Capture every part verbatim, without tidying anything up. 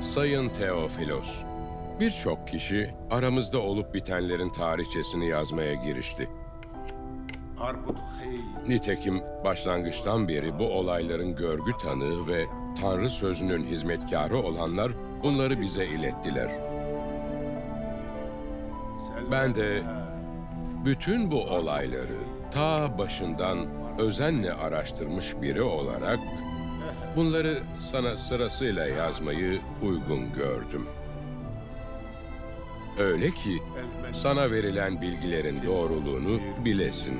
Sayın Teofilos, birçok kişi aramızda olup bitenlerin tarihçesini yazmaya girişti. Nitekim başlangıçtan beri bu olayların görgü tanığı ve Tanrı sözünün hizmetkarı olanlar bunları bize ilettiler. Ben de bütün bu olayları ta başından özenle araştırmış biri olarak bunları sana sırasıyla yazmayı uygun gördüm. Öyle ki sana verilen bilgilerin doğruluğunu bilesin.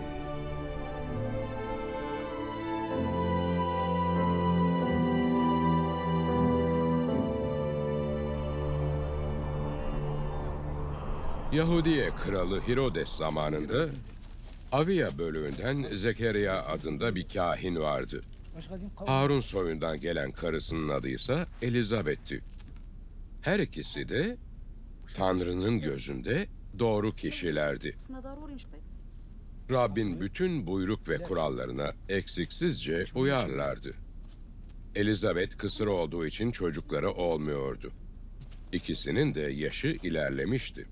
Yahudiye kralı Herodes zamanında Aviya bölüğünden Zekeriya adında bir kahin vardı. Harun soyundan gelen karısının adı ise Elizabeth'ti. Her ikisi de Tanrı'nın gözünde doğru kişilerdi. Rabbin bütün buyruk ve kurallarına eksiksizce uyarlardı. Elizabeth kısır olduğu için çocukları olmuyordu. İkisinin de yaşı ilerlemişti.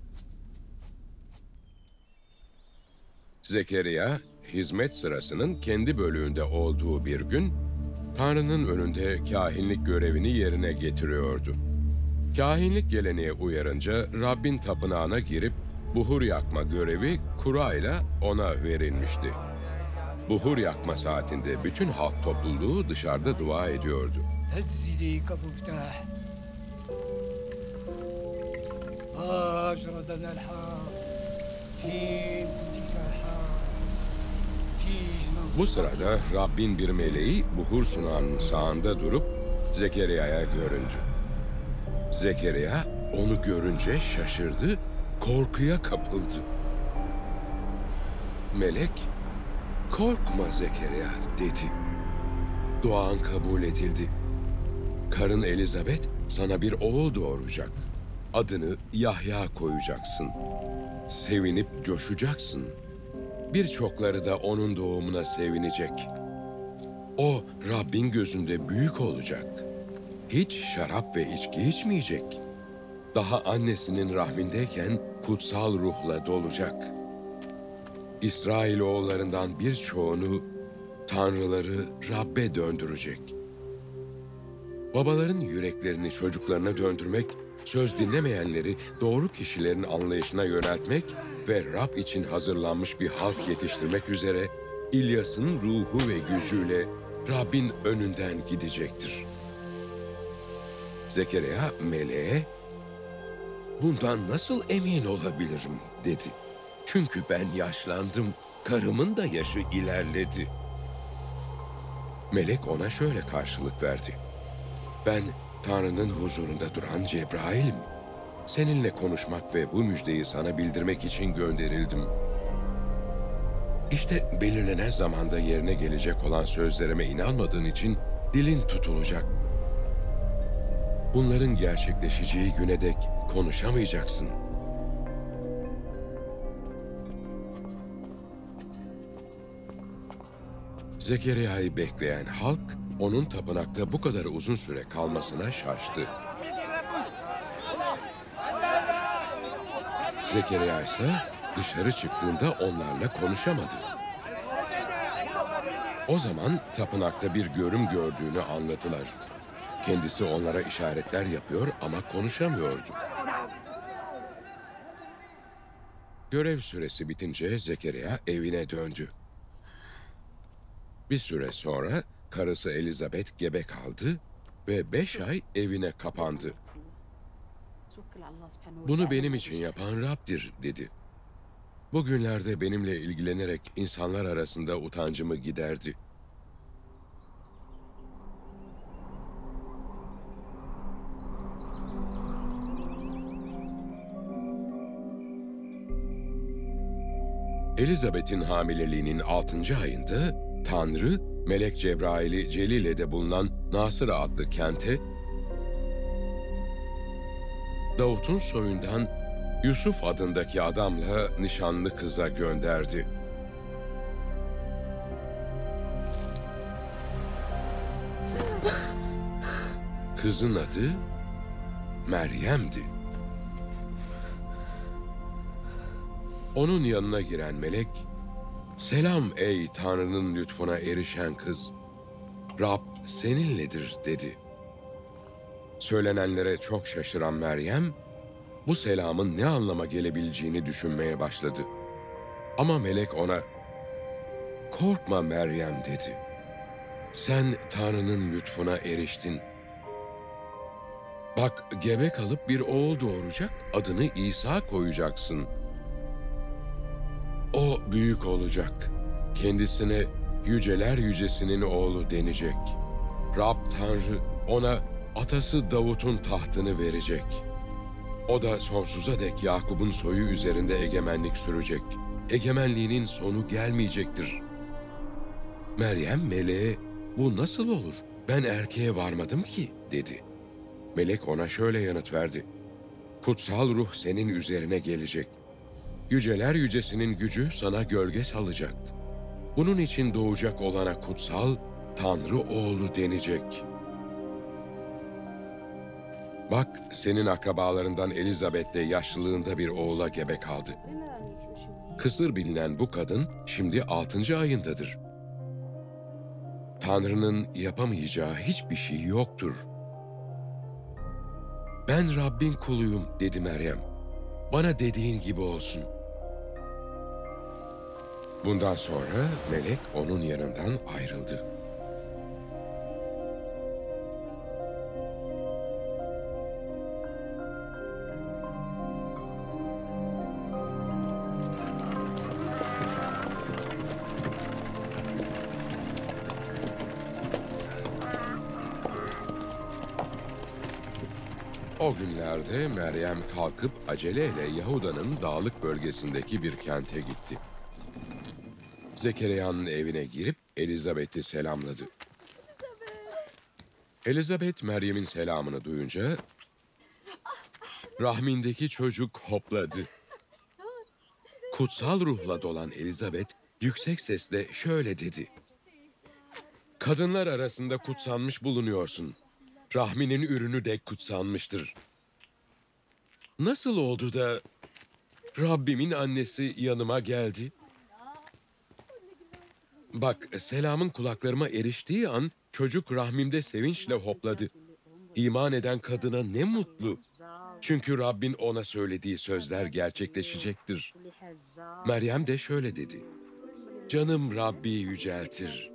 Zekeriya, hizmet sırasının kendi bölüğünde olduğu bir gün, Tanrı'nın önünde kahinlik görevini yerine getiriyordu. Kahinlik geleneğe uyarınca Rabbin tapınağına girip buhur yakma görevi kurayla ona verilmişti. Buhur yakma saatinde bütün halk topluluğu dışarıda dua ediyordu. Bu sırada Rabbin bir meleği buhur sunağının sağında durup Zekeriya'ya göründü. Zekeriya onu görünce şaşırdı, korkuya kapıldı. Melek, "Korkma Zekeriya," dedi. "Duan kabul edildi. Karın Elizabeth sana bir oğul doğuracak. Adını Yahya koyacaksın. Sevinip coşacaksın. Birçokları da onun doğumuna sevinecek. O Rabbin gözünde büyük olacak. Hiç şarap ve içki içmeyecek. Daha annesinin rahmindeyken kutsal ruhla dolacak. İsrailoğullarından birçoğunu, tanrıları Rab'be döndürecek. Babaların yüreklerini çocuklarına döndürmek, söz dinlemeyenleri doğru kişilerin anlayışına yöneltmek ve Rab için hazırlanmış bir halk yetiştirmek üzere İlyas'ın ruhu ve gücüyle Rabbin önünden gidecektir." Zekeriya meleğe, "Bundan nasıl emin olabilirim?" dedi. "Çünkü ben yaşlandım, karımın da yaşı ilerledi." Melek ona şöyle karşılık verdi: "Ben Tanrı'nın huzurunda duran Cebrail'im. Seninle konuşmak ve bu müjdeyi sana bildirmek için gönderildim. İşte belirlenen zamanda yerine gelecek olan sözlerime inanmadığın için dilin tutulacak. Bunların gerçekleşeceği güne dek konuşamayacaksın." Zekeriya'yı bekleyen halk, onun tapınakta bu kadar uzun süre kalmasına şaştı. Zekeriya ise dışarı çıktığında onlarla konuşamadı. O zaman tapınakta bir görüm gördüğünü anladılar. Kendisi onlara işaretler yapıyor ama konuşamıyordu. Görev süresi bitince Zekeriya evine döndü. Bir süre sonra karısı Elizabeth gebe kaldı ve beş ay evine kapandı. "Bunu benim için yapan Rab'dir," dedi. "Bugünlerde benimle ilgilenerek insanlar arasında utancımı giderdi." Elizabeth'in hamileliğinin altıncı ayında Tanrı, Melek Cebrail'i Celile'de bulunan Nasıra adlı kente, Davut'un soyundan Yusuf adındaki adamla nişanlı kıza gönderdi. Kızın adı Meryem'di. Onun yanına giren melek, "Selam ey Tanrı'nın lütfuna erişen kız. Rab seninledir," dedi. Söylenenlere çok şaşıran Meryem, bu selamın ne anlama gelebileceğini düşünmeye başladı. Ama melek ona, "Korkma Meryem," dedi. "Sen Tanrı'nın lütfuna eriştin. Bak, gebe kalıp bir oğul doğuracak, adını İsa koyacaksın. O büyük olacak. Kendisine yüceler yücesinin oğlu denecek. Rab Tanrı ona atası Davut'un tahtını verecek. O da sonsuza dek Yakup'un soyu üzerinde egemenlik sürecek. Egemenliğinin sonu gelmeyecektir." Meryem meleğe, "Bu nasıl olur? Ben erkeğe varmadım ki," dedi. Melek ona şöyle yanıt verdi. "Kutsal ruh senin üzerine gelecek. Yüceler yücesinin gücü sana gölge salacak. Bunun için doğacak olana kutsal, Tanrı oğlu denecek. Bak, senin akrabalarından Elizabeth de yaşlılığında bir oğula gebe kaldı. Kısır bilinen bu kadın şimdi altıncı ayındadır. Tanrı'nın yapamayacağı hiçbir şey yoktur." "Ben Rabbin kuluyum," dedi Meryem. "Bana dediğin gibi olsun." Bundan sonra melek onun yanından ayrıldı. O günlerde Meryem kalkıp aceleyle Yahuda'nın dağlık bölgesindeki bir kente gitti. Zekeriya'nın evine girip Elizabeth'i selamladı. Elizabeth Meryem'in selamını duyunca rahmindeki çocuk hopladı. Kutsal ruhla dolan Elizabeth yüksek sesle şöyle dedi: "Kadınlar arasında kutsanmış bulunuyorsun. Rahminin ürünü de kutsanmıştır. Nasıl oldu da Rabbimin annesi yanıma geldi? Bak, selamın kulaklarıma eriştiği an çocuk rahmimde sevinçle hopladı. İman eden kadına ne mutlu. Çünkü Rabbin ona söylediği sözler gerçekleşecektir." Meryem de şöyle dedi: "Canım Rabbi yüceltir.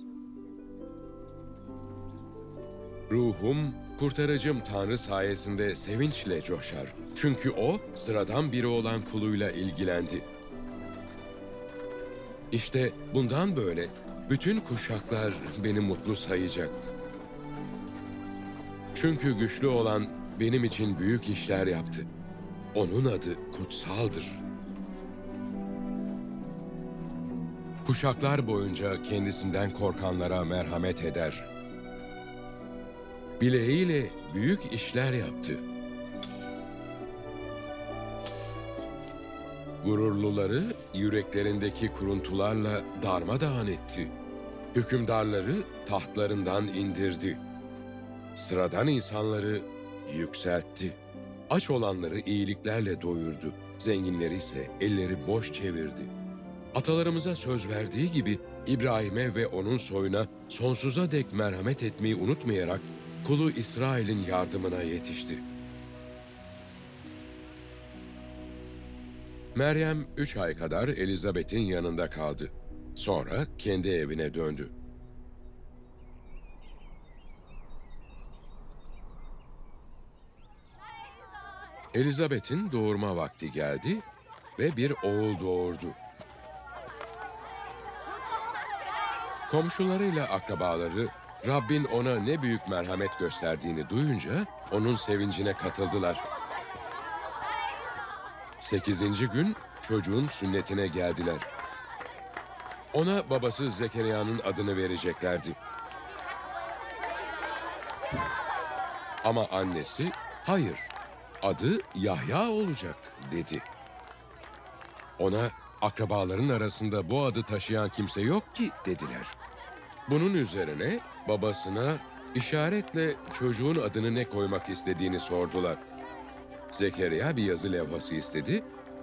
Ruhum, kurtarıcım Tanrı sayesinde sevinçle coşar. Çünkü o, sıradan biri olan kuluyla ilgilendi. İşte bundan böyle bütün kuşaklar beni mutlu sayacak. Çünkü güçlü olan benim için büyük işler yaptı. Onun adı kutsaldır. Kuşaklar boyunca kendisinden korkanlara merhamet eder. Bileğiyle büyük işler yaptı. Gururluları yüreklerindeki kuruntularla darmadağın etti. Hükümdarları tahtlarından indirdi. Sıradan insanları yükseltti. Aç olanları iyiliklerle doyurdu. Zenginleri ise elleri boş çevirdi. Atalarımıza söz verdiği gibi İbrahim'e ve onun soyuna sonsuza dek merhamet etmeyi unutmayarak kulu İsrail'in yardımına yetişti." Meryem üç ay kadar Elizabeth'in yanında kaldı. Sonra kendi evine döndü. Elizabeth'in doğurma vakti geldi ve bir oğul doğurdu. Komşularıyla akrabaları Rabbin ona ne büyük merhamet gösterdiğini duyunca onun sevincine katıldılar. Sekizinci gün çocuğun sünnetine geldiler. Ona babası Zekeriya'nın adını vereceklerdi. Ama annesi, "Hayır, adı Yahya olacak," dedi. Ona, "Akrabaların arasında bu adı taşıyan kimse yok ki," dediler. Bunun üzerine babasına, İşaretle çocuğun adını ne koymak istediğini sordular. Zekeriya bir yazı levhası istedi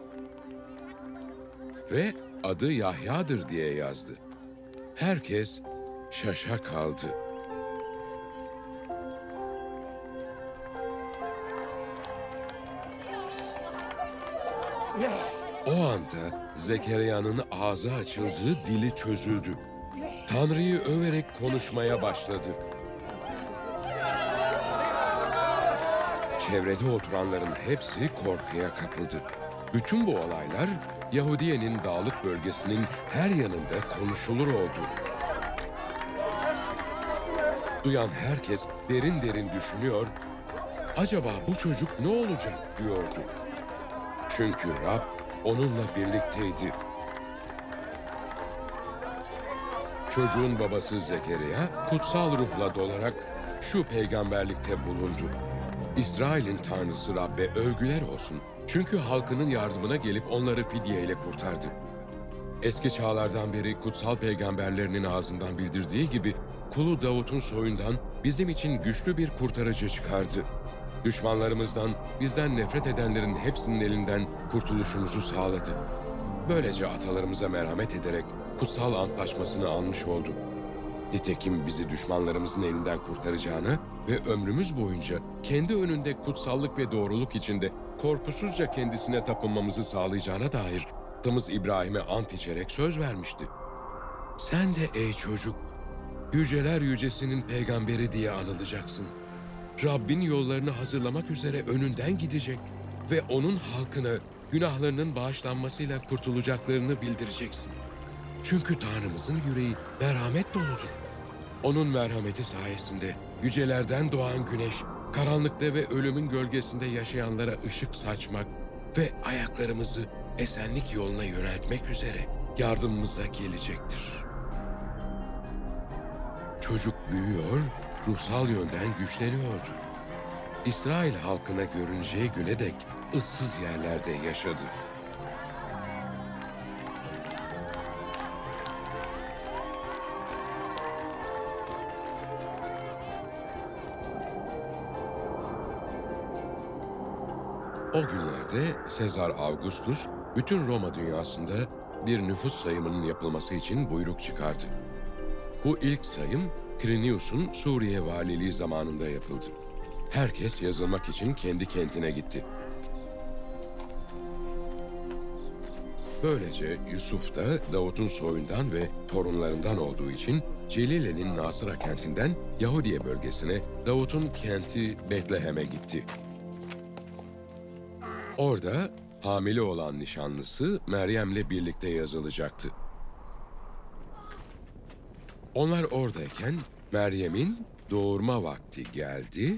ve adı Yahya'dır diye yazdı. Herkes şaşa kaldı. O anda Zekeriya'nın ağzı açıldı, dili çözüldü. Tanrı'yı överek konuşmaya başladı. Çevrede oturanların hepsi korkuya kapıldı. Bütün bu olaylar Yahudiye'nin dağlık bölgesinin her yanında konuşulur oldu. Duyan herkes derin derin düşünüyor, acaba bu çocuk ne olacak diyordu. Çünkü Rab onunla birlikteydi. Çocuğun babası Zekeriya kutsal ruhla dolarak şu peygamberlikte bulundu. İsrail'in Tanrısı Rab'be övgüler olsun. Çünkü halkının yardımına gelip onları fidyeyle kurtardı. Eski çağlardan beri kutsal peygamberlerinin ağzından bildirdiği gibi kulu Davut'un soyundan bizim için güçlü bir kurtarıcı çıkardı. Düşmanlarımızdan, bizden nefret edenlerin hepsinin elinden kurtuluşumuzu sağladı. Böylece atalarımıza merhamet ederek kutsal antlaşmasını almış oldu. Nitekim bizi düşmanlarımızın elinden kurtaracağını ve ömrümüz boyunca kendi önünde kutsallık ve doğruluk içinde korkusuzca kendisine tapınmamızı sağlayacağına dair atamız İbrahim'e ant içerek söz vermişti. Sen de ey çocuk, yüceler yücesinin peygamberi diye anılacaksın. Rabbin yollarını hazırlamak üzere önünden gidecek ve onun halkına günahlarının bağışlanmasıyla kurtulacaklarını bildireceksin. Çünkü Tanrımızın yüreği merhamet doludur. Onun merhameti sayesinde yücelerden doğan güneş, karanlıkta ve ölümün gölgesinde yaşayanlara ışık saçmak ve ayaklarımızı esenlik yoluna yöneltmek üzere yardımımıza gelecektir. Çocuk büyüyor, ruhsal yönden güçleniyordu. İsrail halkına görüneceği güne dek ıssız yerlerde yaşadı. O günlerde Sezar Augustus bütün Roma dünyasında bir nüfus sayımının yapılması için buyruk çıkardı. Bu ilk sayım Quirinius'un Suriye valiliği zamanında yapıldı. Herkes yazılmak için kendi kentine gitti. Böylece Yusuf da Davut'un soyundan ve torunlarından olduğu için Celile'nin Nasıra kentinden Yahudiye bölgesine, Davut'un kenti Betlehem'e gitti. Orada hamile olan nişanlısı Meryem'le birlikte yazılacaktı. Onlar oradayken Meryem'in doğurma vakti geldi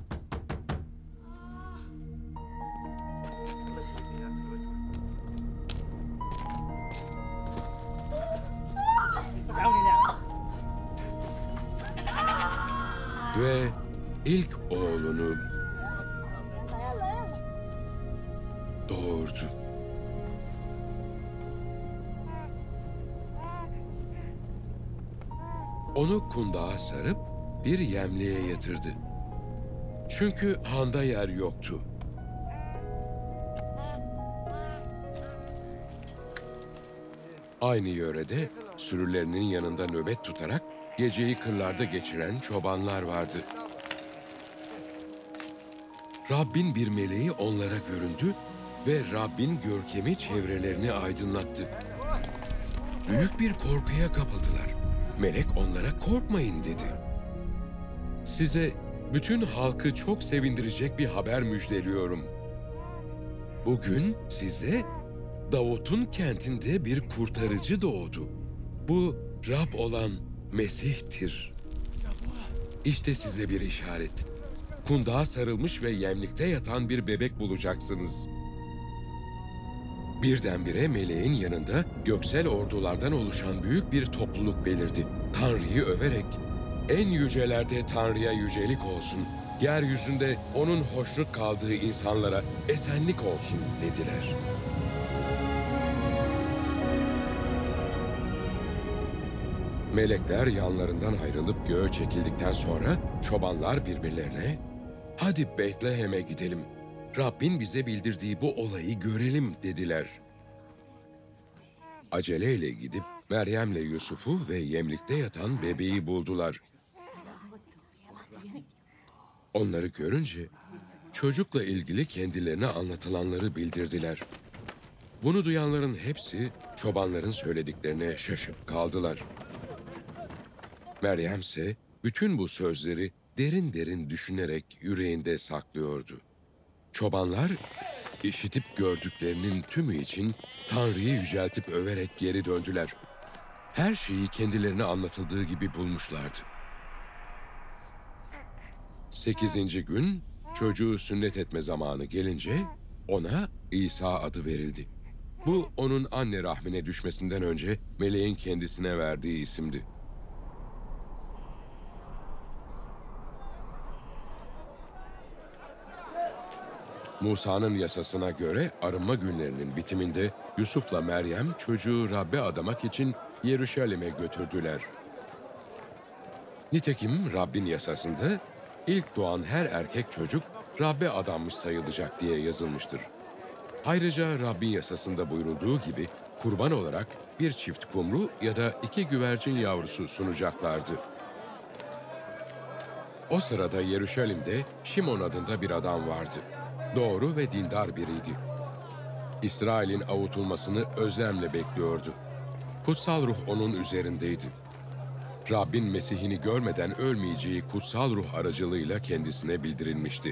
ve ilk oğlunu doğurdu. Onu kundağa sarıp bir yemliğe yatırdı. Çünkü handa yer yoktu. Aynı yörede sürülerinin yanında nöbet tutarak geceyi kırlarda geçiren çobanlar vardı. Rabbin bir meleği onlara göründü ve Rabbin görkemi çevrelerini aydınlattı. Büyük bir korkuya kapıldılar. Melek onlara korkmayın dedi. Size bütün halkı çok sevindirecek bir haber müjdeliyorum. Bugün size Davut'un kentinde bir kurtarıcı doğdu. Bu Rab olan Mesih'tir. İşte size bir işaret. Kundağa sarılmış ve yemlikte yatan bir bebek bulacaksınız. Birdenbire meleğin yanında göksel ordulardan oluşan büyük bir topluluk belirdi. Tanrı'yı överek, en yücelerde Tanrı'ya yücelik olsun, yeryüzünde onun hoşnut kaldığı insanlara esenlik olsun dediler. Melekler yanlarından ayrılıp göğe çekildikten sonra çobanlar birbirlerine "Hadi Betlehem'e gidelim. Rabbin bize bildirdiği bu olayı görelim." dediler. Aceleyle gidip Meryem'le Yusuf'u ve yemlikte yatan bebeği buldular. Onları görünce çocukla ilgili kendilerine anlatılanları bildirdiler. Bunu duyanların hepsi çobanların söylediklerine şaşıp kaldılar. Meryem ise bütün bu sözleri derin derin düşünerek yüreğinde saklıyordu. Çobanlar işitip gördüklerinin tümü için Tanrı'yı yüceltip överek geri döndüler. Her şeyi kendilerine anlatıldığı gibi bulmuşlardı. Sekizinci gün çocuğu sünnet etme zamanı gelince ona İsa adı verildi. Bu onun anne rahmine düşmesinden önce meleğin kendisine verdiği isimdi. Musa'nın yasasına göre arınma günlerinin bitiminde Yusuf'la Meryem çocuğu Rabbe adamak için Yeruşalim'e götürdüler. Nitekim Rabbin yasasında ilk doğan her erkek çocuk Rabbe adanmış sayılacak diye yazılmıştır. Ayrıca Rabbin yasasında buyurulduğu gibi kurban olarak bir çift kumru ya da iki güvercin yavrusu sunacaklardı. O sırada Yeruşalim'de Şimon adında bir adam vardı. Doğru ve dindar biriydi. İsrail'in avutulmasını özlemle bekliyordu. Kutsal ruh onun üzerindeydi. Rabbin Mesih'ini görmeden ölmeyeceği kutsal ruh aracılığıyla kendisine bildirilmişti.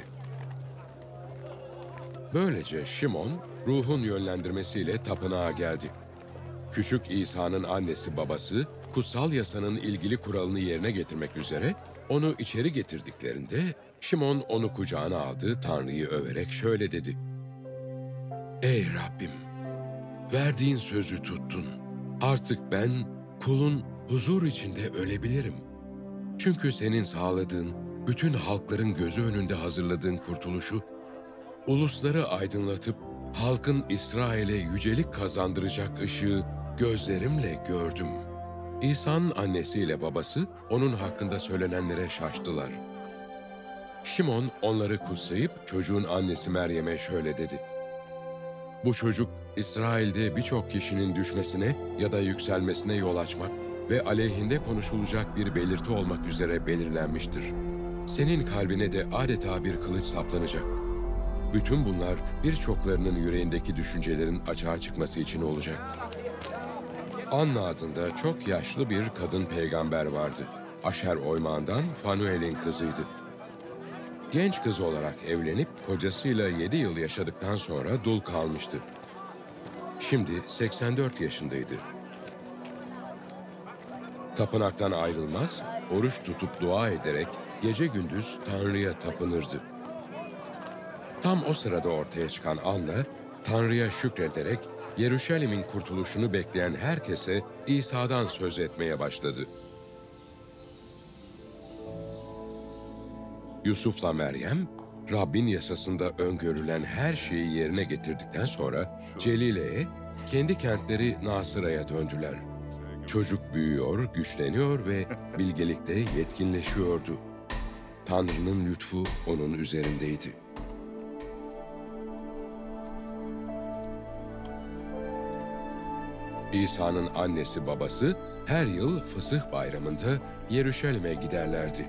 Böylece Şimon, ruhun yönlendirmesiyle tapınağa geldi. Küçük İsa'nın annesi babası, kutsal yasanın ilgili kuralını yerine getirmek üzere onu içeri getirdiklerinde, Şimon onu kucağına aldı, Tanrı'yı överek şöyle dedi: "Ey Rabbim, verdiğin sözü tuttun. Artık ben, kulun huzur içinde ölebilirim. Çünkü senin sağladığın, bütün halkların gözü önünde hazırladığın kurtuluşu, ulusları aydınlatıp halkın İsrail'e yücelik kazandıracak ışığı gözlerimle gördüm." İsa'nın annesiyle babası onun hakkında söylenenlere şaştılar. Şimon onları kutsayıp çocuğun annesi Meryem'e şöyle dedi: "Bu çocuk İsrail'de birçok kişinin düşmesine ya da yükselmesine yol açmak ve aleyhinde konuşulacak bir belirti olmak üzere belirlenmiştir. Senin kalbine de adeta bir kılıç saplanacak. Bütün bunlar birçoklarının yüreğindeki düşüncelerin açığa çıkması için olacak." Anna adında çok yaşlı bir kadın peygamber vardı. Aşer oymağından Fanuel'in kızıydı. Genç kız olarak evlenip kocasıyla yedi yıl yaşadıktan sonra dul kalmıştı. Şimdi seksen dört yaşındaydı. Tapınaktan ayrılmaz, oruç tutup dua ederek gece gündüz Tanrı'ya tapınırdı. Tam o sırada ortaya çıkan Anna, Tanrı'ya şükrederek Yeruşalim'in kurtuluşunu bekleyen herkese İsa'dan söz etmeye başladı. Yusuf'la Meryem, Rabbin yasasında öngörülen her şeyi yerine getirdikten sonra Celile'ye, kendi kentleri Nasıra'ya döndüler. Çocuk büyüyor, güçleniyor ve bilgelikte yetkinleşiyordu. Tanrı'nın lütfu onun üzerindeydi. İsa'nın annesi babası her yıl Fısıh Bayramı'nda Yeruşalim'e giderlerdi.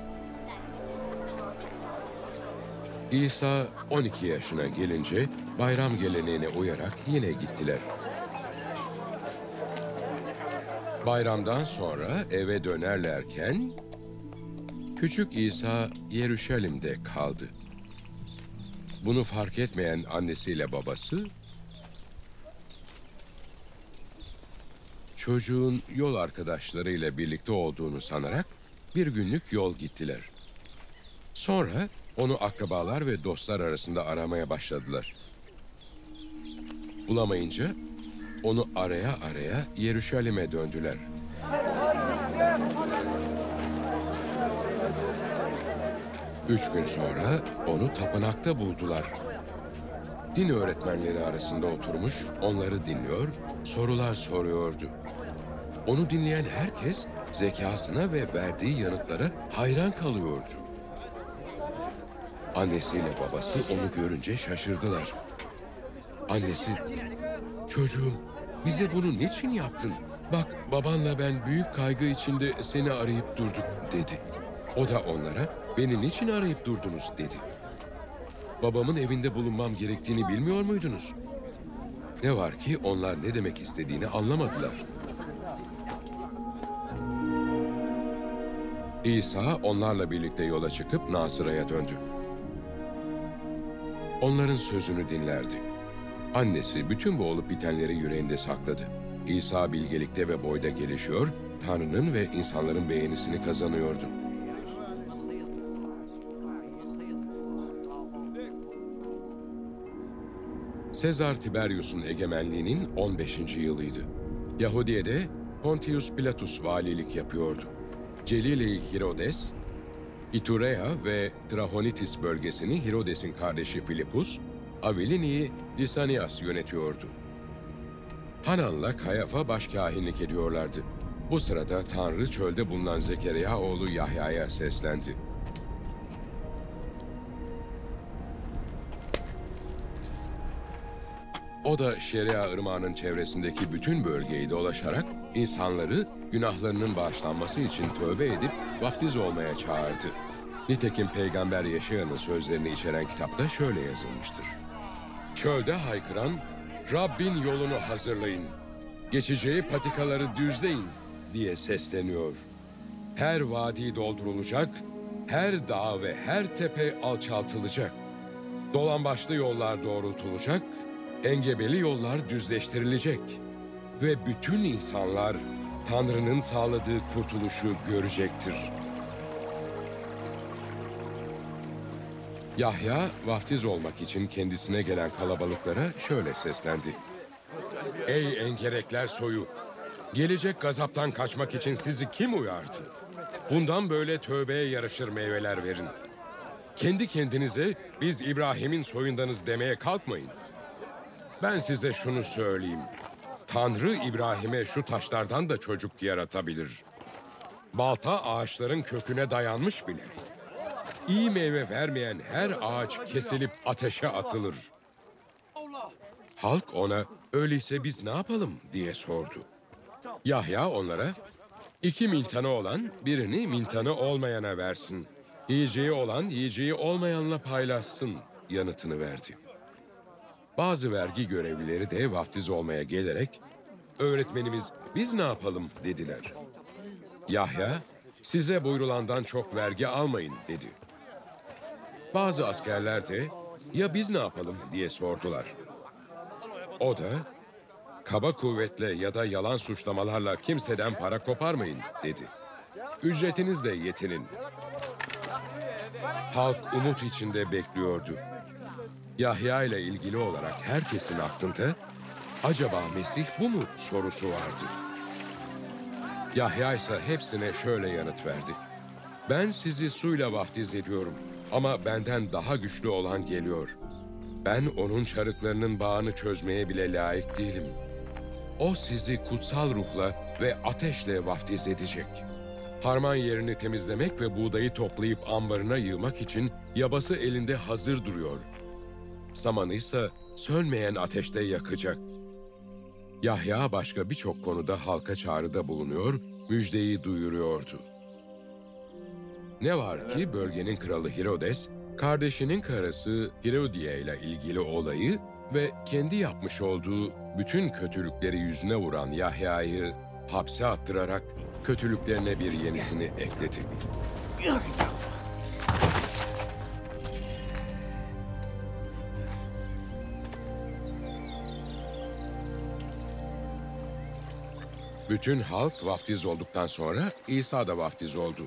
İsa on iki yaşına gelince bayram geleneğine uyarak yine gittiler. Bayramdan sonra eve dönerlerken küçük İsa Yeruşalim'de kaldı. Bunu fark etmeyen annesiyle babası, çocuğun yol arkadaşlarıyla birlikte olduğunu sanarak bir günlük yol gittiler. Sonra onu akrabalar ve dostlar arasında aramaya başladılar. Bulamayınca onu araya araya Yeruşalim'e döndüler. Üç gün sonra onu tapınakta buldular. Din öğretmenleri arasında oturmuş onları dinliyor, sorular soruyordu. Onu dinleyen herkes zekasına ve verdiği yanıtlara hayran kalıyordu. Annesiyle babası onu görünce şaşırdılar. Annesi, "Çocuğum, bize bunu niçin yaptın? Bak, babanla ben büyük kaygı içinde seni arayıp durduk," dedi. O da onlara, "Beni niçin arayıp durdunuz?" dedi. "Babamın evinde bulunmam gerektiğini bilmiyor muydunuz?" Ne var ki onlar ne demek istediğini anlamadılar. İsa onlarla birlikte yola çıkıp Nasıra'ya döndü. Onların sözünü dinlerdi. Annesi bütün bu olup bitenleri yüreğinde sakladı. İsa bilgelikte ve boyda gelişiyor, Tanrı'nın ve insanların beğenisini kazanıyordu. Sezar Tiberius'un egemenliğinin on beşinci yılıydı. Yahudiye'de Pontius Pilatus valilik yapıyordu. Celile-i Herodes, İturea ve Trahonitis bölgesini Herodes'in kardeşi Filipus, Avilini'yi Lisanias yönetiyordu. Hanan'la Kayafa başkâhinlik ediyorlardı. Bu sırada Tanrı çölde bulunan Zekeriya oğlu Yahya'ya seslendi. O da Şeria Irmağı'nın çevresindeki bütün bölgeyi dolaşarak insanları günahlarının bağışlanması için tövbe edip vaftiz olmaya çağırdı. Nitekim Peygamber Yeşaya'nın sözlerini içeren kitapta şöyle yazılmıştır. Çölde haykıran, "Rabbin yolunu hazırlayın, geçeceği patikaları düzleyin," diye sesleniyor. Her vadi doldurulacak, her dağ ve her tepe alçaltılacak. Dolambaçlı yollar doğrultulacak, engebeli yollar düzleştirilecek ve bütün insanlar Tanrı'nın sağladığı kurtuluşu görecektir. Yahya, vaftiz olmak için kendisine gelen kalabalıklara şöyle seslendi. "Ey engerekler soyu! Gelecek gazaptan kaçmak için sizi kim uyardı? Bundan böyle tövbeye yaraşır meyveler verin. Kendi kendinize biz İbrahim'in soyundanız demeye kalkmayın. Ben size şunu söyleyeyim. Tanrı İbrahim'e şu taşlardan da çocuk yaratabilir. Balta ağaçların köküne dayanmış bile. İyi meyve vermeyen her ağaç kesilip ateşe atılır." Halk ona, "Öyleyse biz ne yapalım?" diye sordu. Yahya onlara, "İki mintanı olan birini mintanı olmayana versin. Yiyeceği olan yiyeceği olmayanla paylaşsın," yanıtını verdi. Bazı vergi görevlileri de vaftiz olmaya gelerek, "Öğretmenimiz, biz ne yapalım?" dediler. Yahya, "Size buyrulandan çok vergi almayın," dedi. Bazı askerler de, "Ya biz ne yapalım?" diye sordular. O da, "Kaba kuvvetle ya da yalan suçlamalarla kimseden para koparmayın," dedi. "Ücretinizle yetinin." Halk umut içinde bekliyordu. Yahya ile ilgili olarak herkesin aklında, "Acaba Mesih bu mu?" sorusu vardı. Yahya ise hepsine şöyle yanıt verdi. "Ben sizi suyla vaftiz ediyorum ama benden daha güçlü olan geliyor. Ben onun çarıklarının bağını çözmeye bile layık değilim. O sizi kutsal ruhla ve ateşle vaftiz edecek. Harman yerini temizlemek ve buğdayı toplayıp ambarına yığmak için yabası elinde hazır duruyor. Samanı ise sönmeyen ateşte yakacak." Yahya başka birçok konuda halka çağrıda bulunuyor, müjdeyi duyuruyordu. Ne var ki bölgenin kralı Herodes, kardeşinin karısı Herodiye ile ilgili olayı ve kendi yapmış olduğu bütün kötülükleri yüzüne vuran Yahya'yı hapse attırarak kötülüklerine bir yenisini ekledi. Bütün halk vaftiz olduktan sonra İsa da vaftiz oldu.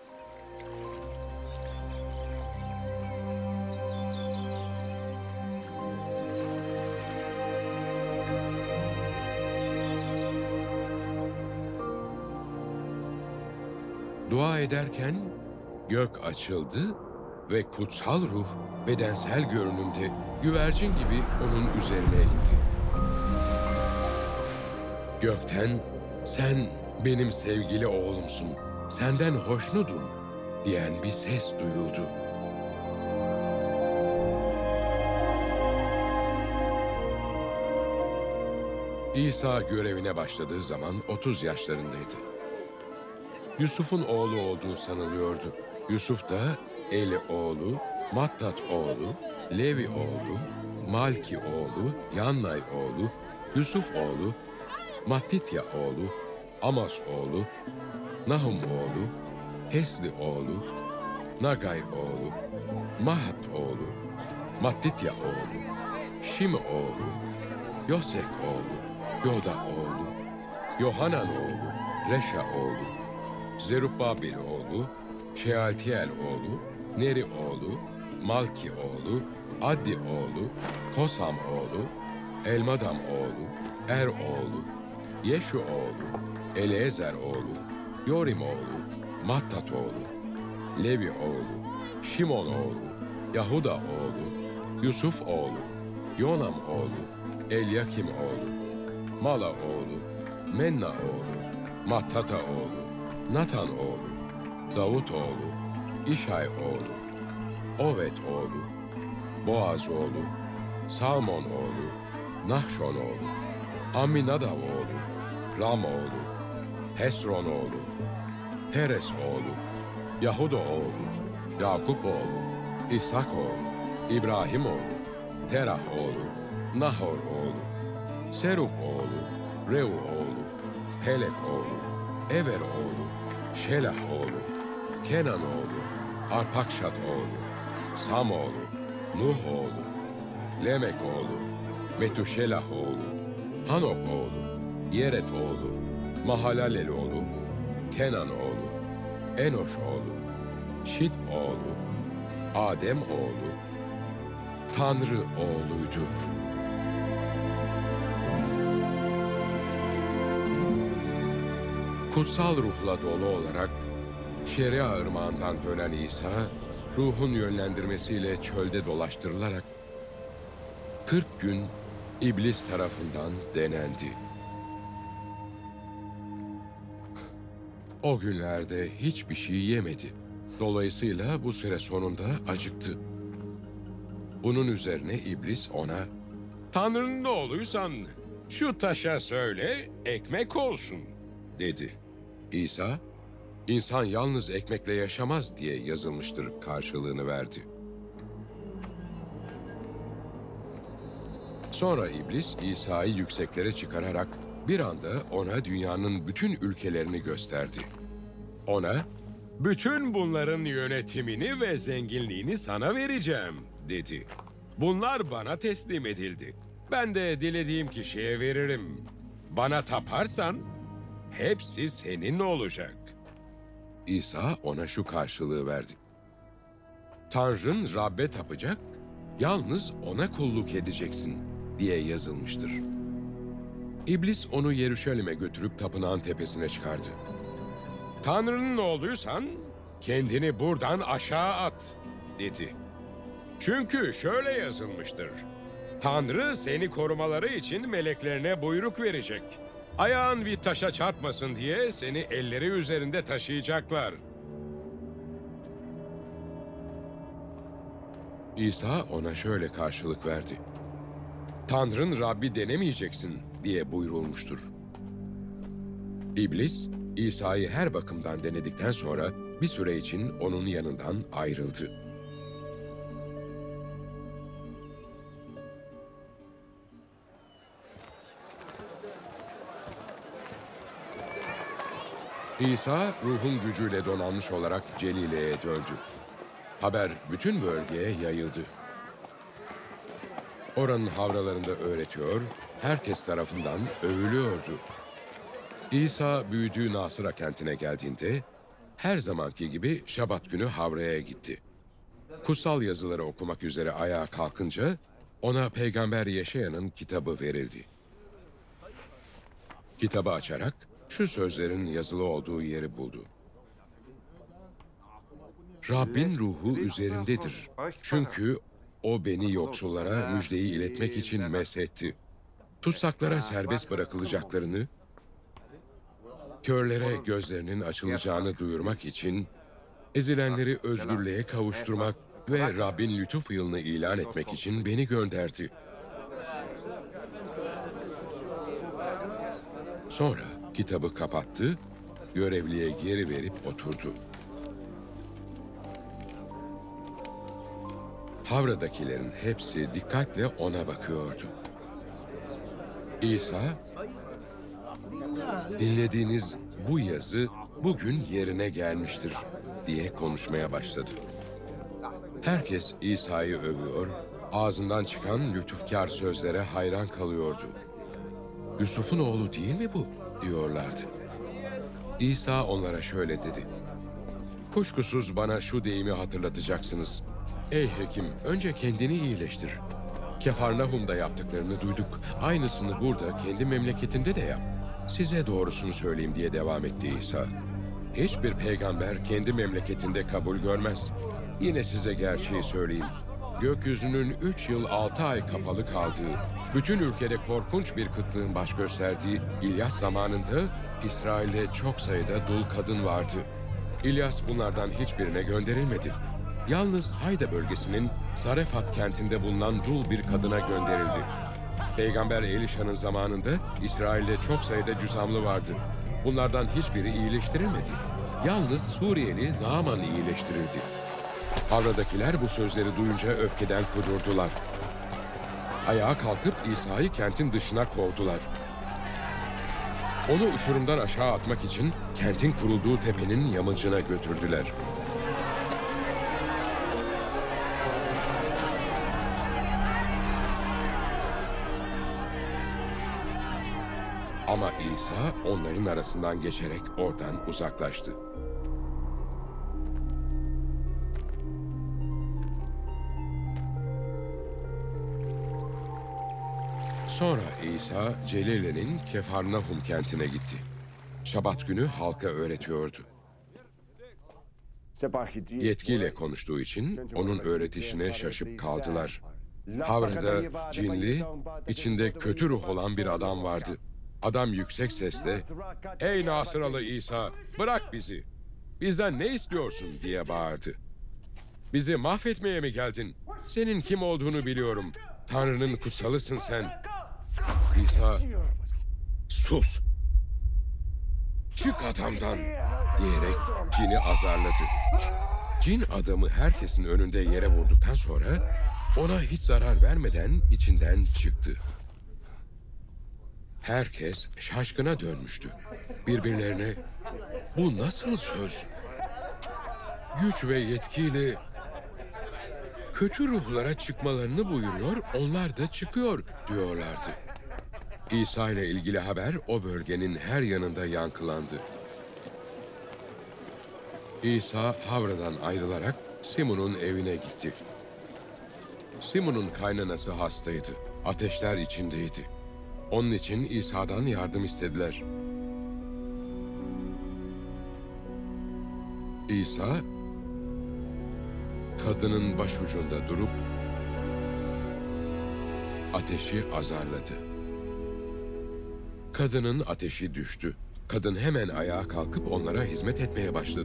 Dua ederken gök açıldı ve kutsal ruh bedensel görünümde güvercin gibi onun üzerine indi. Gökten, "Sen benim sevgili oğlumsun, senden hoşnutum diyen bir ses duyuldu. İsa görevine başladığı zaman otuz yaşlarındaydı. Yusuf'un oğlu olduğu sanılıyordu. Yusuf da Eli oğlu, Mattat oğlu, Levi oğlu, Malki oğlu, Yannay oğlu, Yusuf oğlu, Mattitya oğlu, Amos oğlu, Nahum oğlu, Hesli oğlu, Nagay oğlu, Mahat oğlu, Mattitya oğlu, Şim oğlu, Yosek oğlu, Yoda oğlu, Yohanan oğlu, Reşa oğlu, Zerubbabil oğlu, Şealtiel oğlu, Neri oğlu, Malki oğlu, Addi oğlu, Kosam oğlu, Elmadam oğlu, Er oğlu, Yeşu oğlu, Eleezer oğlu, Yorim oğlu, Mattat oğlu, Levi oğlu, Şimon oğlu, Yahuda oğlu, Yusuf oğlu, Yonam oğlu, Elyakim oğlu, Mala oğlu, Menna oğlu, Mattata oğlu, Natan oğlu, Davut oğlu, İşay oğlu, Ovet oğlu, Boaz oğlu, Salmon oğlu, Nahşon oğlu, Amminadav oğlu, Ram oğlu, Hesron oğlu, Peres oğlu, Yahuda oğlu, Yakup oğlu, İshak oğlu, İbrahim oğlu, Terah oğlu, Nahor oğlu, Serug oğlu, Reu oğlu, Pelek oğlu, Ever oğlu, Şelah oğlu, Kenan oğlu, Arpakşad oğlu, Sam oğlu, Nuh oğlu, Lemek oğlu, Metuşelah oğlu, Hanok oğlu, Yeret oğlu, Mahalalel oğlu, Kenan oğlu, Enoş oğlu, Şit oğlu, Adem oğlu, Tanrı oğluydu. Kutsal ruhla dolu olarak Şeria ırmağından dönen İsa, ruhun yönlendirmesiyle çölde dolaştırılarak kırk gün iblis tarafından denendi. O günlerde hiçbir şey yemedi. Dolayısıyla bu süre sonunda acıktı. Bunun üzerine iblis ona, Tanrı'nın oğluysan şu taşa söyle ekmek olsun dedi. İsa, insan yalnız ekmekle yaşamaz diye yazılmıştır karşılığını verdi. Sonra iblis İsa'yı yükseklere çıkararak bir anda ona dünyanın bütün ülkelerini gösterdi. Ona, Bütün bunların yönetimini ve zenginliğini sana vereceğim dedi. Bunlar bana teslim edildi. Ben de dilediğim kişiye veririm. Bana taparsan hepsi senin olacak. İsa ona şu karşılığı verdi. Tanrın Rabbe tapacak, yalnız ona kulluk edeceksin diye yazılmıştır. İblis onu Yeruşalim'e götürüp tapınağın tepesine çıkardı. Tanrı'nın oğluysan kendini buradan aşağı at dedi. Çünkü şöyle yazılmıştır. Tanrı seni korumaları için meleklerine buyruk verecek. Ayağın bir taşa çarpmasın diye seni elleri üzerinde taşıyacaklar. İsa ona şöyle karşılık verdi. Tanrın Rabbi denemeyeceksin diye buyurulmuştur. İblis, İsa'yı her bakımdan denedikten sonra bir süre için onun yanından ayrıldı. İsa, ruhun gücüyle donanmış olarak Celile'ye döndü. Haber bütün bölgeye yayıldı. Oranın havralarında öğretiyor, herkes tarafından övülüyordu. İsa büyüdüğü Nasıra kentine geldiğinde, her zamanki gibi Şabat günü havraya gitti. Kutsal yazıları okumak üzere ayağa kalkınca, ona Peygamber Yeşaya'nın kitabı verildi. Kitabı açarak, şu sözlerin yazılı olduğu yeri buldu. Rabbin ruhu üzerimdedir. Çünkü o beni yoksullara müjdeyi iletmek için meshetti. Tutsaklara serbest bırakılacaklarını, körlere gözlerinin açılacağını duyurmak için, ezilenleri özgürlüğe kavuşturmak ve Rabbin lütuf yılını ilan etmek için beni gönderdi. Sonra kitabı kapattı, görevliye geri verip oturdu. Havra'dakilerin hepsi dikkatle ona bakıyordu. İsa, dinlediğiniz bu yazı bugün yerine gelmiştir diye konuşmaya başladı. Herkes İsa'yı övüyor, ağzından çıkan lütufkar sözlere hayran kalıyordu. Yusuf'un oğlu değil mi bu? Diyorlardı. İsa onlara şöyle dedi. Kuşkusuz bana şu deyimi hatırlatacaksınız. Ey hekim, önce kendini iyileştir. Kefarnahum'da yaptıklarını duyduk. Aynısını burada, kendi memleketinde de yap. Size doğrusunu söyleyeyim diye devam etti İsa. Hiçbir peygamber kendi memleketinde kabul görmez. Yine size gerçeği söyleyeyim. Gökyüzünün üç yıl altı ay kapalı kaldığı, bütün ülkede korkunç bir kıtlığın baş gösterdiği İlyas zamanında İsrail'de çok sayıda dul kadın vardı. İlyas bunlardan hiçbirine gönderilmedi. Yalnız Hayda bölgesinin Sarefat kentinde bulunan dul bir kadına gönderildi. Peygamber Elişa'nın zamanında İsrail'de çok sayıda cüzamlı vardı. Bunlardan hiçbiri iyileştirilmedi. Yalnız Suriyeli Naaman iyileştirildi. Havra'dakiler bu sözleri duyunca öfkeden kudurdular. Ayağa kalkıp İsa'yı kentin dışına kovdular. Onu uçurumdan aşağı atmak için kentin kurulduğu tepenin yamacına götürdüler. Ama İsa onların arasından geçerek oradan uzaklaştı. Sonra İsa, Celile'nin Kefarnahum kentine gitti. Şabat günü halka öğretiyordu. Yetkiyle konuştuğu için onun öğretişine şaşıp kaldılar. Havra'da cinli, içinde kötü ruh olan bir adam vardı. Adam yüksek sesle, "Ey Nasıralı İsa, bırak bizi! Bizden ne istiyorsun?" diye bağırdı. "Bizi mahvetmeye mi geldin? Senin kim olduğunu biliyorum. Tanrı'nın kutsalısın sen." İsa, "Sus! Çık adamdan!" diyerek cini azarladı. Cin adamı herkesin önünde yere vurduktan sonra ona hiç zarar vermeden içinden çıktı. Herkes şaşkına dönmüştü. Birbirlerine, "Bu nasıl söz? Güç ve yetkiyle kötü ruhlara çıkmalarını buyuruyor, onlar da çıkıyor," diyorlardı. İsa ile ilgili haber o bölgenin her yanında yankılandı. İsa Havra'dan ayrılarak Simon'un evine gitti. Simon'un kaynanası hastaydı, ateşler içindeydi. Onun için İsa'dan yardım istediler. İsa, kadının başucunda durup ateşi azarladı. Kadının ateşi düştü. Kadın hemen ayağa kalkıp onlara hizmet etmeye başladı.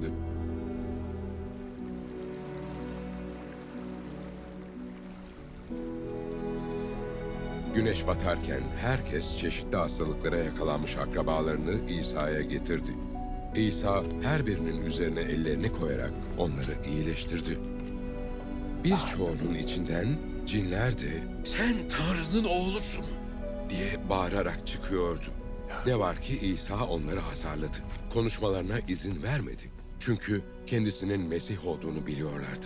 Güneş batarken herkes çeşitli hastalıklara yakalanmış akrabalarını İsa'ya getirdi. İsa her birinin üzerine ellerini koyarak onları iyileştirdi. Birçoğunun içinden cinler de "Sen Tanrı'nın oğlusun!" diye bağırarak çıkıyordu. Ne var ki İsa onları hasarladı. Konuşmalarına izin vermedi. Çünkü kendisinin Mesih olduğunu biliyorlardı.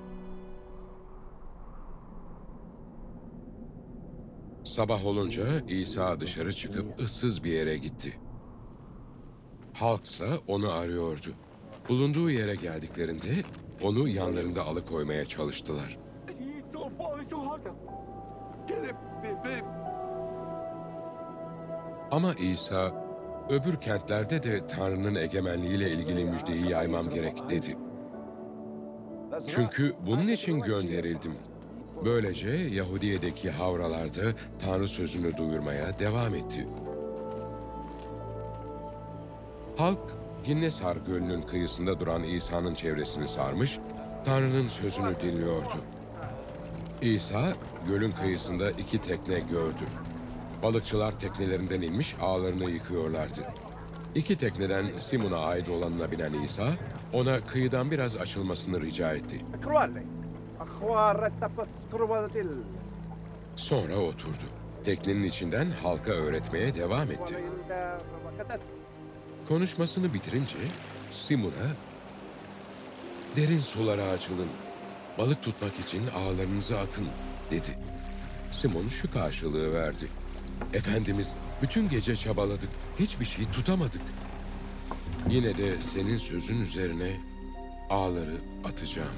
Sabah olunca İsa dışarı çıkıp ıssız bir yere gitti. Halksa onu arıyordu. Bulunduğu yere geldiklerinde onu yanlarında alıkoymaya çalıştılar. Ama İsa, "Öbür kentlerde de Tanrı'nın egemenliğiyle ilgili müjdeyi yaymam gerek," dedi. "Çünkü bunun için gönderildim." Böylece Yahudiye'deki havralarda Tanrı sözünü duyurmaya devam etti. Halk, Ginnesar Gölü'nün kıyısında duran İsa'nın çevresini sarmış, Tanrı'nın sözünü dinliyordu. İsa, gölün kıyısında iki tekne gördü. Balıkçılar teknelerinden inmiş ağlarını yıkıyorlardı. İki tekneden Simon'a ait olanına binen İsa, ona kıyıdan biraz açılmasını rica etti. Sonra oturdu. Teknenin içinden halka öğretmeye devam etti. Konuşmasını bitirince Simon'a "Derin sulara açılın, balık tutmak için ağlarınızı atın," dedi. Simon şu karşılığı verdi: "Efendimiz, bütün gece çabaladık, hiçbir şey tutamadık. Yine de senin sözün üzerine ağları atacağım."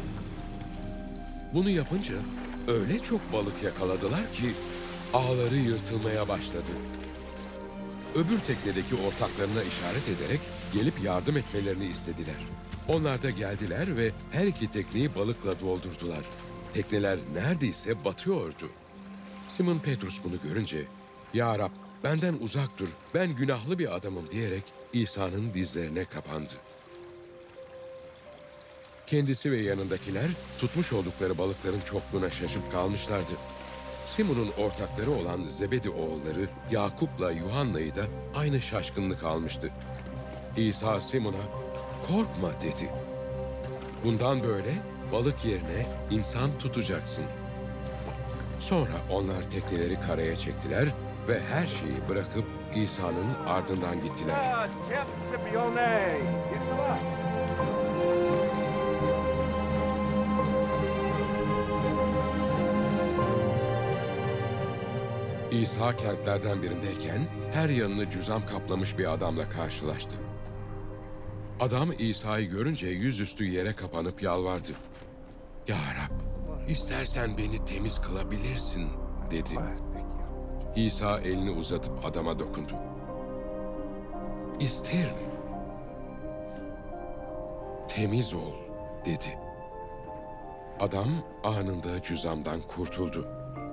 Bunu yapınca öyle çok balık yakaladılar ki ağları yırtılmaya başladı. Öbür teknedeki ortaklarına işaret ederek gelip yardım etmelerini istediler. Onlar da geldiler ve her iki tekneyi balıkla doldurdular. Tekneler neredeyse batıyordu. Simon Petrus bunu görünce, "Ya Rab, benden uzak dur, ben günahlı bir adamım," diyerek İsa'nın dizlerine kapandı. Kendisi ve yanındakiler tutmuş oldukları balıkların çokluğuna şaşıp kalmışlardı. Simon'un ortakları olan Zebedi oğulları Yakup'la Yuhanna'yı da aynı şaşkınlık almıştı. İsa Simon'a "Korkma," dedi. "Bundan böyle balık yerine insan tutacaksın." Sonra onlar tekneleri karaya çektiler ve her şeyi bırakıp İsa'nın ardından gittiler. İsa kentlerden birindeyken her yanını cüzam kaplamış bir adamla karşılaştı. Adam İsa'yı görünce yüzüstü yere kapanıp yalvardı. "Ya Rab, istersen beni temiz kılabilirsin," dedi. İsa elini uzatıp adama dokundu. "İsterim, temiz ol," dedi. Adam anında cüzamdan kurtuldu.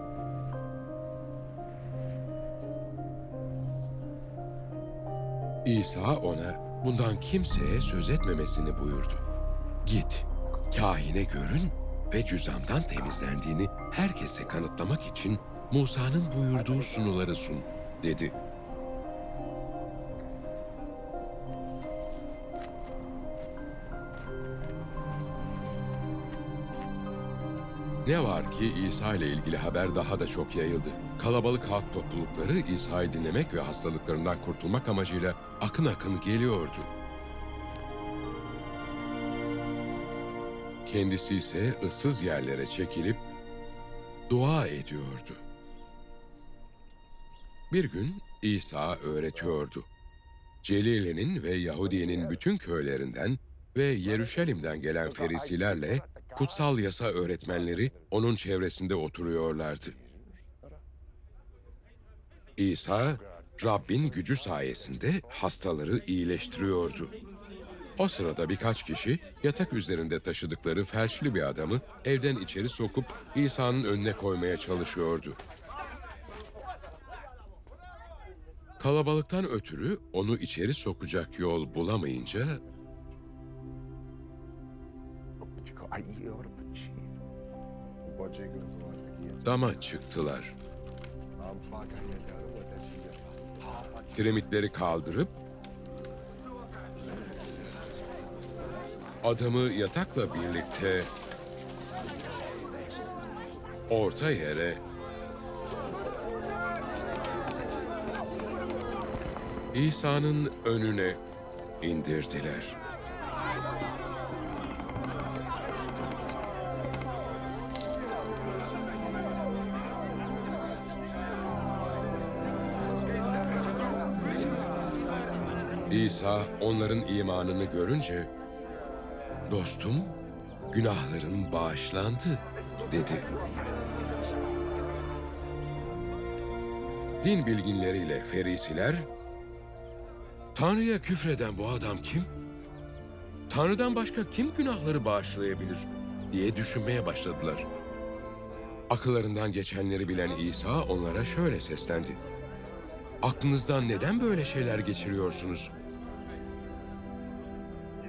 İsa ona bundan kimseye söz etmemesini buyurdu. "Git, kâhine görün ve cüzamdan temizlendiğini herkese kanıtlamak için Musa'nın buyurduğu sunuları sun," dedi. Ne var ki İsa ile ilgili haber daha da çok yayıldı. Kalabalık halk toplulukları İsa'yı dinlemek ve hastalıklarından kurtulmak amacıyla akın akın geliyordu. Kendisi ise ıssız yerlere çekilip dua ediyordu. Bir gün İsa öğretiyordu. Celile'nin ve Yahudiye'nin bütün köylerinden ve Yeruşalim'den gelen ferisilerle kutsal yasa öğretmenleri onun çevresinde oturuyorlardı. İsa, Rabbin gücü sayesinde hastaları iyileştiriyordu. O sırada birkaç kişi yatak üzerinde taşıdıkları felçli bir adamı evden içeri sokup İsa'nın önüne koymaya çalışıyordu. Kalabalıktan ötürü onu içeri sokacak yol bulamayınca dama çıktılar. Kiremitleri kaldırıp adamı yatakla birlikte orta yere İsa'nın önüne indirdiler. İsa onların imanını görünce, "Dostum, günahların bağışlandı," dedi. Din bilginleriyle ferisiler, "Tanrı'ya küfreden bu adam kim? Tanrı'dan başka kim günahları bağışlayabilir?" diye düşünmeye başladılar. Akıllarından geçenleri bilen İsa onlara şöyle seslendi: "Aklınızdan neden böyle şeyler geçiriyorsunuz?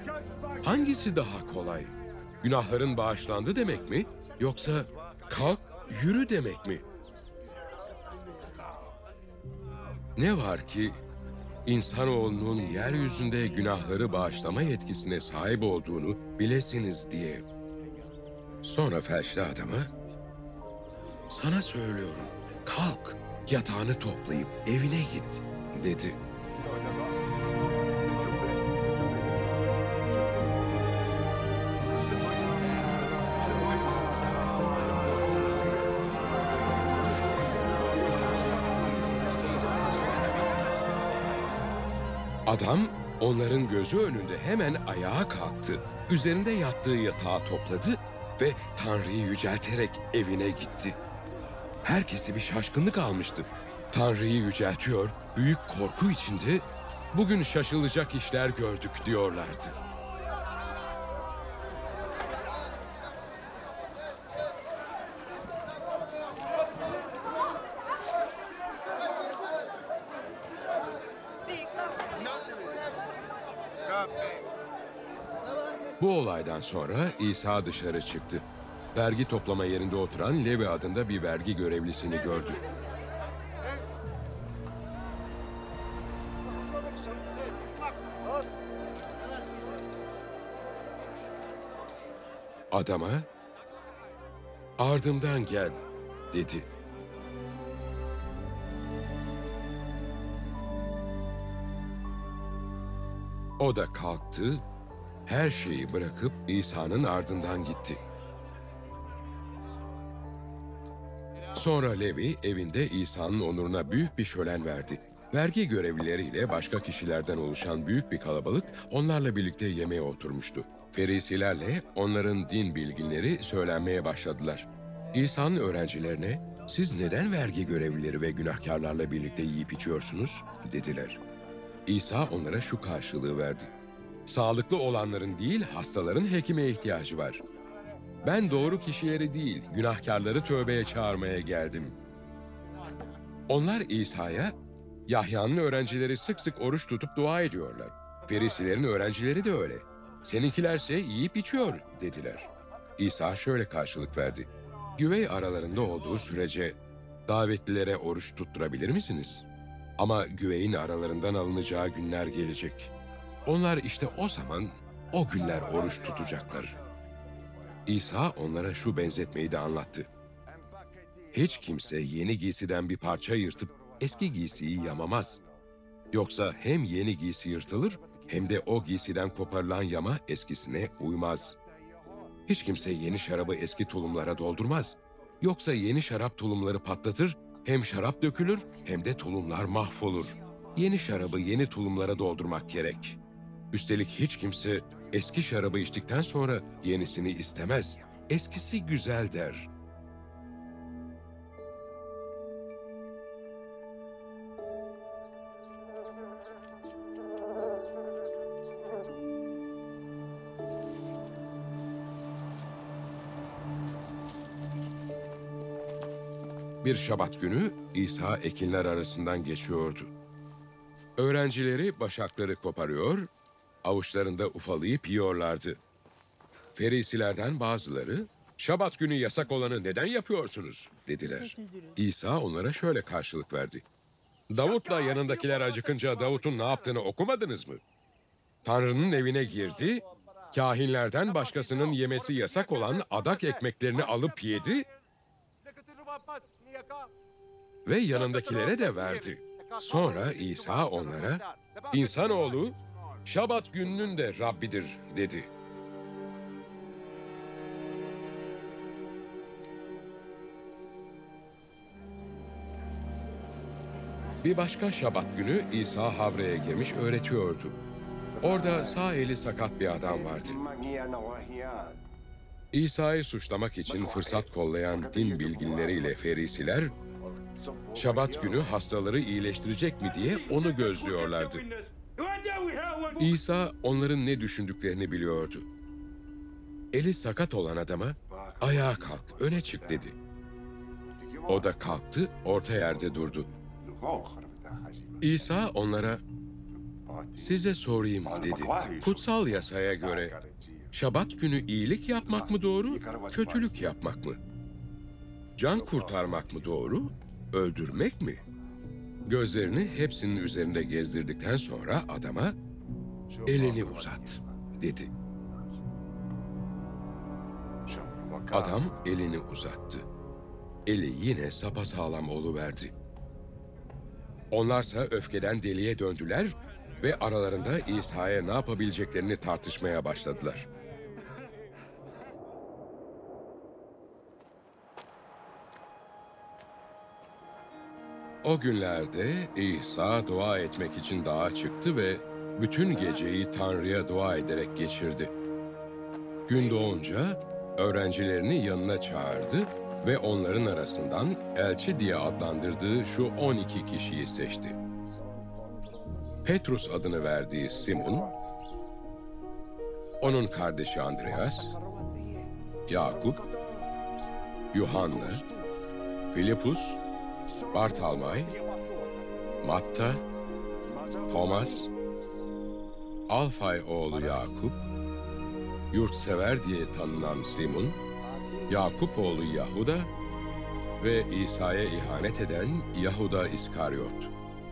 Hangisi daha kolay? Günahların bağışlandı demek mi? Yoksa kalk, yürü demek mi? Ne var ki insanoğlunun yeryüzünde günahları bağışlama yetkisine sahip olduğunu bilesiniz diye. Sonra felçli adama, sana söylüyorum, kalk, yatağını toplayıp evine git, dedi. Adam onların gözü önünde hemen ayağa kalktı. Üzerinde yattığı yatağı topladı ve Tanrı'yı yücelterek evine gitti. Herkesi bir şaşkınlık almıştı. Tanrı'yı yüceltiyor, büyük korku içinde bugün şaşılacak işler gördük diyorlardı. Bu olaydan sonra İsa dışarı çıktı. Vergi toplama yerinde oturan Levi adında bir vergi görevlisini gördü. Adama, ardımdan gel, dedi. O da kalktı, her şeyi bırakıp İsa'nın ardından gitti. Sonra Levi evinde İsa'nın onuruna büyük bir şölen verdi. Vergi görevlileriyle başka kişilerden oluşan büyük bir kalabalık onlarla birlikte yemeğe oturmuştu. Ferisilerle onların din bilginleri söylenmeye başladılar. İsa'nın öğrencilerine, siz neden vergi görevlileri ve günahkarlarla birlikte yiyip içiyorsunuz, dediler. İsa onlara şu karşılığı verdi. Sağlıklı olanların değil, hastaların hekime ihtiyacı var. Ben doğru kişileri değil, günahkarları tövbeye çağırmaya geldim. Onlar İsa'ya, Yahya'nın öğrencileri sık sık oruç tutup dua ediyorlar. Ferisilerin öğrencileri de öyle. Seninkilerse yiyip içiyor, dediler. İsa şöyle karşılık verdi. Güvey aralarında olduğu sürece davetlilere oruç tutturabilir misiniz? Ama güveyin aralarından alınacağı günler gelecek. Onlar işte o zaman, o günler oruç tutacaklar. İsa onlara şu benzetmeyi de anlattı. Hiç kimse yeni giysiden bir parça yırtıp eski giysiyi yamamaz. Yoksa hem yeni giysi yırtılır hem de o giysiden koparılan yama eskisine uymaz. Hiç kimse yeni şarabı eski tulumlara doldurmaz. Yoksa yeni şarap tulumları patlatır, hem şarap dökülür hem de tulumlar mahvolur. Yeni şarabı yeni tulumlara doldurmak gerek. Üstelik hiç kimse eski şarabı içtikten sonra yenisini istemez. Eskisi güzel der. Bir şabat günü İsa ekinler arasından geçiyordu. Öğrencileri başakları koparıyor, avuçlarında ufalayıp yiyorlardı. Ferisilerden bazıları, "Şabat günü yasak olanı neden yapıyorsunuz?" dediler. İsa onlara şöyle karşılık verdi. Davut'la yanındakiler acıkınca Davut'un ne yaptığını okumadınız mı? Tanrı'nın evine girdi, kahinlerden başkasının yemesi yasak olan adak ekmeklerini alıp yedi ve yanındakilere de verdi. Sonra İsa onlara, "İnsanoğlu, Şabat gününün de Rabbidir," dedi. Bir başka Şabat günü İsa havraya girmiş öğretiyordu. Orada sağ eli sakat bir adam vardı. İsa'yı suçlamak için fırsat kollayan din bilginleriyle Ferisiler, Şabat günü hastaları iyileştirecek mi diye onu gözlüyorlardı. İsa onların ne düşündüklerini biliyordu. Eli sakat olan adama, "Ayağa kalk, öne çık," dedi. O da kalktı, orta yerde durdu. İsa onlara, Size sorayım dedi. Kutsal yasaya göre Şabat günü iyilik yapmak mı doğru, kötülük yapmak mı? Can kurtarmak mı doğru, öldürmek mi? Gözlerini hepsinin üzerinde gezdirdikten sonra adama elini uzat dedi. Adam elini uzattı. Eli yine sapasağlam oluverdi. Onlarsa öfkeden deliye döndüler ve aralarında İsa'ya ne yapabileceklerini tartışmaya başladılar. O günlerde İsa dua etmek için dağa çıktı ve bütün geceyi Tanrı'ya dua ederek geçirdi. Gün doğunca öğrencilerini yanına çağırdı ve onların arasından elçi diye adlandırdığı şu on iki kişiyi seçti. Petrus adını verdiği Simon, onun kardeşi Andreas, Yakup, Yuhanna, Filipus, Bartalmay, Matta, Thomas, Alfay oğlu Yakup, yurtsever diye tanınan Simon, Yakup oğlu Yahuda ve İsa'ya ihanet eden Yahuda İskaryot.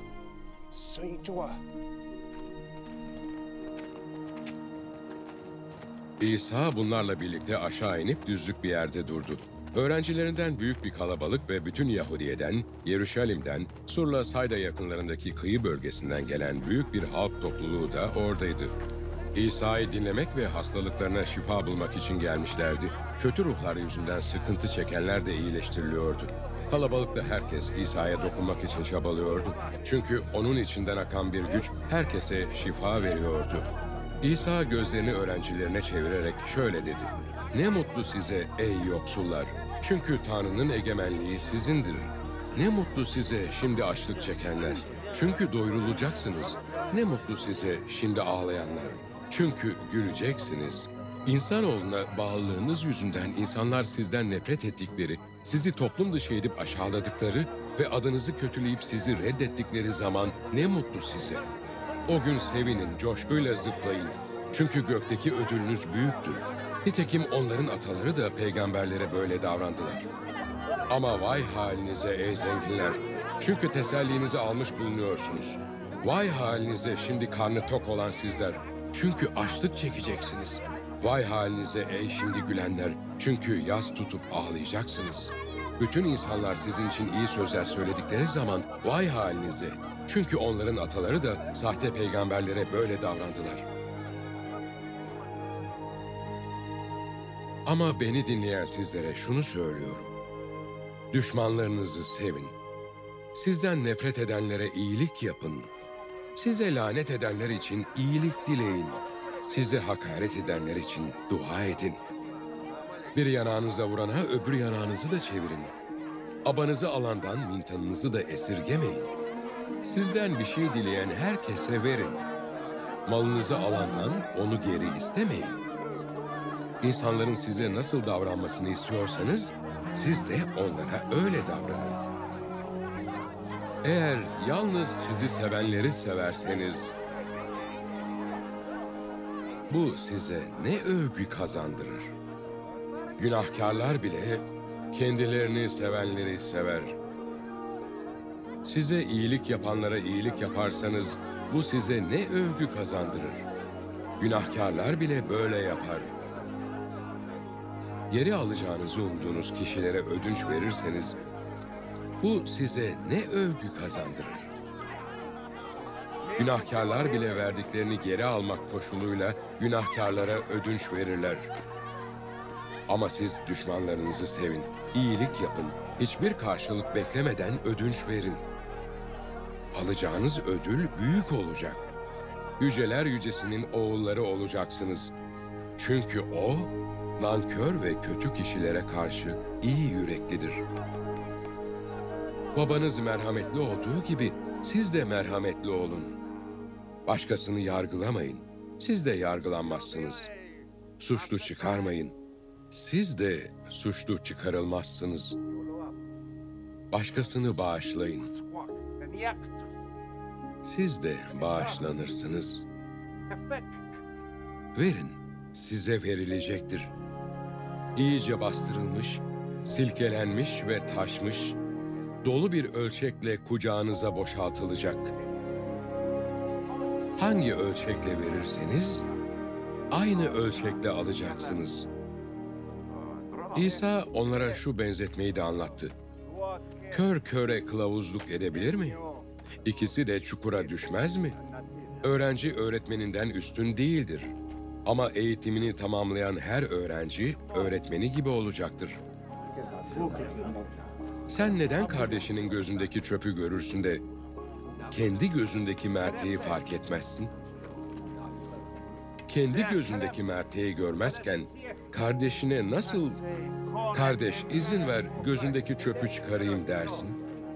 İsa bunlarla birlikte aşağı inip düzlük bir yerde durdu. Öğrencilerinden büyük bir kalabalık ve bütün Yahudiye'den, Yeruşalim'den, Surla Sayda yakınlarındaki kıyı bölgesinden gelen büyük bir halk topluluğu da oradaydı. İsa'yı dinlemek ve hastalıklarına şifa bulmak için gelmişlerdi. Kötü ruhlar yüzünden sıkıntı çekenler de iyileştiriliyordu. Kalabalıkta herkes İsa'ya dokunmak için çabalıyordu. Çünkü onun içinden akan bir güç herkese şifa veriyordu. İsa gözlerini öğrencilerine çevirerek şöyle dedi: "Ne mutlu size ey yoksullar! Çünkü Tanrı'nın egemenliği sizindir. Ne mutlu size şimdi açlık çekenler! Çünkü doyurulacaksınız. Ne mutlu size şimdi ağlayanlar! Çünkü güleceksiniz. İnsanoğluna bağlılığınız yüzünden insanlar sizden nefret ettikleri, sizi toplum dışı edip aşağıladıkları ve adınızı kötüleyip sizi reddettikleri zaman ne mutlu size. O gün sevinin, coşkuyla zıplayın. Çünkü gökteki ödülünüz büyüktür. Nitekim onların ataları da peygamberlere böyle davrandılar. Ama vay halinize ey zenginler! Çünkü tesellinizi almış bulunuyorsunuz. Vay halinize şimdi karnı tok olan sizler! Çünkü açlık çekeceksiniz. Vay halinize ey şimdi gülenler! Çünkü yas tutup ağlayacaksınız. Bütün insanlar sizin için iyi sözler söyledikleri zaman vay halinize! Çünkü onların ataları da sahte peygamberlere böyle davrandılar. Ama beni dinleyen sizlere şunu söylüyorum. Düşmanlarınızı sevin. Sizden nefret edenlere iyilik yapın. Size lanet edenler için iyilik dileyin. Size hakaret edenler için dua edin. Bir yanağınıza vurana öbür yanağınızı da çevirin. Abanızı alandan mintanınızı da esirgemeyin. Sizden bir şey dileyen herkese verin. Malınızı alandan onu geri istemeyin. İnsanların size nasıl davranmasını istiyorsanız, siz de onlara öyle davranın. Eğer yalnız sizi sevenleri severseniz, bu size ne övgü kazandırır? Günahkarlar bile kendilerini sevenleri sever. Size iyilik yapanlara iyilik yaparsanız, bu size ne övgü kazandırır? Günahkarlar bile böyle yapar. Geri alacağınızı umduğunuz kişilere ödünç verirseniz, bu size ne övgü kazandırır? Günahkarlar bile verdiklerini geri almak koşuluyla günahkarlara ödünç verirler. Ama siz düşmanlarınızı sevin, iyilik yapın, hiçbir karşılık beklemeden ödünç verin. Alacağınız ödül büyük olacak. Yüceler yücesinin oğulları olacaksınız. Çünkü o, nankör ve kötü kişilere karşı iyi yüreklidir. Babanız merhametli olduğu gibi siz de merhametli olun. Başkasını yargılamayın, siz de yargılanmazsınız. Suçlu çıkarmayın, siz de suçlu çıkarılmazsınız. Başkasını bağışlayın. siz de bağışlanırsınız. Verin, size verilecektir. İyice bastırılmış, silkelenmiş ve taşmış, dolu bir ölçekle kucağınıza boşaltılacak. Hangi ölçekle verirseniz, aynı ölçekle alacaksınız. İsa onlara şu benzetmeyi de anlattı. Kör köre kılavuzluk edebilir mi? İkisi de çukura düşmez mi? Öğrenci öğretmeninden üstün değildir. Ama eğitimini tamamlayan her öğrenci öğretmeni gibi olacaktır. Sen neden kardeşinin gözündeki çöpü görürsün de kendi gözündeki merteği fark etmezsin? Kendi gözündeki merteği görmezken kardeşine nasıl "Kardeş izin ver gözündeki çöpü çıkarayım" dersin?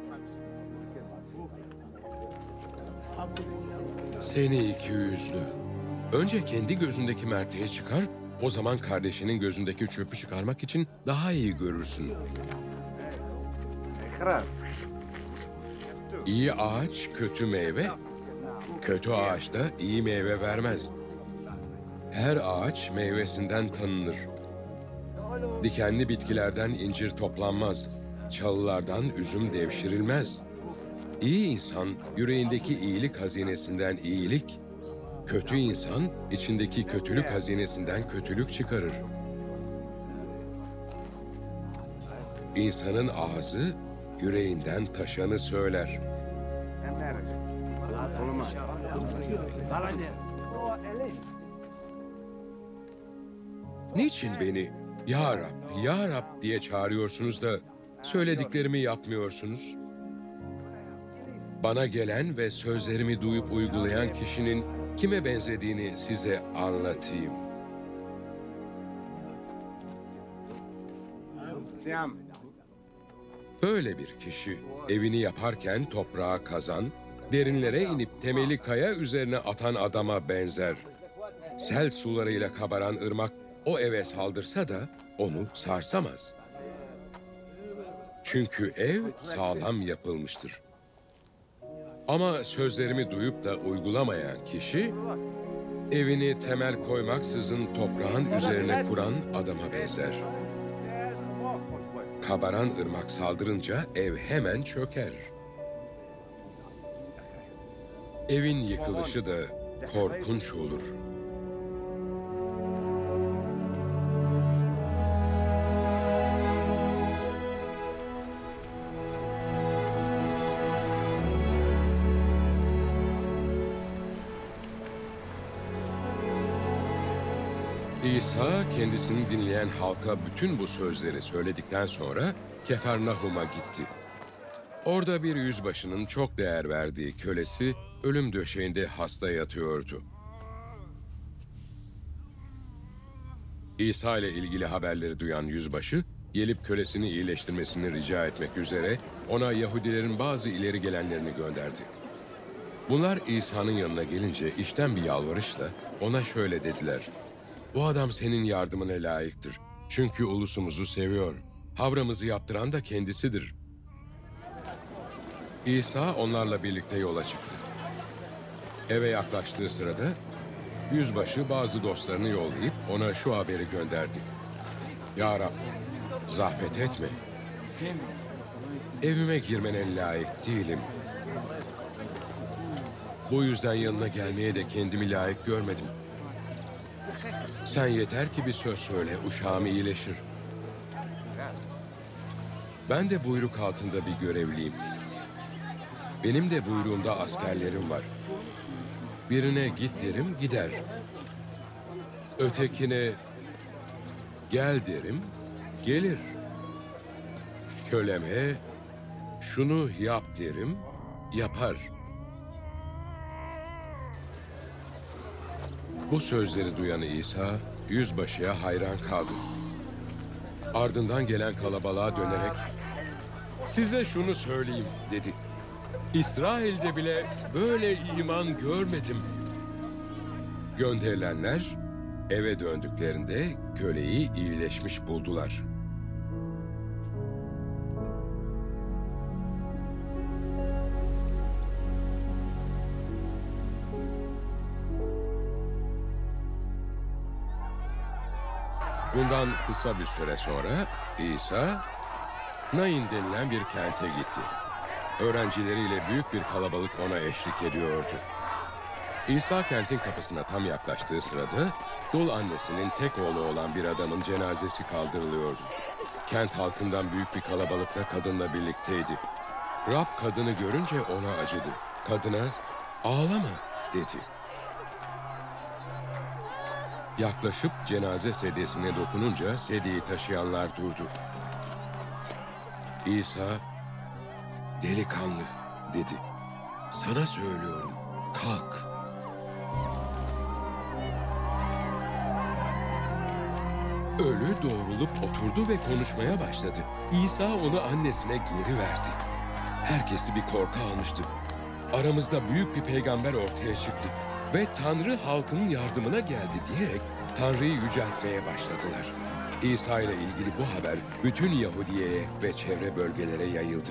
Seni iki yüzlü. Önce kendi gözündeki merteği çıkar, o zaman kardeşinin gözündeki çöpü çıkarmak için daha iyi görürsün. İyi ağaç kötü meyve, kötü ağaç da iyi meyve vermez. Her ağaç meyvesinden tanınır. Dikenli bitkilerden incir toplanmaz, çalılardan üzüm devşirilmez. İyi insan yüreğindeki iyilik hazinesinden iyilik, kötü insan içindeki kötülük hazinesinden kötülük çıkarır. İnsanın ağzı yüreğinden taşanı söyler. Niçin beni "Ya Rab, Ya Rab" diye çağırıyorsunuz da söylediklerimi yapmıyorsunuz? Bana gelen ve sözlerimi duyup uygulayan kişinin kime benzediğini size anlatayım. Böyle bir kişi evini yaparken toprağa kazan, derinlere inip temeli kaya üzerine atan adama benzer. Sel sularıyla kabaran ırmak o eve saldırsa da onu sarsamaz. Çünkü ev sağlam yapılmıştır. Ama sözlerimi duyup da uygulamayan kişi, evini temel koymaksızın toprağın üzerine kuran adama benzer. Kabaran ırmak saldırınca ev hemen çöker. Evin yıkılışı da korkunç olur. İsa kendisini dinleyen halka bütün bu sözleri söyledikten sonra Kefarnahum'a gitti. Orada bir yüzbaşının çok değer verdiği kölesi ölüm döşeğinde hasta yatıyordu. İsa ile ilgili haberleri duyan yüzbaşı, gelip kölesini iyileştirmesini rica etmek üzere ona Yahudilerin bazı ileri gelenlerini gönderdi. Bunlar İsa'nın yanına gelince içten bir yalvarışla ona şöyle dediler: "Bu adam senin yardımına layıktır. Çünkü ulusumuzu seviyor. Havramızı yaptıran da kendisidir." İsa onlarla birlikte yola çıktı. Eve yaklaştığı sırada yüzbaşı bazı dostlarını yollayıp ona şu haberi gönderdi: "Ya Rab, zahmet etme. Evime girmene layık değilim. Bu yüzden yanına gelmeye de kendimi layık görmedim. Sen yeter ki bir söz söyle, uşağım iyileşir. Ben de buyruk altında bir görevliyim. Benim de buyruğumda askerlerim var. Birine git derim, gider. Ötekine gel derim, gelir. Köleme şunu yap derim, yapar." Bu sözleri duyan İsa, yüzbaşıya hayran kaldı. Ardından gelen kalabalığa dönerek, "Size şunu söyleyeyim," dedi. "İsrail'de bile böyle iman görmedim." Gönderilenler eve döndüklerinde köleyi iyileşmiş buldular. Bundan kısa bir süre sonra İsa, Nain denilen bir kente gitti. Öğrencileriyle büyük bir kalabalık ona eşlik ediyordu. İsa kentin kapısına tam yaklaştığı sırada, dul annesinin tek oğlu olan bir adamın cenazesi kaldırılıyordu. Kent halkından büyük bir kalabalık da kadınla birlikteydi. Rab kadını görünce ona acıdı. Kadına, "Ağlama," dedi. Yaklaşıp cenaze sedyesine dokununca sedyeyi taşıyanlar durdu. İsa, "Delikanlı," dedi. "Sana söylüyorum, kalk." Ölü doğrulup oturdu ve konuşmaya başladı. İsa onu annesine geri verdi. Herkesi bir korku almıştı. Aramızda büyük bir peygamber ortaya çıktı ve Tanrı halkının yardımına geldi diyerek Tanrı'yı yüceltmeye başladılar. İsa ile ilgili bu haber bütün Yahudiye'ye ve çevre bölgelere yayıldı.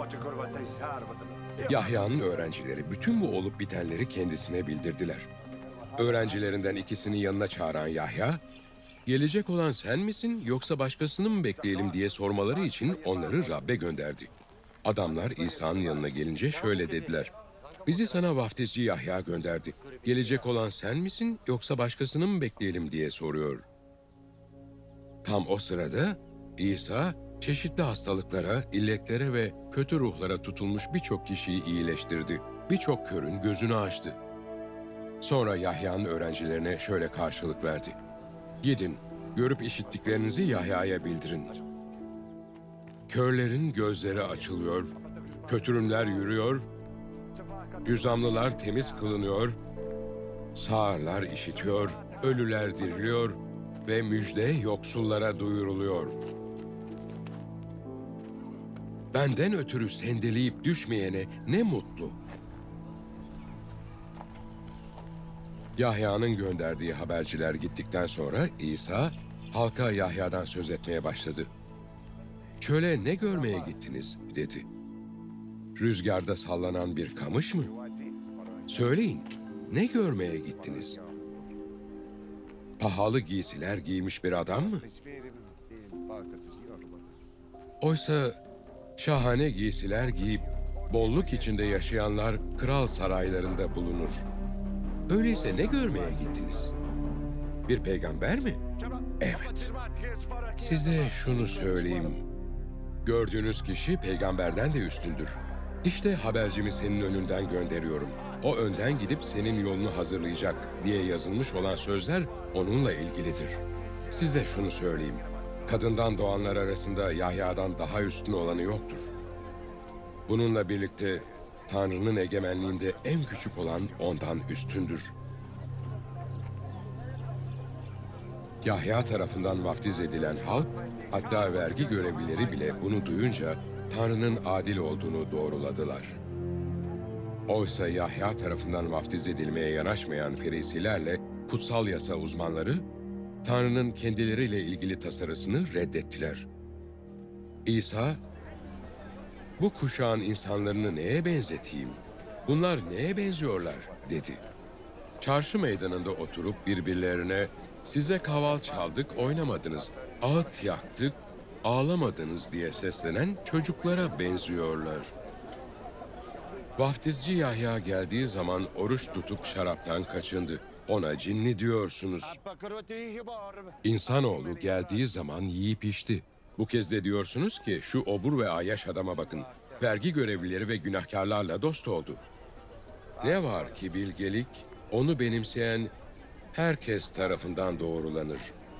Yahya'nın öğrencileri bütün bu olup bitenleri kendisine bildirdiler. Öğrencilerinden ikisini yanına çağıran Yahya, "Gelecek olan sen misin yoksa başkasını mı bekleyelim?" diye sormaları için onları Rab'be gönderdi. Adamlar İsa'nın yanına gelince şöyle dediler: "Bizi sana vaftizci Yahya gönderdi. Gelecek olan sen misin yoksa başkasını mı bekleyelim?" diye soruyor. Tam o sırada İsa çeşitli hastalıklara, illetlere ve kötü ruhlara tutulmuş birçok kişiyi iyileştirdi. Birçok körün gözünü açtı. Sonra Yahya'nın öğrencilerine şöyle karşılık verdi: "Gidin, görüp işittiklerinizi Yahya'ya bildirin. Körlerin gözleri açılıyor, kötürümler yürüyor, cüzamlılar temiz kılınıyor, sağırlar işitiyor, ölüler diriliyor ve müjde yoksullara duyuruluyor. Benden ötürü sendeleyip düşmeyene ne mutlu." Yahya'nın gönderdiği haberciler gittikten sonra İsa halka Yahya'dan söz etmeye başladı. "Çöle ne görmeye gittiniz?" dedi. "Rüzgarda sallanan bir kamış mı? Söyleyin, ne görmeye gittiniz? Pahalı giysiler giymiş bir adam mı? Oysa şahane giysiler giyip bolluk içinde yaşayanlar kral saraylarında bulunur. Öyleyse ne görmeye gittiniz? Bir peygamber mi? Evet. Size şunu söyleyeyim. Gördüğünüz kişi peygamberden de üstündür. İşte habercimi senin önünden gönderiyorum. O önden gidip senin yolunu hazırlayacak" diye yazılmış olan sözler onunla ilgilidir. Size şunu söyleyeyim. Kadından doğanlar arasında Yahya'dan daha üstün olanı yoktur. Bununla birlikte Tanrı'nın egemenliğinde en küçük olan ondan üstündür. Yahya tarafından vaftiz edilen halk, hatta vergi görevlileri bile bunu duyunca Tanrı'nın adil olduğunu doğruladılar. Oysa Yahya tarafından vaftiz edilmeye yanaşmayan Ferisilerle kutsal yasa uzmanları, Tanrı'nın kendileriyle ilgili tasarısını reddettiler. İsa, "Bu kuşağın insanlarını neye benzeteyim? Bunlar neye benziyorlar?" dedi. Çarşı meydanında oturup birbirlerine, "Size kaval çaldık, oynamadınız, ağıt yaktık, ağlamadınız" diye seslenen çocuklara benziyorlar. Vaftizci Yahya geldiği zaman oruç tutup şaraptan kaçındı. Ona cinli diyorsunuz. İnsanoğlu geldiği zaman yiyip içti. Bu kez de diyorsunuz ki şu obur ve ayyaş adama bakın. Vergi görevlileri ve günahkarlarla dost oldu. Ne var ki bilgelik, onu benimseyen herkes tarafından doğrulanır.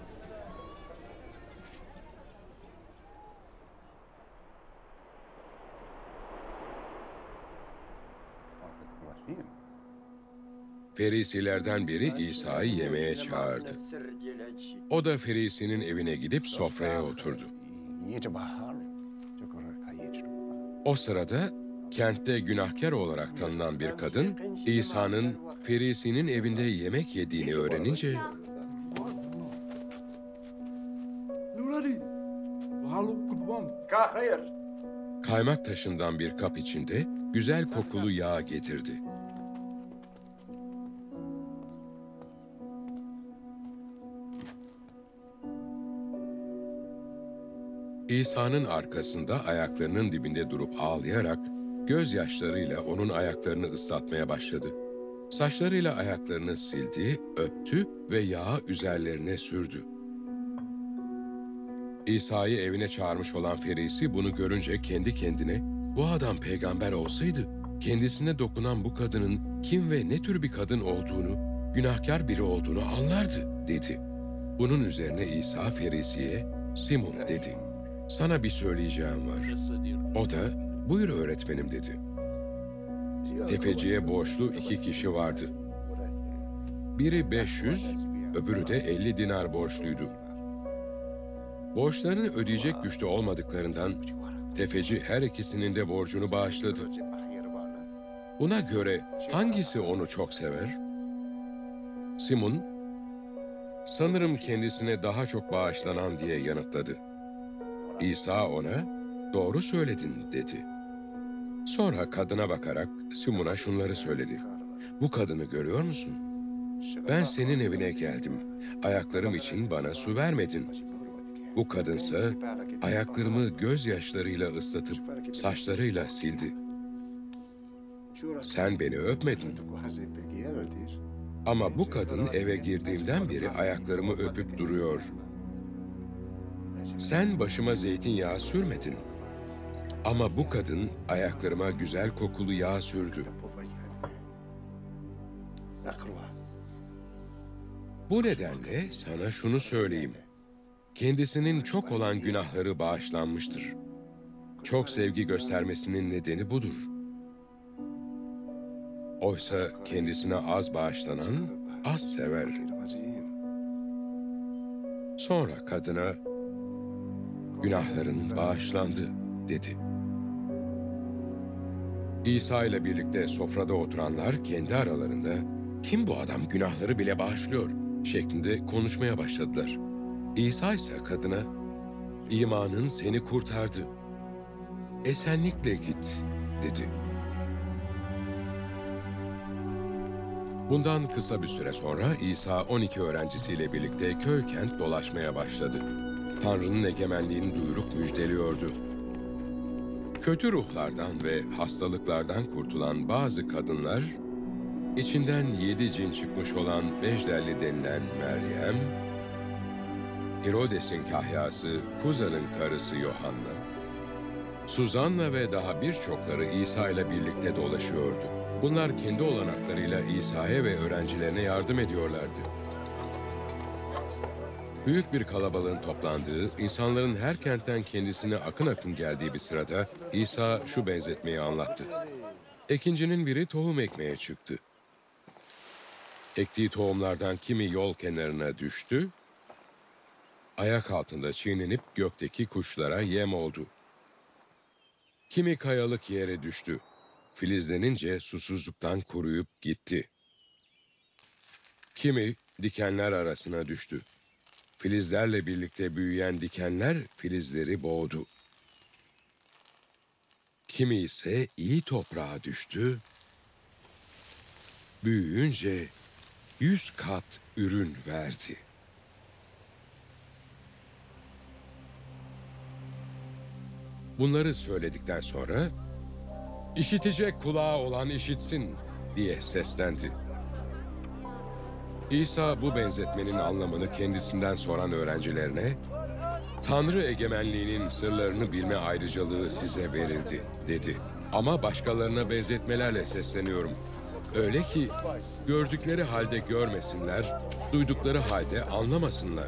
Ferisilerden biri İsa'yı yemeğe çağırdı. O da Ferisinin evine gidip sofraya oturdu. O sırada kentte günahkar olarak tanınan bir kadın, İsa'nın Ferisinin evinde yemek yediğini öğrenince, kaymak taşından bir kap içinde güzel kokulu yağ getirdi. İsa'nın arkasında ayaklarının dibinde durup ağlayarak gözyaşlarıyla onun ayaklarını ıslatmaya başladı. Saçlarıyla ayaklarını sildi, öptü ve yağı üzerlerine sürdü. İsa'yı evine çağırmış olan Ferisi bunu görünce kendi kendine, "Bu adam peygamber olsaydı, kendisine dokunan bu kadının kim ve ne tür bir kadın olduğunu, günahkar biri olduğunu anlardı," dedi. Bunun üzerine İsa Ferisi'ye, "Simon," dedi, "sana bir söyleyeceğim var." O da, "Buyur öğretmenim," dedi. Tefeciye borçlu iki kişi vardı. Biri beş yüz, öbürü de elli dinar borçluydu. Borçlarını ödeyecek güçte olmadıklarından tefeci her ikisinin de borcunu bağışladı. Buna göre hangisi onu çok sever? Simon, "Sanırım kendisine daha çok bağışlanan," diye yanıtladı. İsa ona, "Doğru söyledin," dedi. Sonra kadına bakarak Simon'a şunları söyledi. "Bu kadını görüyor musun? Ben senin evine geldim. Ayaklarım için bana su vermedin. Bu kadınsa ayaklarımı gözyaşlarıyla ıslatıp saçlarıyla sildi. Sen beni öpmedin. Ama bu kadın eve girdiğimden beri ayaklarımı öpüp duruyor. Sen başıma zeytinyağı sürmedin. Ama bu kadın ayaklarıma güzel kokulu yağ sürdü. Bu nedenle sana şunu söyleyeyim. Kendisinin çok olan günahları bağışlanmıştır. Çok sevgi göstermesinin nedeni budur. Oysa kendisine az bağışlanan az sever." Sonra kadına, "Günahların bağışlandı," dedi. İsa ile birlikte sofrada oturanlar kendi aralarında, "Kim bu adam, günahları bile bağışlıyor?" şeklinde konuşmaya başladılar. İsa ise kadına, "İmanın seni kurtardı. Esenlikle git," dedi. Bundan kısa bir süre sonra İsa on iki öğrencisiyle birlikte köy kent dolaşmaya başladı. Tanrı'nın egemenliğini duyurup müjdeliyordu. Kötü ruhlardan ve hastalıklardan kurtulan bazı kadınlar, içinden yedi cin çıkmış olan Mecdelli denilen Meryem, Herodes'in kahyası Kuza'nın karısı Yohanna, Suzanna ve daha birçokları İsa ile birlikte dolaşıyordu. Bunlar kendi olanaklarıyla İsa'ya ve öğrencilerine yardım ediyorlardı. Büyük bir kalabalığın toplandığı, insanların her kentten kendisine akın akın geldiği bir sırada İsa şu benzetmeyi anlattı. Ekincinin biri tohum ekmeye çıktı. Ektiği tohumlardan kimi yol kenarına düştü, ayak altında çiğnenip gökteki kuşlara yem oldu. Kimi kayalık yere düştü, filizlenince susuzluktan kuruyup gitti. Kimi dikenler arasına düştü. Filizlerle birlikte büyüyen dikenler filizleri boğdu. Kimi ise iyi toprağa düştü. Büyüyünce yüz kat ürün verdi. Bunları söyledikten sonra, "İşitecek kulağı olan işitsin," diye seslendi. İsa bu benzetmenin anlamını kendisinden soran öğrencilerine, "Tanrı egemenliğinin sırlarını bilme ayrıcalığı size verildi," dedi. "Ama başkalarına benzetmelerle sesleniyorum. Öyle ki gördükleri halde görmesinler, duydukları halde anlamasınlar."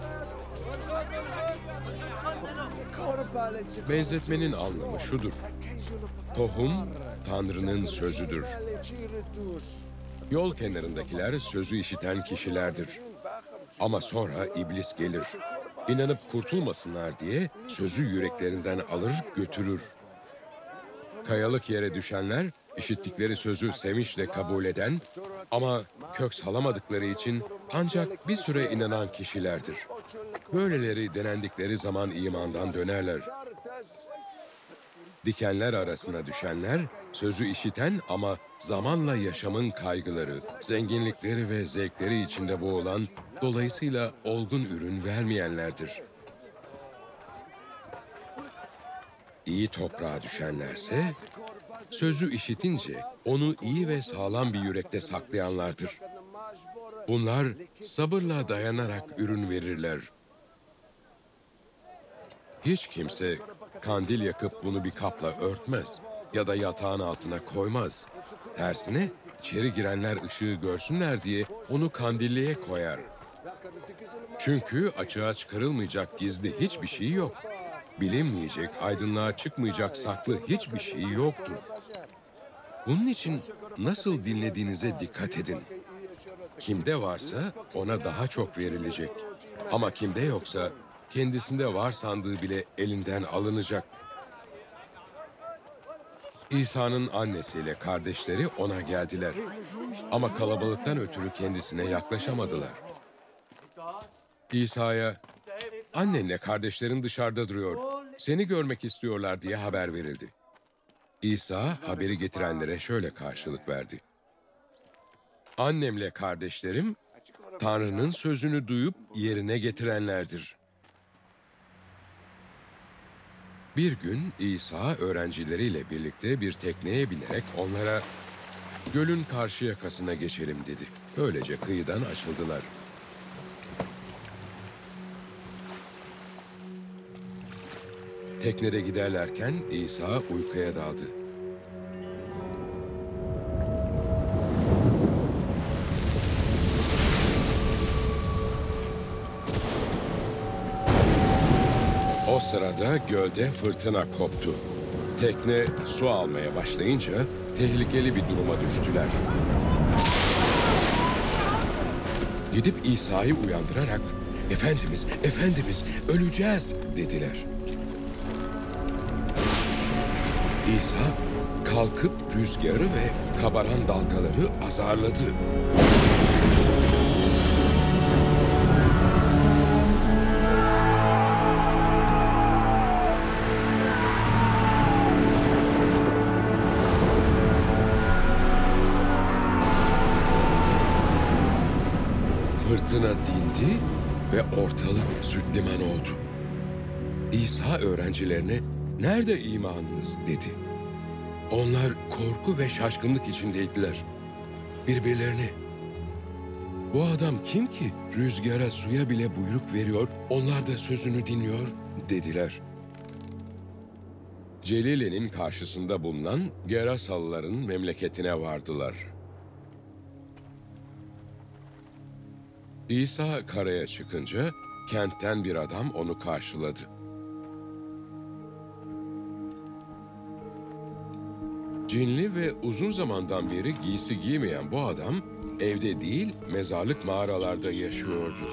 Benzetmenin anlamı şudur: tohum, Tanrı'nın sözüdür. Yol kenarındakiler sözü işiten kişilerdir. Ama sonra iblis gelir. İnanıp kurtulmasınlar diye sözü yüreklerinden alır götürür. Kayalık yere düşenler, işittikleri sözü sevinçle kabul eden ama kök salamadıkları için ancak bir süre inanan kişilerdir. Böyleleri denendikleri zaman imandan dönerler. Dikenler arasına düşenler, sözü işiten ama zamanla yaşamın kaygıları, zenginlikleri ve zevkleri içinde boğulan, dolayısıyla olgun ürün vermeyenlerdir. iyi toprağa düşenlerse, sözü işitince onu iyi ve sağlam bir yürekte saklayanlardır. Bunlar sabırla dayanarak ürün verirler. Hiç kimse kandil yakıp bunu bir kapla örtmez ya da yatağın altına koymaz. Tersine içeri girenler ışığı görsünler diye onu kandilliğe koyar. Çünkü açığa çıkarılmayacak gizli hiçbir şey yok. Bilinmeyecek, aydınlığa çıkmayacak saklı hiçbir şey yoktur. Bunun için nasıl dinlediğinize dikkat edin. Kimde varsa ona daha çok verilecek. Ama kimde yoksa kendisinde var sandığı bile elinden alınacak. İsa'nın annesiyle kardeşleri ona geldiler. Ama kalabalıktan ötürü kendisine yaklaşamadılar. İsa'ya, "Annenle kardeşlerin dışarıda duruyor, seni görmek istiyorlar," diye haber verildi. İsa haberi getirenlere şöyle karşılık verdi: "Annemle kardeşlerim, Tanrı'nın sözünü duyup yerine getirenlerdir." Bir gün İsa öğrencileriyle birlikte bir tekneye binerek onlara "Gölün karşı yakasına geçelim," dedi. Böylece kıyıdan açıldılar. Teknede giderlerken İsa uykuya daldı. O sırada gölde fırtına koptu. Tekne su almaya başlayınca tehlikeli bir duruma düştüler. Gidip İsa'yı uyandırarak, "Efendimiz, Efendimiz, öleceğiz," dediler. İsa kalkıp rüzgarı ve kabaran dalgaları azarladı. Fırtına dindi ve ortalık süt liman oldu. İsa öğrencilerine, "Nerede imanınız?" dedi. Onlar korku ve şaşkınlık içindeydiler. Birbirlerine, "Bu adam kim ki rüzgara, suya bile buyruk veriyor, onlar da sözünü dinliyor," dediler. Celile'nin karşısında bulunan Gerasalıların memleketine vardılar. İsa karaya çıkınca kentten bir adam onu karşıladı. Cinli ve uzun zamandan beri giysi giymeyen bu adam evde değil, mezarlık mağaralarda yaşıyordu.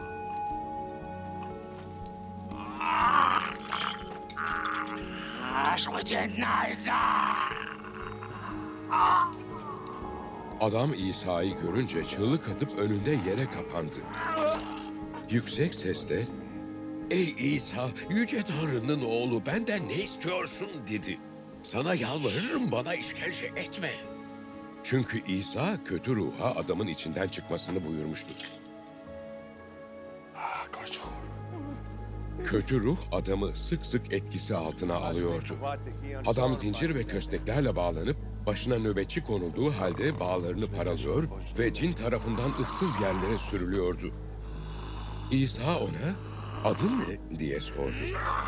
Adam İsa'yı görünce çığlık atıp önünde yere kapandı. Yüksek sesle, "Ey İsa, Yüce Tanrı'nın oğlu, benden ne istiyorsun?" dedi. "Sana yalvarırım, bana işkence etme." Çünkü İsa kötü ruha adamın içinden çıkmasını buyurmuştu. Kötü ruh adamı sık sık etkisi altına alıyordu. Adam zincir ve kösteklerle bağlanıp başına nöbetçi konulduğu halde bağlarını paralıyor ve cin tarafından ıssız yerlere sürülüyordu. İsa ona, "Adın ne?" diye sordu.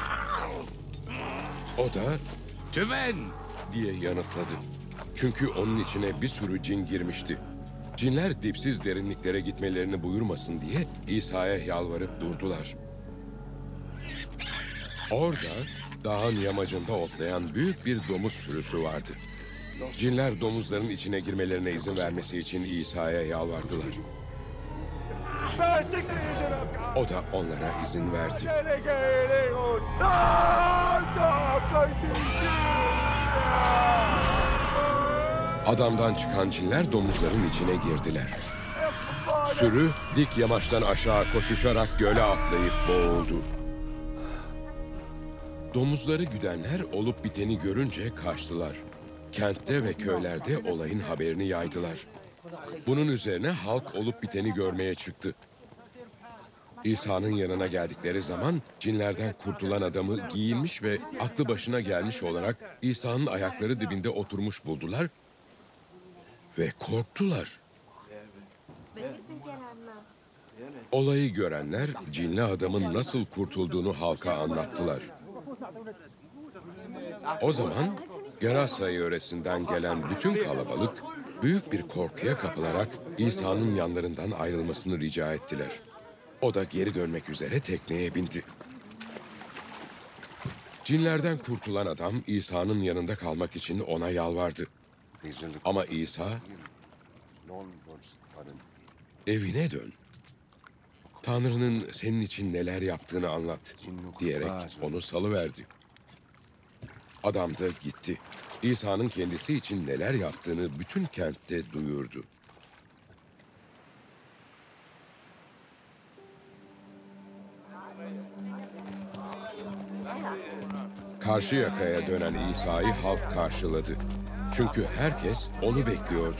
O da, "Tümen," diye yanıtladı. Çünkü onun içine bir sürü cin girmişti. Cinler dipsiz derinliklere gitmelerini buyurmasın diye İsa'ya yalvarıp durdular. Orada dağın yamacında otlayan büyük bir domuz sürüsü vardı. Cinler domuzların içine girmelerine izin vermesi için İsa'ya yalvardılar. O da onlara izin verdi. Adamdan çıkan cinler domuzların içine girdiler. Sürü dik yamaçtan aşağı koşuşarak göle atlayıp boğuldu. Domuzları güdenler olup biteni görünce kaçtılar. Kentte ve köylerde olayın haberini yaydılar. Bunun üzerine halk olup biteni görmeye çıktı. İsa'nın yanına geldikleri zaman cinlerden kurtulan adamı giyinmiş ve aklı başına gelmiş olarak İsa'nın ayakları dibinde oturmuş buldular ve korktular. Olayı görenler cinli adamın nasıl kurtulduğunu halka anlattılar. O zaman Gerasa yöresinden gelen bütün kalabalık büyük bir korkuya kapılarak İsa'nın yanlarından ayrılmasını rica ettiler. O da geri dönmek üzere tekneye bindi. Cinlerden kurtulan adam İsa'nın yanında kalmak için ona yalvardı. Ama İsa, evine dön. Tanrı'nın senin için neler yaptığını anlat diyerek onu salıverdi. Adam da gitti. İsa'nın kendisi için neler yaptığını bütün kentte duyurdu. Karşı yakaya dönen İsa'yı halk karşıladı. Çünkü herkes onu bekliyordu.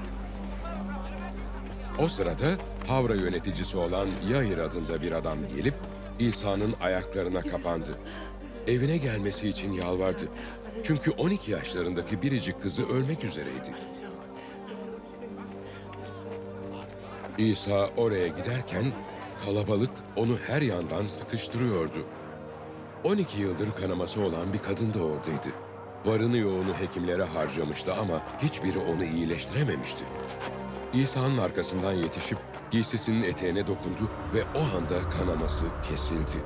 O sırada Havra yöneticisi olan Yair adında bir adam gelip İsa'nın ayaklarına kapandı. Evine gelmesi için yalvardı. Çünkü on iki yaşlarındaki biricik kızı ölmek üzereydi. İsa oraya giderken kalabalık onu her yandan sıkıştırıyordu. on iki yıldır kanaması olan bir kadın da oradaydı. Varını yoğunu hekimlere harcamıştı ama hiçbiri onu iyileştirememişti. İsa'nın arkasından yetişip giysisinin eteğine dokundu ve o anda kanaması kesildi.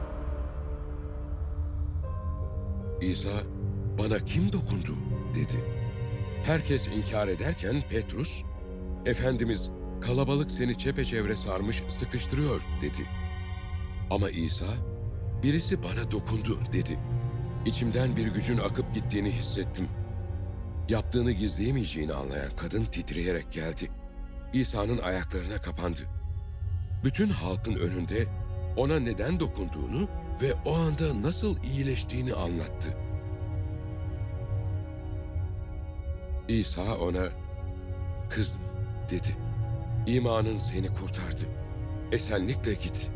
İsa, "Bana kim dokundu?" dedi. Herkes inkar ederken Petrus, "Efendimiz, kalabalık seni çepeçevre sarmış, sıkıştırıyor," dedi. Ama İsa, "Birisi bana dokundu," dedi. İçimden bir gücün akıp gittiğini hissettim. Yaptığını gizleyemeyeceğini anlayan kadın titreyerek geldi. İsa'nın ayaklarına kapandı. Bütün halkın önünde ona neden dokunduğunu ve o anda nasıl iyileştiğini anlattı. İsa ona, "Kızım," dedi. "İmanın seni kurtardı. Esenlikle git."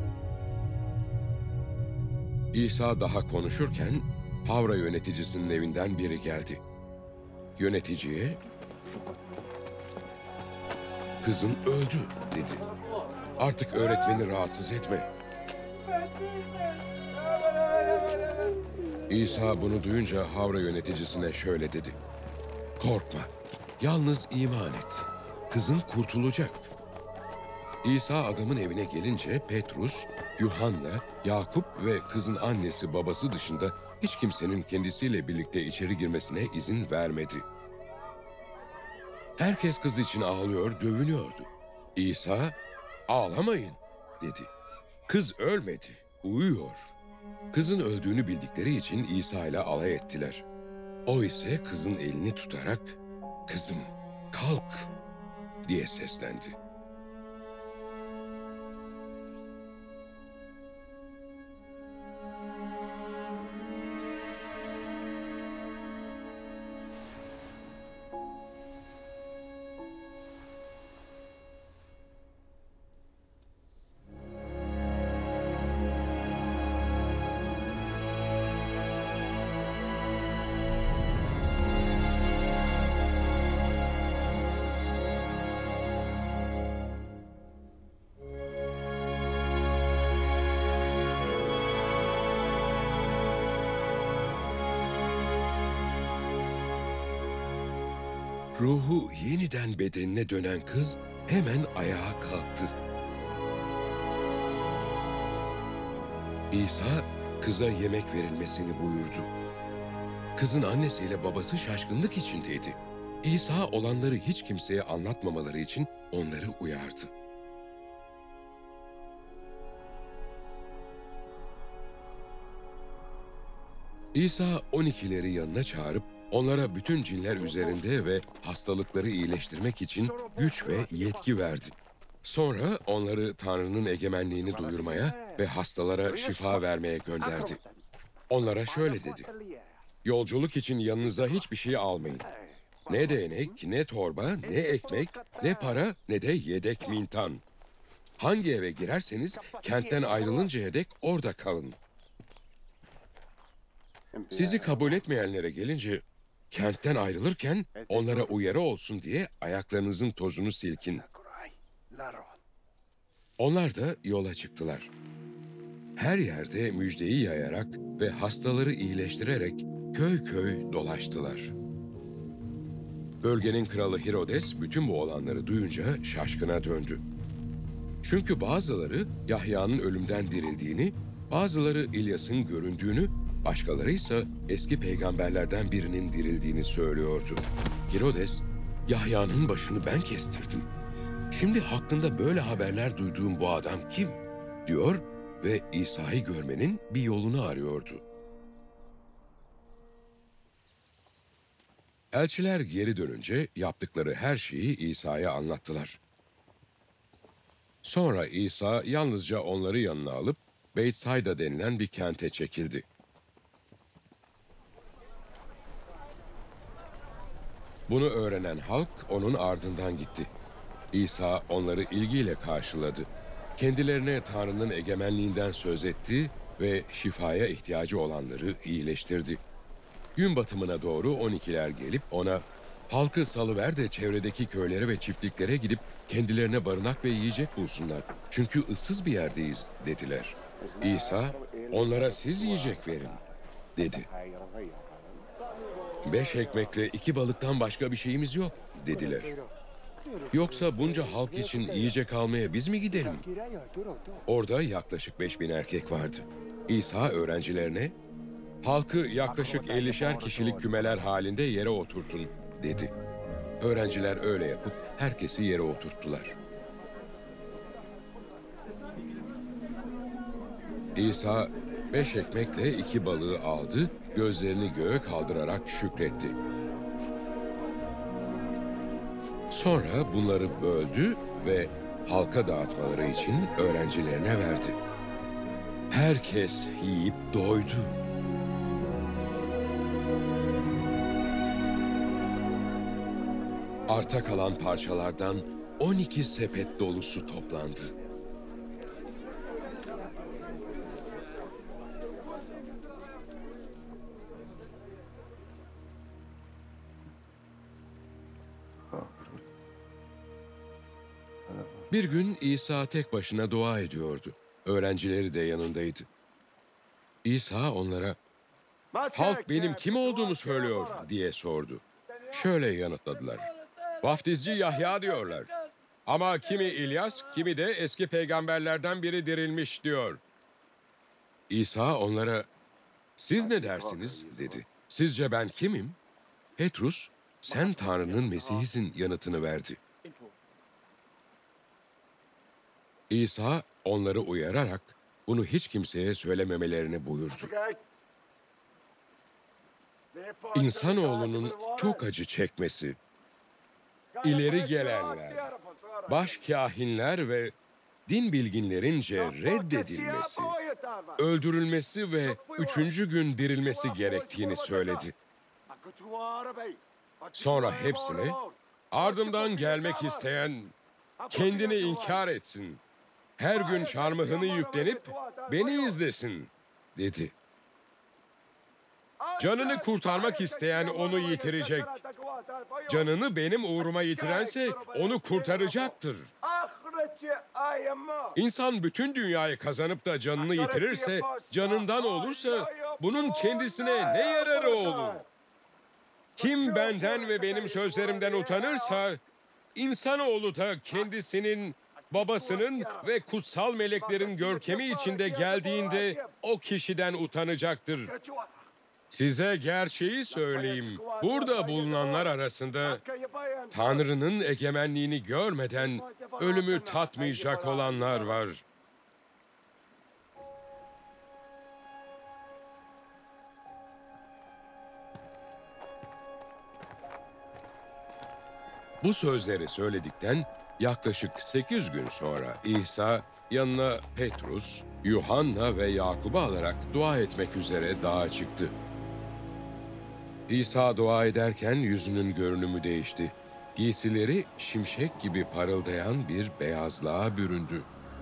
İsa daha konuşurken Havra yöneticisinin evinden biri geldi. Yöneticiye, "Kızın öldü," dedi. "Artık öğretmeni rahatsız etme." İsa bunu duyunca Havra yöneticisine şöyle dedi. "Korkma, yalnız iman et. Kızın kurtulacak." İsa adamın evine gelince Petrus, Yuhanna, Yakup ve kızın annesi babası dışında hiç kimsenin kendisiyle birlikte içeri girmesine izin vermedi. Herkes kız için ağlıyor, dövünüyordu. İsa, "Ağlamayın," dedi. "Kız ölmedi, uyuyor." Kızın öldüğünü bildikleri için İsa ile alay ettiler. O ise kızın elini tutarak, "Kızım, kalk," diye seslendi. Ruhu yeniden bedenine dönen kız hemen ayağa kalktı. İsa kıza yemek verilmesini buyurdu. Kızın annesiyle babası şaşkınlık içindeydi. İsa olanları hiç kimseye anlatmamaları için onları uyardı. İsa on ikileri yanına çağırıp onlara bütün cinler üzerinde ve hastalıkları iyileştirmek için güç ve yetki verdi. Sonra onları Tanrı'nın egemenliğini duyurmaya ve hastalara şifa vermeye gönderdi. Onlara şöyle dedi: "Yolculuk için yanınıza hiçbir şey almayın. Ne değnek, ne torba, ne ekmek, ne para, ne de yedek mintan. Hangi eve girerseniz kentten ayrılıncaya dek orada kalın. Sizi kabul etmeyenlere gelince kentten ayrılırken onlara uyarı olsun diye ayaklarınızın tozunu silkin. Onlar da yola çıktılar. Her yerde müjdeyi yayarak ve hastaları iyileştirerek köy köy dolaştılar. Bölgenin kralı Herodes bütün bu olanları duyunca şaşkına döndü. Çünkü bazıları Yahya'nın ölümden dirildiğini, bazıları İlyas'ın göründüğünü, başkaları ise eski peygamberlerden birinin dirildiğini söylüyordu. Herodes, Yahya'nın başını ben kestirdim. Şimdi hakkında böyle haberler duyduğum bu adam kim? Diyor ve İsa'yı görmenin bir yolunu arıyordu. Elçiler geri dönünce yaptıkları her şeyi İsa'ya anlattılar. Sonra İsa yalnızca onları yanına alıp Beytsayda denilen bir kente çekildi. Bunu öğrenen halk onun ardından gitti. İsa onları ilgiyle karşıladı. Kendilerine Tanrı'nın egemenliğinden söz etti ve şifaya ihtiyacı olanları iyileştirdi. Gün batımına doğru on ikiler gelip ona, "Halkı salıver de çevredeki köylere ve çiftliklere gidip kendilerine barınak ve yiyecek bulsunlar. Çünkü ıssız bir yerdeyiz," dediler. İsa, "Onlara siz yiyecek verin," dedi. "Beş ekmekle iki balıktan başka bir şeyimiz yok," dediler. "Yoksa bunca halk için yiyecek almaya biz mi gidelim?" Orada yaklaşık beş bin erkek vardı. İsa öğrencilerine, "Halkı yaklaşık ellişer kişilik kümeler halinde yere oturtun," dedi. Öğrenciler öyle yapıp herkesi yere oturttular. İsa beş ekmekle iki balığı aldı, gözlerini göğe kaldırarak şükretti. Sonra bunları böldü ve halka dağıtmaları için öğrencilerine verdi. Herkes yiyip doydu. Arta kalan parçalardan on iki sepet dolusu toplandı. Bir gün İsa tek başına dua ediyordu. Öğrencileri de yanındaydı. İsa onlara, "Halk benim kim olduğumu söylüyor," diye sordu. Şöyle yanıtladılar. "Vaftizci Yahya diyorlar. Ama kimi İlyas, kimi de eski peygamberlerden biri dirilmiş diyor." İsa onlara, "Siz ne dersiniz?" dedi. "Sizce ben kimim?" Petrus, "Sen Tanrı'nın Mesih'isin," yanıtını verdi. İsa onları uyararak bunu hiç kimseye söylememelerini buyurdu. İnsanoğlunun çok acı çekmesi, ileri gelenler, başkâhinler ve din bilginlerince reddedilmesi, öldürülmesi ve üçüncü gün dirilmesi gerektiğini söyledi. Sonra hepsine, "Ardımdan gelmek isteyen kendini inkar etsin. Her gün çarmıhını yüklenip beni izlesin," dedi. "Canını kurtarmak isteyen onu yitirecek. Canını benim uğruma yitirense onu kurtaracaktır. İnsan bütün dünyayı kazanıp da canını yitirirse, canından olursa bunun kendisine ne yararı olur? Kim benden ve benim sözlerimden utanırsa, insanoğlu da kendisinin, babasının ve kutsal meleklerin görkemi içinde geldiğinde o kişiden utanacaktır. Size gerçeği söyleyeyim, burada bulunanlar arasında Tanrı'nın egemenliğini görmeden ölümü tatmayacak olanlar var." Bu sözleri söyledikten yaklaşık sekiz gün sonra İsa yanına Petrus, Yuhanna ve Yakub'u alarak dua etmek üzere dağa çıktı. İsa dua ederken yüzünün görünümü değişti. Giysileri şimşek gibi parıldayan bir beyazlığa büründü.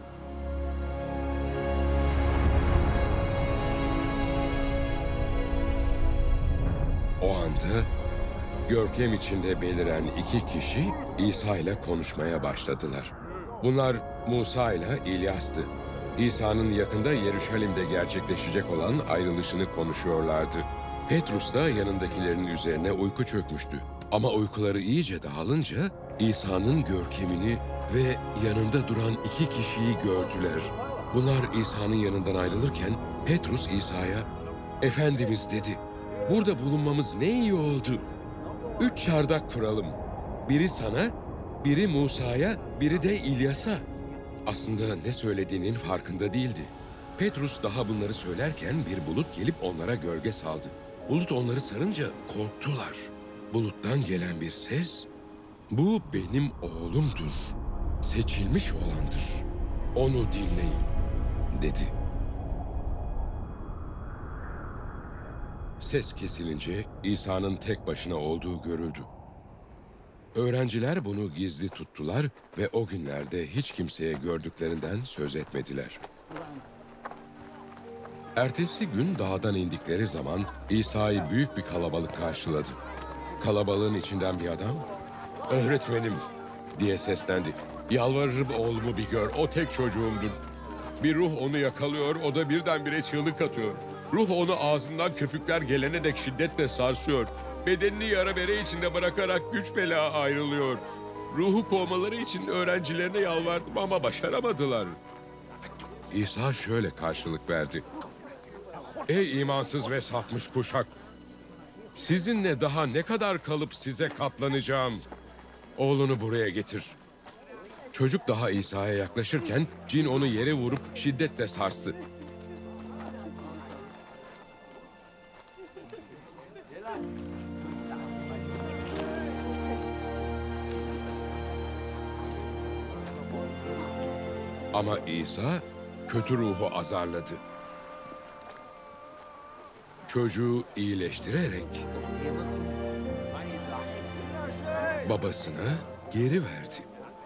anda görkem içinde beliren iki kişi İsa ile konuşmaya başladılar. Bunlar Musa ile İlyas'tı. İsa'nın yakında Yeruşalim'de gerçekleşecek olan ayrılışını konuşuyorlardı. Petrus da yanındakilerin üzerine uyku çökmüştü. Ama uykuları iyice dağılınca İsa'nın görkemini ve yanında duran iki kişiyi gördüler. Bunlar İsa'nın yanından ayrılırken Petrus İsa'ya, "Efendimiz," dedi, "burada bulunmamız ne iyi oldu. Üç çardak kuralım. Biri sana, biri Musa'ya, biri de İlyas'a." Aslında ne söylediğinin farkında değildi. Petrus daha bunları söylerken bir bulut gelip onlara gölge saldı. Bulut onları sarınca korktular. Buluttan gelen bir ses, "Bu benim oğlumdur, seçilmiş olandır. Onu dinleyin," dedi. Ses kesilince İsa'nın tek başına olduğu görüldü. Öğrenciler bunu gizli tuttular ve o günlerde hiç kimseye gördüklerinden söz etmediler. Ertesi gün dağdan indikleri zaman İsa'yı büyük bir kalabalık karşıladı. Kalabalığın içinden bir adam, "Öğretmenim," diye seslendi. "Yalvarırım oğlumu bir gör, o tek çocuğumdur. Bir ruh onu yakalıyor, o da birdenbire çığlık atıyor. Ruh onu ağzından köpükler gelene dek şiddetle sarsıyor. Bedenini yara bere içinde bırakarak güç bela ayrılıyor. Ruhu kovmaları için öğrencilerine yalvardım ama başaramadılar." İsa şöyle karşılık verdi: "Ey imansız ve sapmış kuşak! Sizinle daha ne kadar kalıp size katlanacağım? Oğlunu buraya getir." Çocuk daha İsa'ya yaklaşırken cin onu yere vurup şiddetle sarstı. Ama İsa kötü ruhu azarladı. Çocuğu iyileştirerek babasına geri verdi.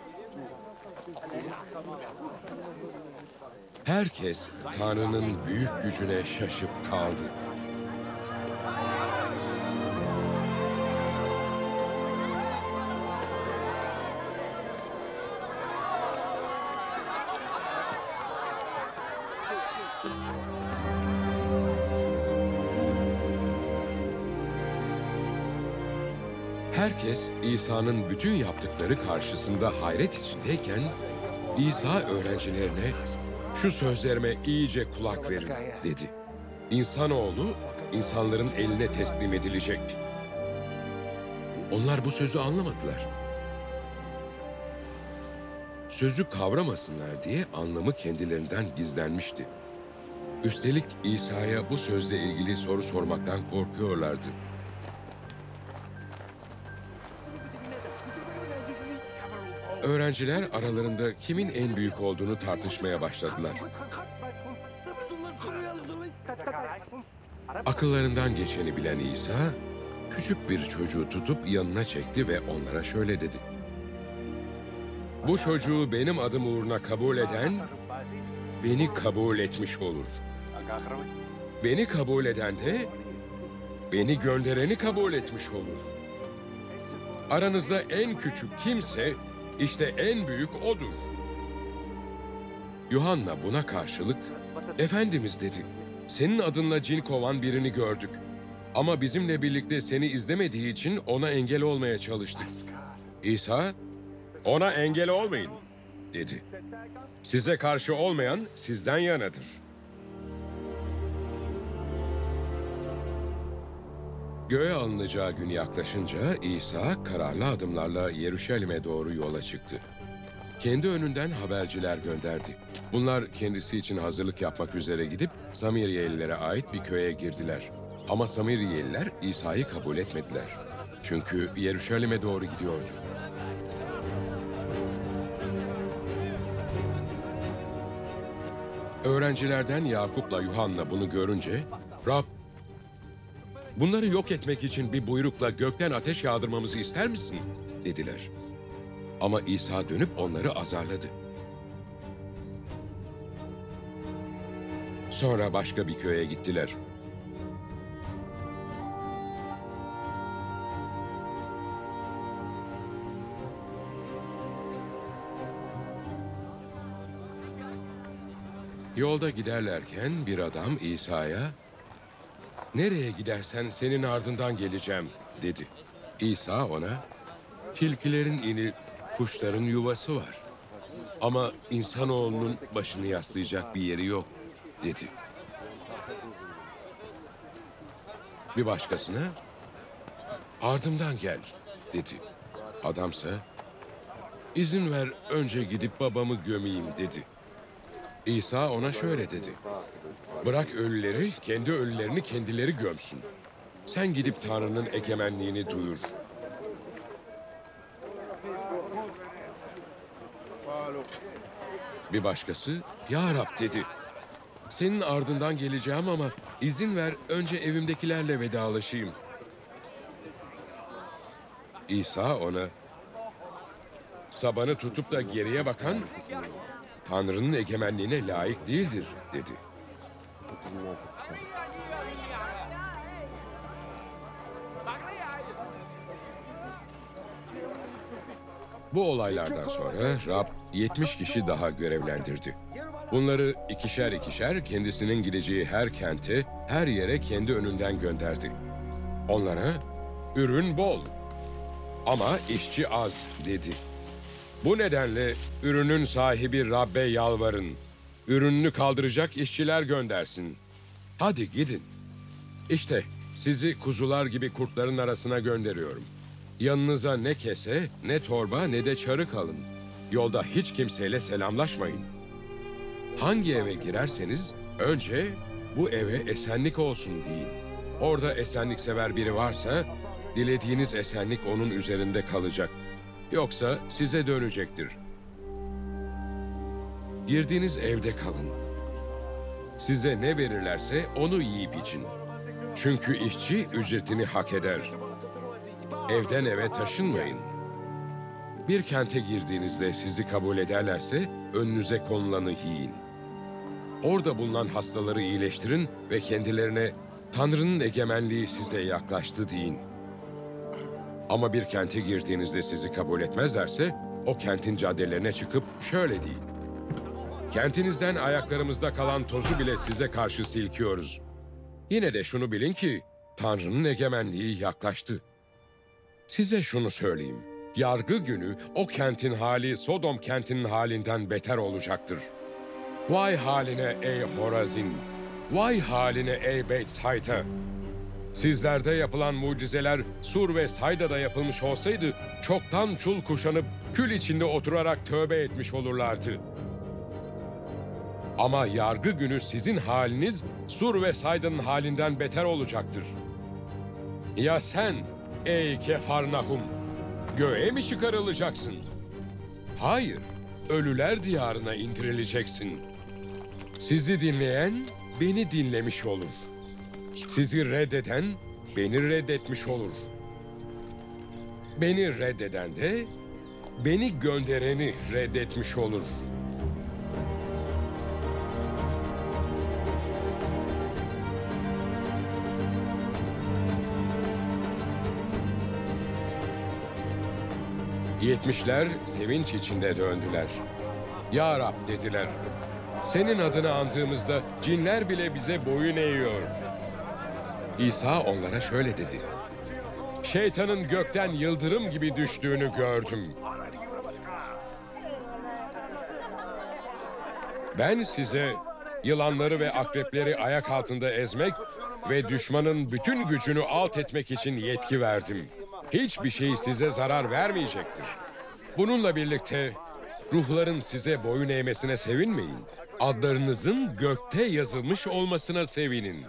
Herkes Tanrı'nın büyük gücüne şaşıp kaldı. Herkes İsa'nın bütün yaptıkları karşısında hayret içindeyken İsa öğrencilerine, "Şu sözlerime iyice kulak verin," dedi. "İnsanoğlu insanların eline teslim edilecek." Onlar bu sözü anlamadılar. Sözü kavramasınlar diye anlamı kendilerinden gizlenmişti. Üstelik İsa'ya bu sözle ilgili soru sormaktan korkuyorlardı. Öğrenciler aralarında kimin en büyük olduğunu tartışmaya başladılar. Akıllarından geçeni bilen İsa, küçük bir çocuğu tutup yanına çekti ve onlara şöyle dedi: "Bu çocuğu benim adım uğruna kabul eden, beni kabul etmiş olur. Beni kabul eden de, beni göndereni kabul etmiş olur. Aranızda en küçük kimse, İşte en büyük odur." Yuhanna buna karşılık, "Efendimiz," dedi, "senin adınla cin kovan birini gördük. Ama bizimle birlikte seni izlemediği için ona engel olmaya çalıştık." İsa, "Ona engel olmayın," dedi. "Size karşı olmayan sizden yanadır." Göğe alınacağı gün yaklaşınca İsa kararlı adımlarla Yeruşalim'e doğru yola çıktı. Kendi önünden haberciler gönderdi. Bunlar kendisi için hazırlık yapmak üzere gidip Samiriyelilere ait bir köye girdiler. Ama Samiriyeliler İsa'yı kabul etmediler. Çünkü Yeruşalim'e doğru gidiyordu. Öğrencilerden Yakup'la Yuhanna bunu görünce, "Rab, bunları yok etmek için bir buyrukla gökten ateş yağdırmamızı ister misin?" dediler. Ama İsa dönüp onları azarladı. Sonra başka bir köye gittiler. Yolda giderlerken bir adam İsa'ya, "Nereye gidersen senin ardından geleceğim," dedi. İsa ona, "Tilkilerin ini, kuşların yuvası var. Ama insanoğlunun başını yaslayacak bir yeri yok," dedi. Bir başkasına, "Ardımdan gel," dedi. Adamsa, "İzin ver önce gidip babamı gömeyim," dedi. İsa ona şöyle dedi: "Bırak ölüleri, kendi ölülerini kendileri gömsün. Sen gidip Tanrı'nın egemenliğini duyur." Bir başkası, "Ya Rab," dedi, "senin ardından geleceğim ama izin ver önce evimdekilerle vedalaşayım." İsa ona, "Sabanı tutup da geriye bakan, Tanrı'nın egemenliğine layık değildir," dedi. Bu olaylardan sonra Rab yetmiş kişi daha görevlendirdi. Bunları ikişer ikişer kendisinin gideceği her kente, her yere kendi önünden gönderdi. Onlara, "Ürün bol ama işçi az," dedi. "Bu nedenle ürünün sahibi Rab'be yalvarın. Ürününü kaldıracak işçiler göndersin. Hadi gidin. İşte sizi kuzular gibi kurtların arasına gönderiyorum. Yanınıza ne kese, ne torba, ne de çarık alın. Yolda hiç kimseyle selamlaşmayın. Hangi eve girerseniz önce bu eve esenlik olsun deyin. Orada esenlik sever biri varsa dilediğiniz esenlik onun üzerinde kalacak. Yoksa size dönecektir. Girdiğiniz evde kalın. Size ne verirlerse onu yiyip için. Çünkü işçi ücretini hak eder. Evden eve taşınmayın. Bir kente girdiğinizde sizi kabul ederlerse önünüze konulanı yiyin. Orada bulunan hastaları iyileştirin ve kendilerine Tanrı'nın egemenliği size yaklaştı deyin. Ama bir kente girdiğinizde sizi kabul etmezlerse o kentin caddelerine çıkıp şöyle deyin: Kentinizden ayaklarımızda kalan tozu bile size karşı silkiyoruz. Yine de şunu bilin ki Tanrı'nın egemenliği yaklaştı. Size şunu söyleyeyim. Yargı günü o kentin hali Sodom kentinin halinden beter olacaktır. Vay haline ey Horazin! Vay haline ey Beyt-Sayta! Sizlerde yapılan mucizeler Sur ve Sayda'da yapılmış olsaydı çoktan çul kuşanıp kül içinde oturarak tövbe etmiş olurlardı. Ama yargı günü sizin haliniz Sur ve Sayda'nın halinden beter olacaktır. Ya sen ey Kefarnahum, göğe mi çıkarılacaksın? Hayır, ölüler diyarına indirileceksin. Sizi dinleyen beni dinlemiş olur. Sizi reddeden beni reddetmiş olur. Beni reddeden de beni göndereni reddetmiş olur. Yetmişler sevinç içinde döndüler. Ya Rab dediler, senin adını andığımızda cinler bile bize boyun eğiyor. İsa onlara şöyle dedi: Şeytanın gökten yıldırım gibi düştüğünü gördüm. Ben size yılanları ve akrepleri ayak altında ezmek ve düşmanın bütün gücünü alt etmek için yetki verdim. Hiçbir şey size zarar vermeyecektir. Bununla birlikte ruhların size boyun eğmesine sevinmeyin. Adlarınızın gökte yazılmış olmasına sevinin.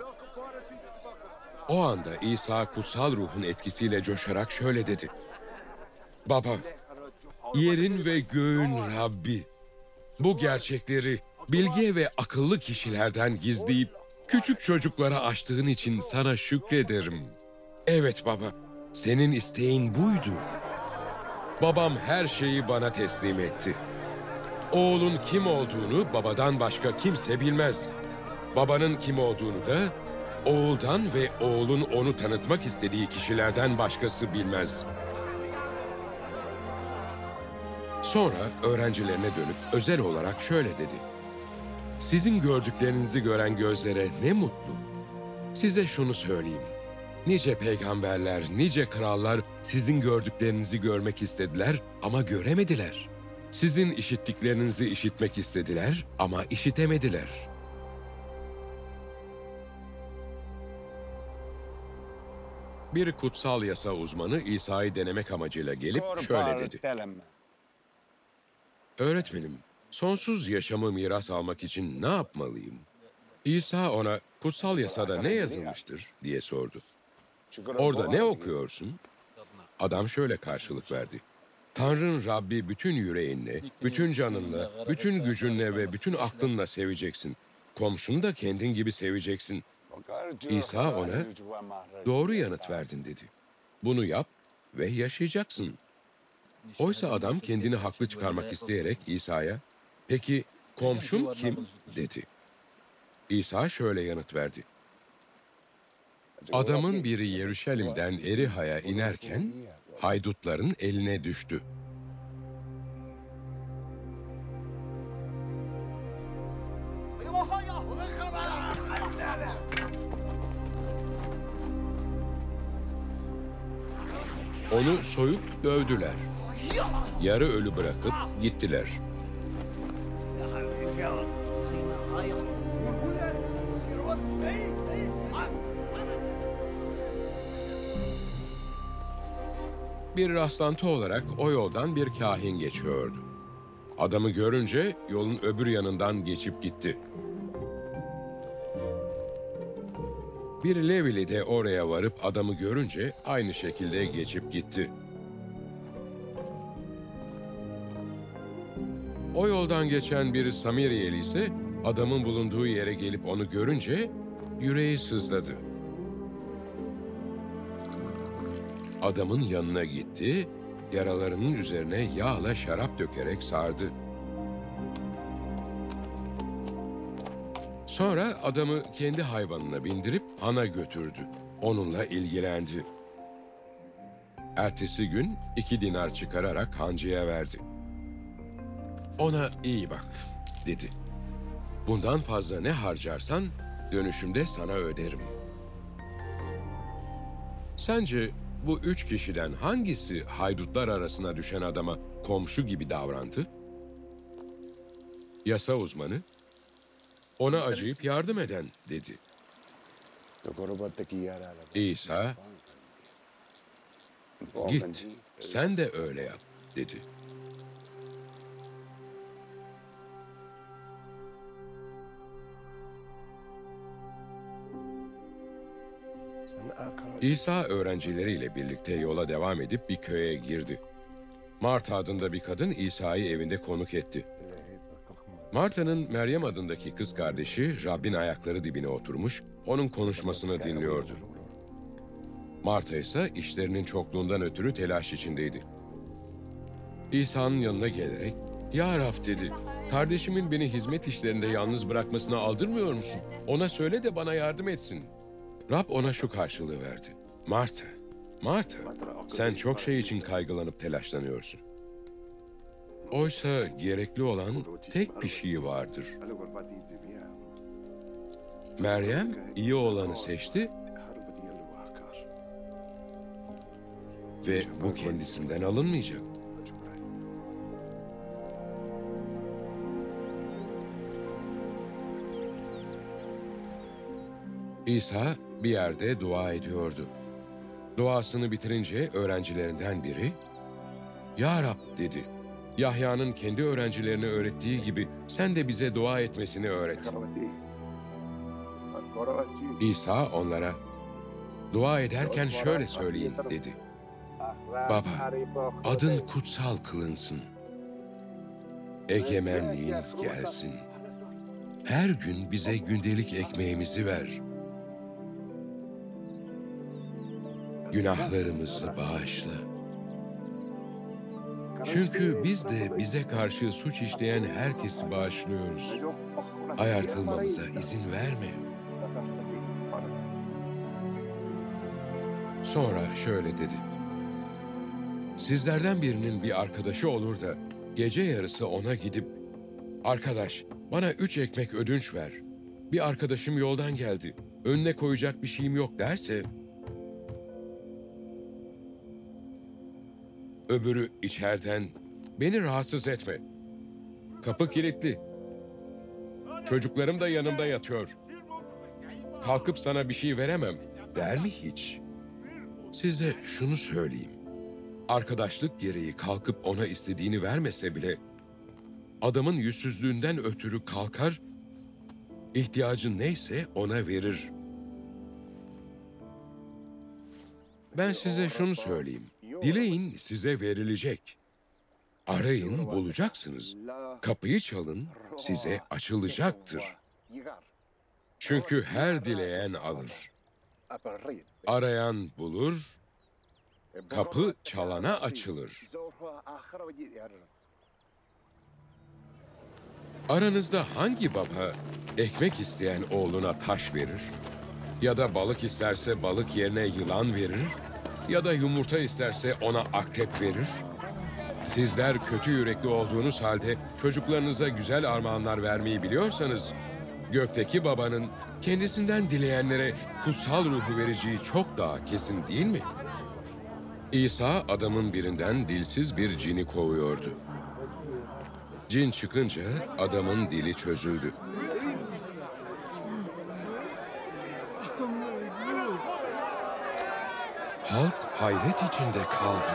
O anda İsa kutsal ruhun etkisiyle coşarak şöyle dedi: Baba, yerin ve göğün Rabbi, bu gerçekleri bilge ve akıllı kişilerden gizleyip küçük çocuklara açtığın için sana şükrederim. Evet baba, senin isteğin buydu. Babam her şeyi bana teslim etti. Oğlun kim olduğunu babadan başka kimse bilmez. Babanın kim olduğunu da oğuldan ve oğlun onu tanıtmak istediği kişilerden başkası bilmez. Sonra öğrencilerine dönüp özel olarak şöyle dedi: Sizin gördüklerinizi gören gözlere ne mutlu. Size şunu söyleyeyim. Nice peygamberler, nice krallar sizin gördüklerinizi görmek istediler ama göremediler. Sizin işittiklerinizi işitmek istediler ama işitemediler. Bir kutsal yasa uzmanı İsa'yı denemek amacıyla gelip şöyle dedi. Öğretmenim, sonsuz yaşamı miras almak için ne yapmalıyım? İsa ona kutsal yasada ne yazılmıştır diye sordu. Orada ne okuyorsun? Adam şöyle karşılık verdi. Tanrın Rabbi bütün yüreğinle, bütün canınla, bütün gücünle ve bütün aklınla seveceksin. Komşunu da kendin gibi seveceksin. İsa ona, doğru yanıt verdin dedi. Bunu yap ve yaşayacaksın. Oysa adam kendini haklı çıkarmak isteyerek İsa'ya, peki komşum kim dedi. İsa şöyle yanıt verdi. Adamın biri Yeruşalim'den Eriha'ya inerken haydutların eline düştü. Onu soyup dövdüler. Yarı ölü bırakıp gittiler. Bir rastlantı olarak o yoldan bir kahin geçiyordu. Adamı görünce yolun öbür yanından geçip gitti. Bir Levili de oraya varıp adamı görünce aynı şekilde geçip gitti. O yoldan geçen bir Samiriyeli ise adamın bulunduğu yere gelip onu görünce yüreği sızladı. Adamın yanına gitti, yaralarının üzerine yağla şarap dökerek sardı. Sonra adamı kendi hayvanına bindirip hana götürdü. Onunla ilgilendi. Ertesi gün iki dinar çıkararak hancıya verdi. Ona iyi bak, dedi. Bundan fazla ne harcarsan dönüşümde sana öderim. Sence bu üç kişiden hangisi haydutlar arasına düşen adama komşu gibi davrandı? Yasa uzmanı, ona acıyıp yardım eden, dedi. İsa, git, sen de öyle yap, dedi. İsa öğrencileriyle birlikte yola devam edip bir köye girdi. Marta adında bir kadın İsa'yı evinde konuk etti. Marta'nın Meryem adındaki kız kardeşi Rabbin ayakları dibine oturmuş, onun konuşmasını dinliyordu. Marta ise işlerinin çokluğundan ötürü telaş içindeydi. İsa'nın yanına gelerek, "Ya Rab," dedi, "kardeşimin beni hizmet işlerinde yalnız bırakmasına aldırmıyor musun? Ona söyle de bana yardım etsin." Rab ona şu karşılığı verdi. "Marta, Marta, sen çok şey için kaygılanıp telaşlanıyorsun. Oysa gerekli olan tek bir şey vardır. Meryem iyi olanı seçti ve bu kendisinden alınmayacak." İsa bir yerde dua ediyordu. Duasını bitirince öğrencilerinden biri, "Ya Rab," dedi, "Yahya'nın kendi öğrencilerine öğrettiği gibi sen de bize dua etmesini öğret." İsa onlara, "Dua ederken şöyle söyleyin," dedi. "Baba, adın kutsal kılınsın. Egemenliğin gelsin. Her gün bize gündelik ekmeğimizi ver. Günahlarımızı bağışla. Çünkü biz de bize karşı suç işleyen herkesi bağışlıyoruz. Ayartılmamıza izin verme." Sonra şöyle dedi. "Sizlerden birinin bir arkadaşı olur da gece yarısı ona gidip, 'Arkadaş, Bana üç ekmek ödünç ver. Bir arkadaşım yoldan geldi. Önüne koyacak bir şeyim yok derse... Öbürü içeriden, beni rahatsız etme. Kapı kilitli. Çocuklarım da yanımda yatıyor. Kalkıp sana bir şey veremem der mi hiç? Size şunu söyleyeyim. Arkadaşlık gereği kalkıp ona istediğini vermese bile adamın yüzsüzlüğünden ötürü kalkar, ihtiyacı neyse ona verir. Ben size şunu söyleyeyim. Dileyin size verilecek. Arayın bulacaksınız. Kapıyı çalın size açılacaktır. Çünkü her dileyen alır. Arayan bulur, kapı çalana açılır. Aranızda hangi baba ekmek isteyen oğluna taş verir? Ya da balık isterse balık yerine yılan verir? Ya da yumurta isterse ona akrep verir? Sizler kötü yürekli olduğunuz halde çocuklarınıza güzel armağanlar vermeyi biliyorsanız, gökteki babanın kendisinden dileyenlere kutsal ruhu vereceği çok daha kesin değil mi? İsa adamın birinden dilsiz bir cini kovuyordu. Cin çıkınca adamın dili çözüldü. Halk hayret içinde kaldı.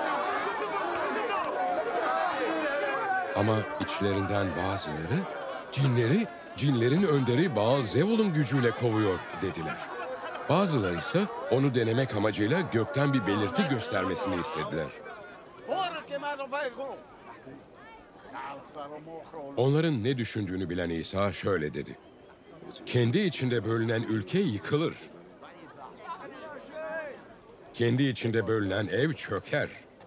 Ama içlerinden bazıları, cinleri, cinlerin önderi Baal-Zevul'un gücüyle kovuyor dediler. Bazıları ise onu denemek amacıyla gökten bir belirti göstermesini istediler. Onların ne düşündüğünü bilen İsa şöyle dedi. Kendi içinde bölünen ülke yıkılır. Kendi içinde bölünen ev çöker.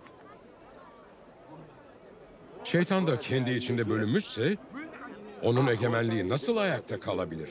Şeytan da kendi içinde bölünmüşse, onun egemenliği nasıl ayakta kalabilir?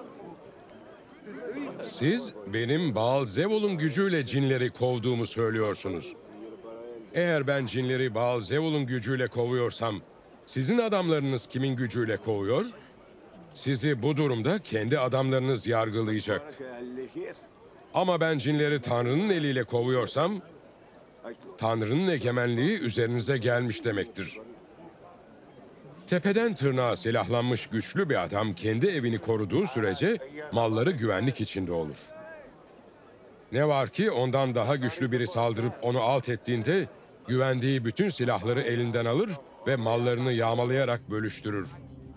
Siz benim Baal-Zevul'un gücüyle cinleri kovduğumu söylüyorsunuz. Eğer ben cinleri Baal-Zevul'un gücüyle kovuyorsam, sizin adamlarınız kimin gücüyle kovuyor? Sizi bu durumda kendi adamlarınız yargılayacak. Ama ben cinleri Tanrı'nın eliyle kovuyorsam, Tanrı'nın egemenliği üzerinize gelmiş demektir. Tepeden tırnağa silahlanmış güçlü bir adam kendi evini koruduğu sürece malları güvenlik içinde olur. Ne var ki ondan daha güçlü biri saldırıp onu alt ettiğinde güvendiği bütün silahları elinden alır ve mallarını yağmalayarak bölüştürür.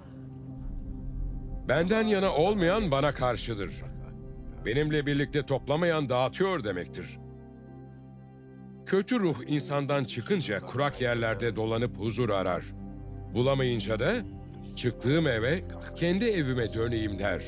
Benden yana olmayan bana karşıdır. Benimle birlikte toplamayan dağıtıyor demektir. Kötü ruh insandan çıkınca kurak yerlerde dolanıp huzur arar. Bulamayınca da çıktığım eve, kendi evime döneyim der.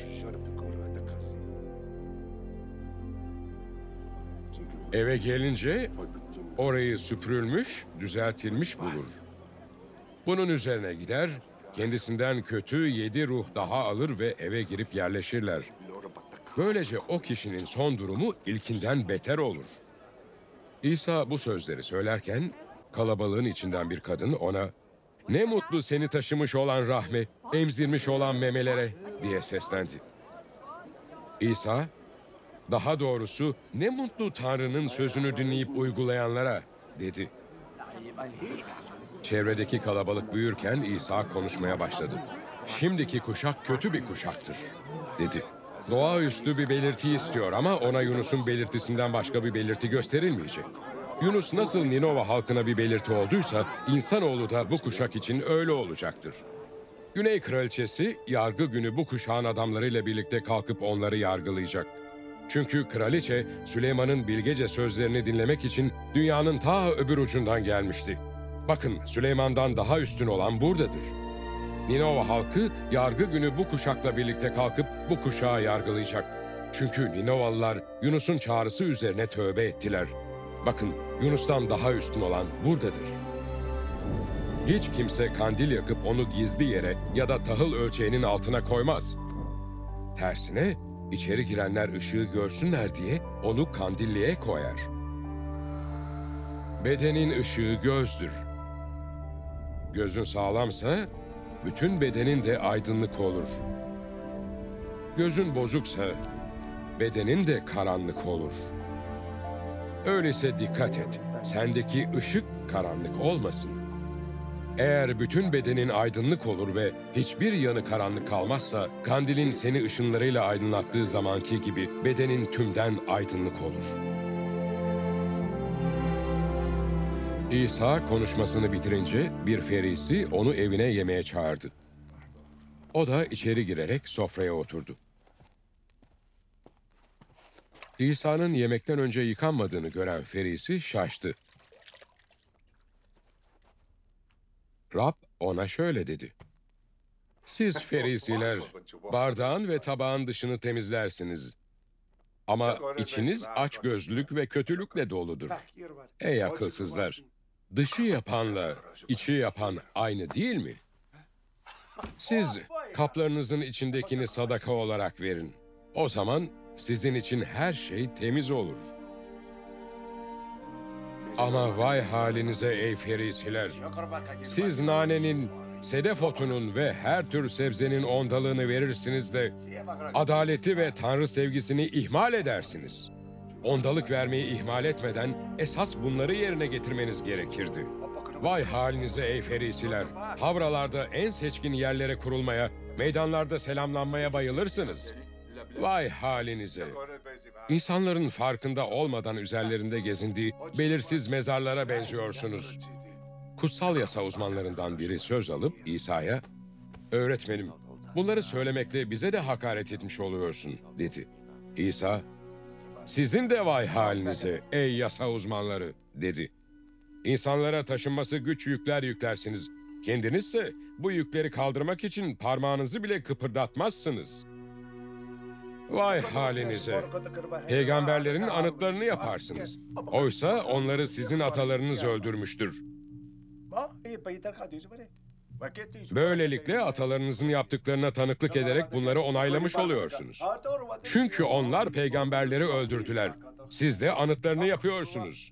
Eve gelince orayı süpürülmüş, düzeltilmiş bulur. Bunun üzerine gider, kendisinden kötü yedi ruh daha alır ve eve girip yerleşirler. Böylece o kişinin son durumu ilkinden beter olur. İsa bu sözleri söylerken kalabalığın içinden bir kadın ona "Ne mutlu seni taşımış olan rahme, emzirmiş olan memelere" diye seslendi. İsa, daha doğrusu "Ne mutlu Tanrı'nın sözünü dinleyip uygulayanlara" dedi. Çevredeki kalabalık büyürken İsa konuşmaya başladı. "Şimdiki kuşak kötü bir kuşaktır," dedi. Doğaüstü bir belirti istiyor ama ona Yunus'un belirtisinden başka bir belirti gösterilmeyecek. Yunus nasıl Ninova halkına bir belirti olduysa, insanoğlu da bu kuşak için öyle olacaktır. Güney Kraliçesi, yargı günü bu kuşağın adamlarıyla birlikte kalkıp onları yargılayacak. Çünkü kraliçe, Süleyman'ın bilgece sözlerini dinlemek için dünyanın ta öbür ucundan gelmişti. Bakın, Süleyman'dan daha üstün olan buradadır. Ninova halkı, yargı günü bu kuşakla birlikte kalkıp bu kuşağı yargılayacak. Çünkü Ninovalılar Yunus'un çağrısı üzerine tövbe ettiler. Bakın, Yunus'tan daha üstün olan buradadır. Hiç kimse kandil yakıp onu gizli yere ya da tahıl ölçeğinin altına koymaz. Tersine, içeri girenler ışığı görsünler diye onu kandilliğe koyar. Bedenin ışığı gözdür. Gözün sağlamsa, bütün bedenin de aydınlık olur. Gözün bozuksa bedenin de karanlık olur. Öyleyse dikkat et, sendeki ışık karanlık olmasın. Eğer bütün bedenin aydınlık olur ve hiçbir yanı karanlık kalmazsa, kandilin seni ışınlarıyla aydınlattığı zamanki gibi bedenin tümden aydınlık olur. İsa konuşmasını bitirince bir ferisi onu evine yemeğe çağırdı. O da içeri girerek sofraya oturdu. İsa'nın yemekten önce yıkanmadığını gören ferisi şaştı. Rab ona şöyle dedi: "Siz ferisiler bardağın ve tabağın dışını temizlersiniz. Ama içiniz açgözlülük ve kötülükle doludur. Ey akılsızlar! Dışı yapanla içi yapan aynı değil mi? Siz kaplarınızın içindekini sadaka olarak verin. O zaman sizin için her şey temiz olur. Ama vay halinize ey ferisiler! Siz nanenin, sedef otunun ve her tür sebzenin ondalığını verirsiniz de adaleti ve Tanrı sevgisini ihmal edersiniz. Ondalık vermeyi ihmal etmeden esas bunları yerine getirmeniz gerekirdi. Vay halinize ey ferisiler! Havralarda en seçkin yerlere kurulmaya, meydanlarda selamlanmaya bayılırsınız. Vay halinize! İnsanların farkında olmadan üzerlerinde gezindiği belirsiz mezarlara benziyorsunuz. Kutsal yasa uzmanlarından biri söz alıp İsa'ya, "Öğretmenim, bunları söylemekle bize de hakaret etmiş oluyorsun," dedi. İsa, "Sizin de vay halinize ey yasa uzmanları," dedi. "İnsanlara taşınması güç yükler yüklersiniz. Kendinizse bu yükleri kaldırmak için parmağınızı bile kıpırdatmazsınız. Vay halinize! Peygamberlerin anıtlarını yaparsınız. Oysa onları sizin atalarınız öldürmüştür. Böylelikle atalarınızın yaptıklarına tanıklık ederek bunları onaylamış oluyorsunuz. Çünkü onlar peygamberleri öldürdüler. Siz de anıtlarını yapıyorsunuz."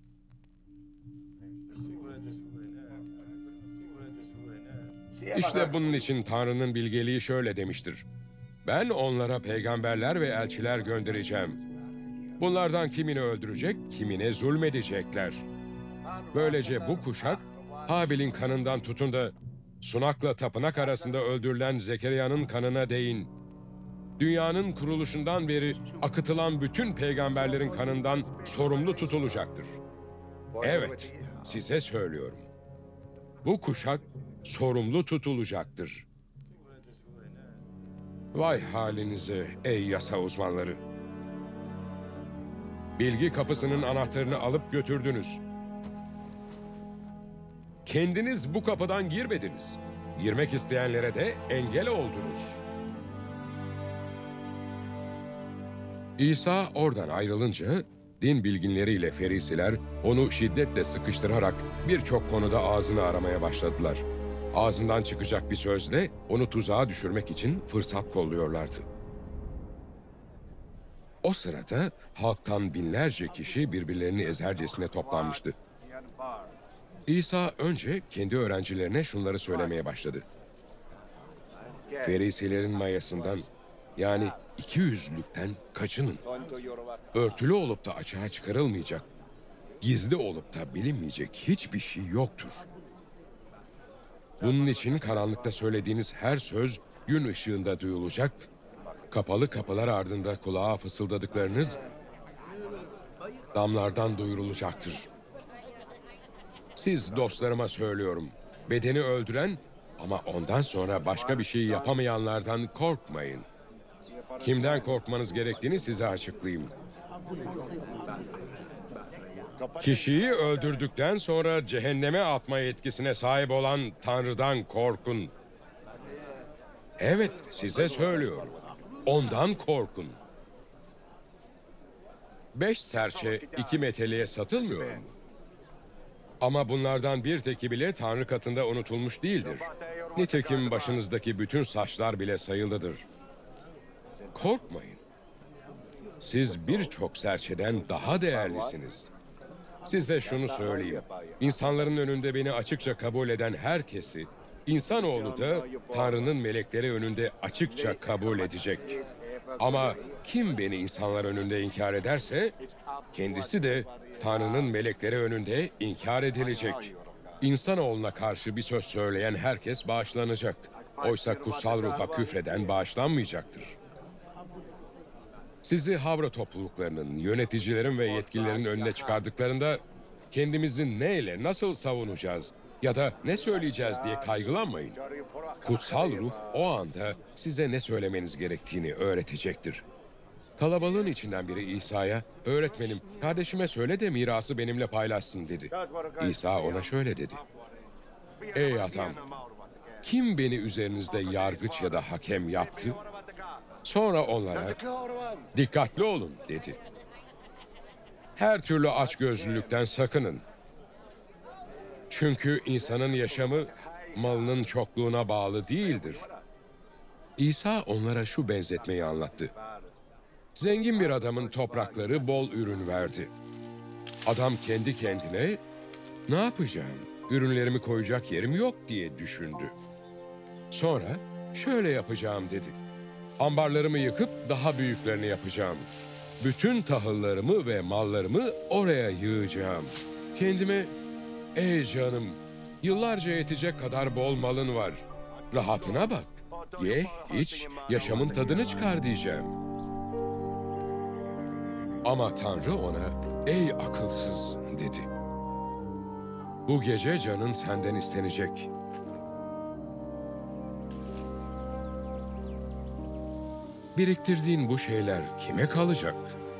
İşte bunun için Tanrı'nın bilgeliği şöyle demiştir: "Ben onlara peygamberler ve elçiler göndereceğim. Bunlardan kimini öldürecek, kimine zulmedecekler. Böylece bu kuşak, Habil'in kanından tutun da sunakla tapınak arasında öldürülen Zekeriya'nın kanına değin. Dünyanın kuruluşundan beri akıtılan bütün peygamberlerin kanından sorumlu tutulacaktır. Evet, size söylüyorum. Bu kuşak sorumlu tutulacaktır." Vay halinize ey yasa uzmanları! Bilgi kapısının anahtarını alıp götürdünüz. Kendiniz bu kapıdan girmediniz. Girmek isteyenlere de engel oldunuz. İsa oradan ayrılınca din bilginleriyle ferisiler onu şiddetle sıkıştırarak birçok konuda ağzını aramaya başladılar. Ağzından çıkacak bir sözle onu tuzağa düşürmek için fırsat kolluyorlardı. O sırada halktan binlerce kişi birbirlerini ezercesine toplanmıştı. İsa önce kendi öğrencilerine şunları söylemeye başladı: "Ferisilerin mayasından, yani iki yüzlülükten kaçının. Örtülü olup da açığa çıkarılmayacak, gizli olup da bilinmeyecek hiçbir şey yoktur. Bunun için karanlıkta söylediğiniz her söz gün ışığında duyulacak, kapalı kapılar ardında kulağa fısıldadıklarınız damlardan duyurulacaktır. Siz dostlarıma söylüyorum, bedeni öldüren ama ondan sonra başka bir şey yapamayanlardan korkmayın. Kimden korkmanız gerektiğini size açıklayayım. Kişiyi öldürdükten sonra cehenneme atma yetkisine sahip olan Tanrı'dan korkun. Evet, size söylüyorum. Ondan korkun. Beş serçe iki meteliğe satılmıyor mu? Ama bunlardan bir teki bile Tanrı katında unutulmuş değildir. Nitekim başınızdaki bütün saçlar bile sayılıdır. Korkmayın. Siz birçok serçeden daha değerlisiniz. Size şunu söyleyeyim. İnsanların önünde beni açıkça kabul eden herkesi İnsanoğlu da Tanrı'nın melekleri önünde açıkça kabul edecek. Ama kim beni insanlar önünde inkar ederse, kendisi de Tanrı'nın melekleri önünde inkar edilecek. İnsanoğluna karşı bir söz söyleyen herkes bağışlanacak. Oysa kutsal ruha küfreden bağışlanmayacaktır. Sizi Havra topluluklarının, yöneticilerin ve yetkililerin önüne çıkardıklarında kendimizi neyle, nasıl savunacağız ya da ne söyleyeceğiz diye kaygılanmayın. Kutsal ruh o anda size ne söylemeniz gerektiğini öğretecektir. Kalabalığın içinden biri İsa'ya, "Öğretmenim, kardeşime söyle de mirası benimle paylaşsın," dedi. İsa ona şöyle dedi: "Ey adam, kim beni üzerinizde yargıç ya da hakem yaptı?" Sonra onlara, "Dikkatli olun," dedi. "Her türlü açgözlülükten sakının. Çünkü insanın yaşamı malının çokluğuna bağlı değildir." İsa onlara şu benzetmeyi anlattı. Zengin bir adamın toprakları bol ürün verdi. Adam kendi kendine, "Ne yapacağım? Ürünlerimi koyacak yerim yok," diye düşündü. Sonra, "Şöyle yapacağım," dedi. "Ambarlarımı yıkıp daha büyüklerini yapacağım. Bütün tahıllarımı ve mallarımı oraya yığacağım. Kendime, 'Ey canım, yıllarca yetecek kadar bol malın var. Rahatına bak. Ye, iç, yaşamın tadını çıkar,' diyeceğim." Ama Tanrı ona, "Ey akılsız," dedi. "Bu gece canın senden istenecek. Biriktirdiğin bu şeyler kime kalacak?"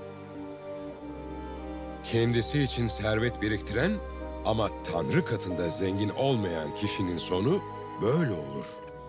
Kendisi için servet biriktiren ama Tanrı katında zengin olmayan kişinin sonu böyle olur.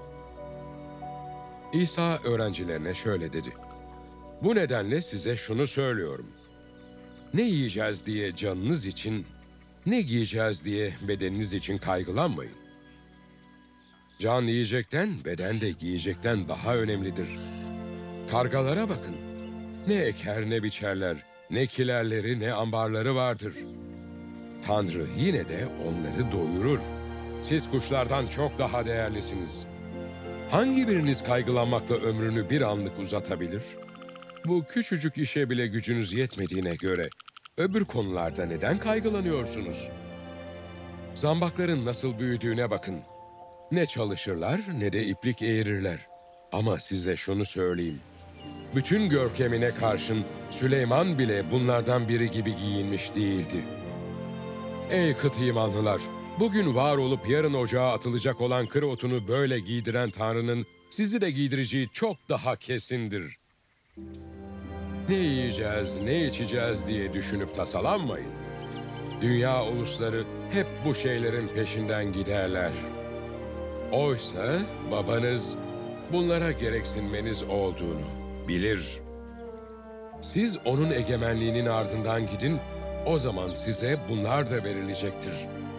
İsa öğrencilerine şöyle dedi: "Bu nedenle size şunu söylüyorum. Ne yiyeceğiz diye canınız için, ne giyeceğiz diye bedeniniz için kaygılanmayın. Can yiyecekten, beden de giyecekten daha önemlidir. Kargalara bakın. Ne eker ne biçerler, ne kilerleri ne ambarları vardır. Tanrı yine de onları doyurur. Siz kuşlardan çok daha değerlisiniz. Hangi biriniz kaygılanmakla ömrünü bir anlık uzatabilir? Bu küçücük işe bile gücünüz yetmediğine göre öbür konularda neden kaygılanıyorsunuz? Zambakların nasıl büyüdüğüne bakın. Ne çalışırlar ne de iplik eğirirler. Ama size şunu söyleyeyim. Bütün görkemine karşın Süleyman bile bunlardan biri gibi giyinmiş değildi. Ey kıt imanlılar! Bugün var olup yarın ocağa atılacak olan kır otunu böyle giydiren Tanrı'nın sizi de giydireceği çok daha kesindir. Ne yiyeceğiz, ne içeceğiz diye düşünüp tasalanmayın. Dünya ulusları hep bu şeylerin peşinden giderler. Oysa babanız bunlara gereksinmeniz olduğunu bilir. Siz onun egemenliğinin ardından gidin, o zaman size bunlar da verilecektir.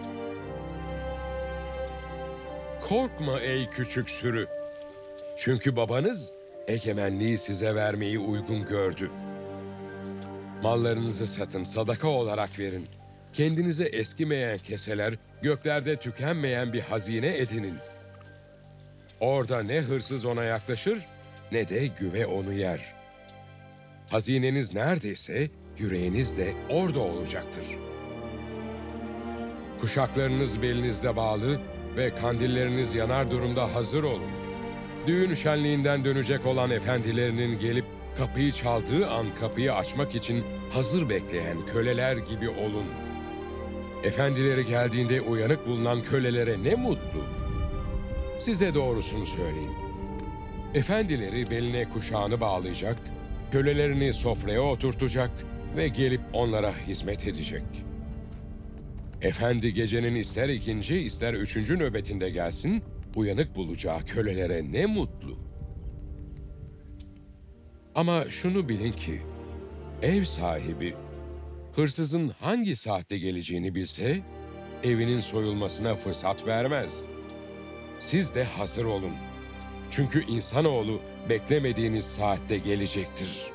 Korkma ey küçük sürü. Çünkü babanız egemenliği size vermeyi uygun gördü. Mallarınızı satın, sadaka olarak verin. Kendinize eskimeyen keseler, göklerde tükenmeyen bir hazine edinin. Orada ne hırsız ona yaklaşır, ne de güve onu yer. Hazineniz neredeyse, yüreğiniz de orada olacaktır. Kuşaklarınız belinizde bağlı ve kandilleriniz yanar durumda hazır olun. Düğün şenliğinden dönecek olan efendilerinin gelip kapıyı çaldığı an kapıyı açmak için hazır bekleyen köleler gibi olun. Efendileri geldiğinde uyanık bulunan kölelere ne mutlu. Size doğrusunu söyleyeyim. Efendileri beline kuşağını bağlayacak, kölelerini sofraya oturtacak ve gelip onlara hizmet edecek. Efendi gecenin ister ikinci ister üçüncü nöbetinde gelsin, uyanık bulacağı kölelere ne mutlu. Ama şunu bilin ki, ev sahibi, hırsızın hangi saatte geleceğini bilse, evinin soyulmasına fırsat vermez. Siz de hazır olun. Çünkü insanoğlu beklemediğiniz saatte gelecektir.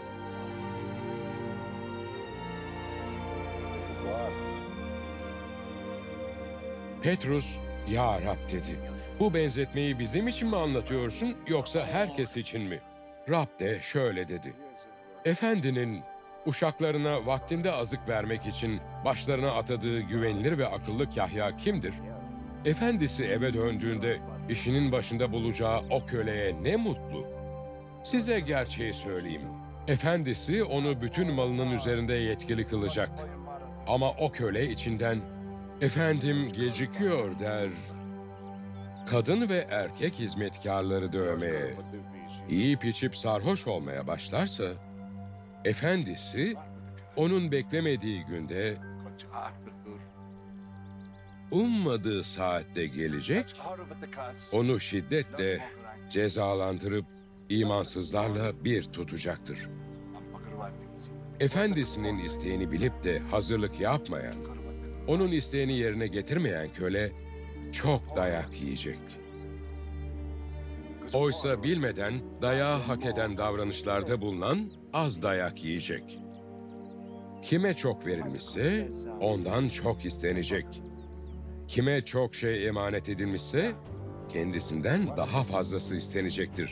Petrus, "Ya Rab," dedi, Bu benzetmeyi bizim için mi anlatıyorsun yoksa herkes için mi? Rab de şöyle dedi. Efendinin uşaklarına vaktinde azık vermek için başlarına atadığı güvenilir ve akıllı kahya kimdir? Efendisi eve döndüğünde işinin başında bulacağı o köleye ne mutlu. Size gerçeği söyleyeyim. Efendisi onu bütün malının üzerinde yetkili kılacak. Ama o köle içinden, efendim gecikiyor der. Kadın ve erkek hizmetkarları dövmeye, yiyip içip sarhoş olmaya başlarsa, efendisi onun beklemediği günde, ummadığı saatte gelecek, onu şiddetle cezalandırıp imansızlarla bir tutacaktır. Efendisinin isteğini bilip de hazırlık yapmayan, onun isteğini yerine getirmeyen köle çok dayak yiyecek. Oysa bilmeden dayağı hak eden davranışlarda bulunan az dayak yiyecek. Kime çok verilmişse ondan çok istenecek. Kime çok şey emanet edilmişse kendisinden daha fazlası istenecektir.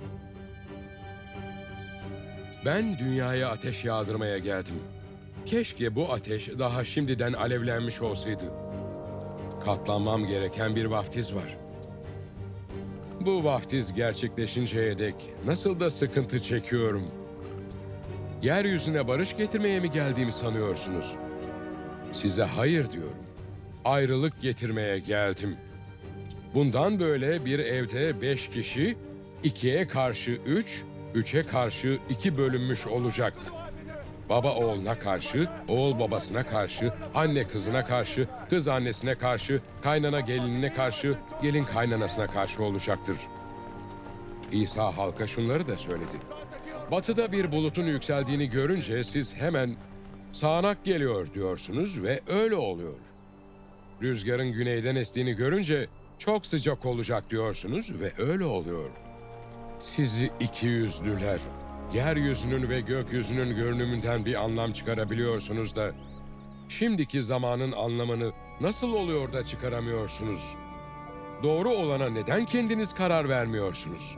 Ben dünyaya ateş yağdırmaya geldim. Keşke bu ateş daha şimdiden alevlenmiş olsaydı. Katlanmam gereken bir vaftiz var. Bu vaftiz gerçekleşinceye dek nasıl da sıkıntı çekiyorum. Yeryüzüne barış getirmeye mi geldiğimi sanıyorsunuz? Size hayır diyorum. Ayrılık getirmeye geldim. Bundan böyle bir evde beş kişi, ikiye karşı üç, üçe karşı iki bölünmüş olacak. Baba oğluna karşı, oğul babasına karşı, anne kızına karşı, kız annesine karşı, kaynana gelinine karşı, gelin kaynanasına karşı olacaktır. İsa halka şunları da söyledi. Batıda bir bulutun yükseldiğini görünce siz hemen sağanak geliyor diyorsunuz ve öyle oluyor. Rüzgarın güneyden estiğini görünce çok sıcak olacak diyorsunuz ve öyle oluyor. Sizi ikiyüzlüler, yeryüzünün ve gökyüzünün görünümünden bir anlam çıkarabiliyorsunuz da, şimdiki zamanın anlamını nasıl oluyor da çıkaramıyorsunuz? Doğru olana neden kendiniz karar vermiyorsunuz?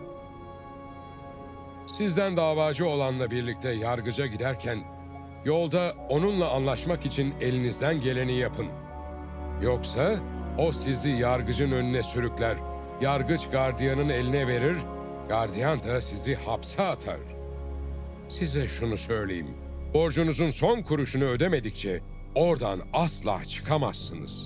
Sizden davacı olanla birlikte yargıca giderken, yolda onunla anlaşmak için elinizden geleni yapın. Yoksa o sizi yargıcın önüne sürükler, yargıç gardiyanın eline verir, gardiyan da sizi hapse atar. Size şunu söyleyeyim, borcunuzun son kuruşunu ödemedikçe oradan asla çıkamazsınız.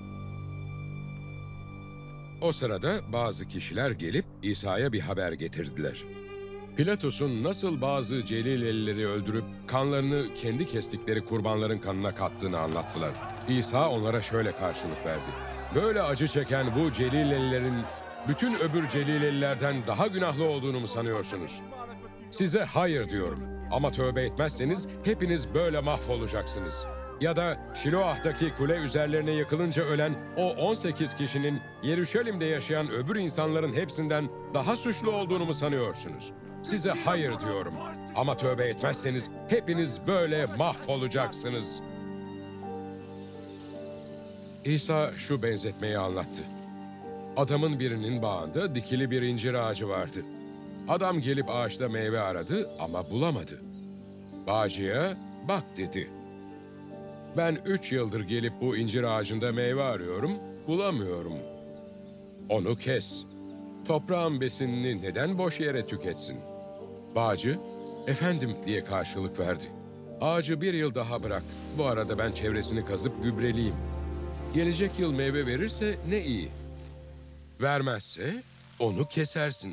O sırada bazı kişiler gelip İsa'ya bir haber getirdiler. Pilatus'un nasıl bazı Celilelileri öldürüp kanlarını kendi kestikleri kurbanların kanına kattığını anlattılar. İsa onlara şöyle karşılık verdi. Böyle acı çeken bu Celilelilerin bütün öbür Celilelilerden daha günahlı olduğunu mu sanıyorsunuz? Size hayır diyorum. Ama tövbe etmezseniz hepiniz böyle mahvolacaksınız. Ya da Şiloah'taki kule üzerlerine yıkılınca ölen o on sekiz kişinin Yeruşalim'de yaşayan öbür insanların hepsinden daha suçlu olduğunu mu sanıyorsunuz? Size hayır diyorum. Ama tövbe etmezseniz hepiniz böyle mahvolacaksınız. İsa şu benzetmeyi anlattı. Adamın birinin bağında dikili bir incir ağacı vardı. Adam gelip ağaçta meyve aradı ama bulamadı. Bağcıya bak dedi. Ben üç yıldır gelip bu incir ağacında meyve arıyorum, bulamıyorum. Onu kes. Toprağın besinini neden boş yere tüketsin? Bağcı, efendim diye karşılık verdi. Ağacı bir yıl daha bırak. Bu arada ben çevresini kazıp gübreleyeyim. Gelecek yıl meyve verirse ne iyi. Vermezse onu kesersin.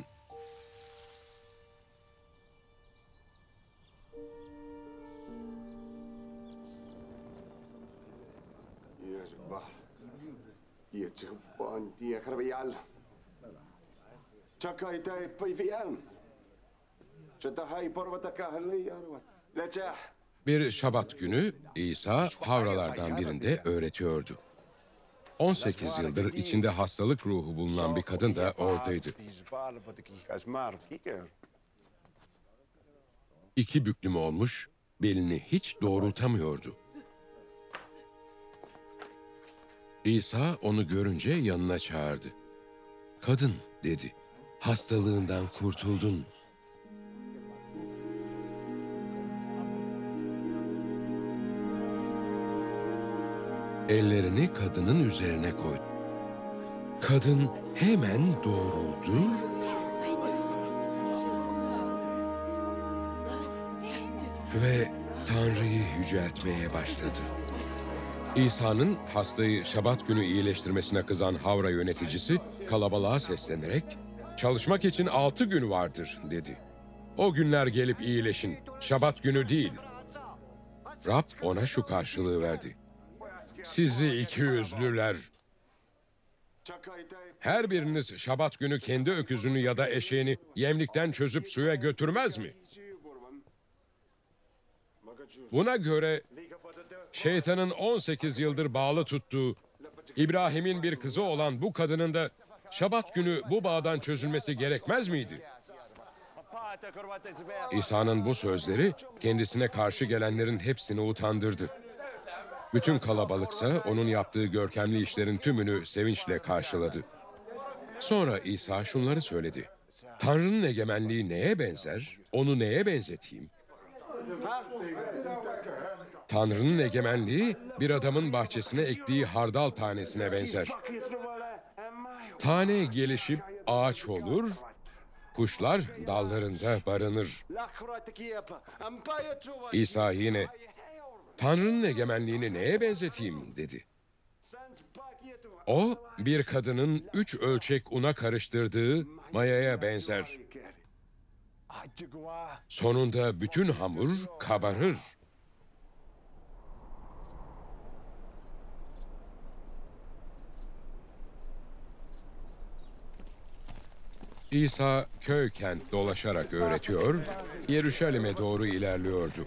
Bir Şabat günü İsa havralardan birinde öğretiyordu. on sekiz yıldır içinde hastalık ruhu bulunan bir kadın da oradaydı. İki büklüm olmuş, belini hiç doğrultamıyordu. İsa onu görünce yanına çağırdı. Kadın dedi, hastalığından kurtuldun. Ellerini kadının üzerine koydu. Kadın hemen doğruldu ve Tanrı'yı yüceltmeye başladı. İsa'nın hastayı Şabat günü iyileştirmesine kızan Havra yöneticisi kalabalığa seslenerek "Çalışmak için altı gün vardır," dedi. "O günler gelip iyileşin, Şabat günü değil." Rab ona şu karşılığı verdi: "Sizi ikiyüzlüler! Her biriniz Şabat günü kendi öküzünü ya da eşeğini yemlikten çözüp suya götürmez mi? Buna göre şeytanın on sekiz yıldır bağlı tuttuğu, İbrahim'in bir kızı olan bu kadının da Şabat günü bu bağdan çözülmesi gerekmez miydi?" İsa'nın bu sözleri kendisine karşı gelenlerin hepsini utandırdı. Bütün kalabalıksa onun yaptığı görkemli işlerin tümünü sevinçle karşıladı. Sonra İsa şunları söyledi: "Tanrı'nın egemenliği neye benzer? Onu neye benzeteyim? Tanrı'nın egemenliği bir adamın bahçesine ektiği hardal tanesine benzer. Tane gelişip ağaç olur, kuşlar dallarında barınır." İsa yine "Tanrı'nın egemenliğini neye benzeteyim?" dedi. O, bir kadının üç ölçek una karıştırdığı mayaya benzer. Sonunda bütün hamur kabarır. İsa köy kent dolaşarak öğretiyor, Yeruşalim'e doğru ilerliyordu.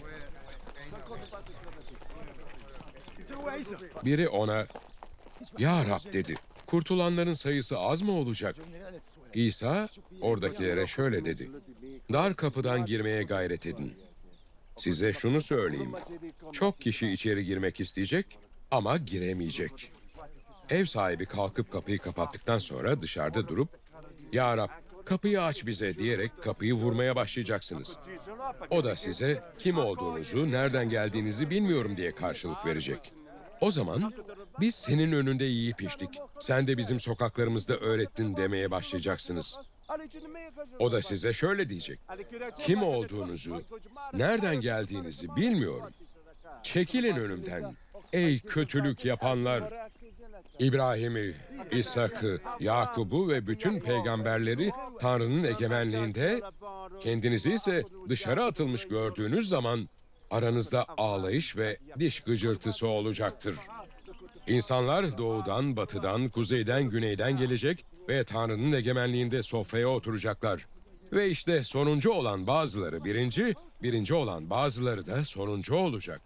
Biri ona, "Ya Rab," dedi, "kurtulanların sayısı az mı olacak?" İsa oradakilere şöyle dedi: "Dar kapıdan girmeye gayret edin. Size şunu söyleyeyim, çok kişi içeri girmek isteyecek ama giremeyecek." Ev sahibi kalkıp kapıyı kapattıktan sonra dışarıda durup, "Ya Rab, kapıyı aç bize," diyerek kapıyı vurmaya başlayacaksınız. O da size kim olduğunuzu, nereden geldiğinizi bilmiyorum diye karşılık verecek. O zaman biz senin önünde yiyip içtik, sen de bizim sokaklarımızda öğrettin demeye başlayacaksınız. O da size şöyle diyecek: "Kim olduğunuzu, nereden geldiğinizi bilmiyorum. Çekilin önümden, ey kötülük yapanlar." İbrahim'i, İshak'ı, Yakub'u ve bütün peygamberleri Tanrı'nın egemenliğinde, kendinizi ise dışarı atılmış gördüğünüz zaman aranızda ağlayış ve diş gıcırtısı olacaktır. İnsanlar doğudan, batıdan, kuzeyden, güneyden gelecek ve Tanrı'nın egemenliğinde sofraya oturacaklar. Ve işte sonuncu olan bazıları birinci, birinci olan bazıları da sonuncu olacak.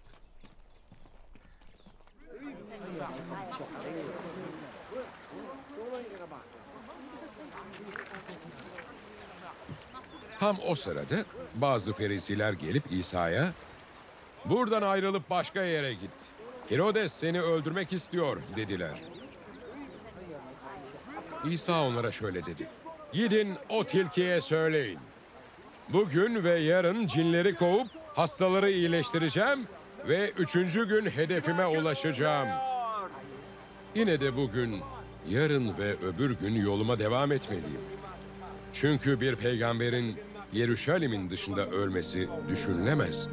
Tam o sırada bazı Ferisiler gelip İsa'ya, "Buradan ayrılıp başka yere git. Herodes seni öldürmek istiyor," dediler. İsa onlara şöyle dedi: "Gidin o tilkiye söyleyin. Bugün ve yarın cinleri kovup hastaları iyileştireceğim ve üçüncü gün hedefime ulaşacağım. Yine de bugün, yarın ve öbür gün yoluma devam etmeliyim. Çünkü bir peygamberin Yeruşalim'in dışında ölmesi düşünülemez."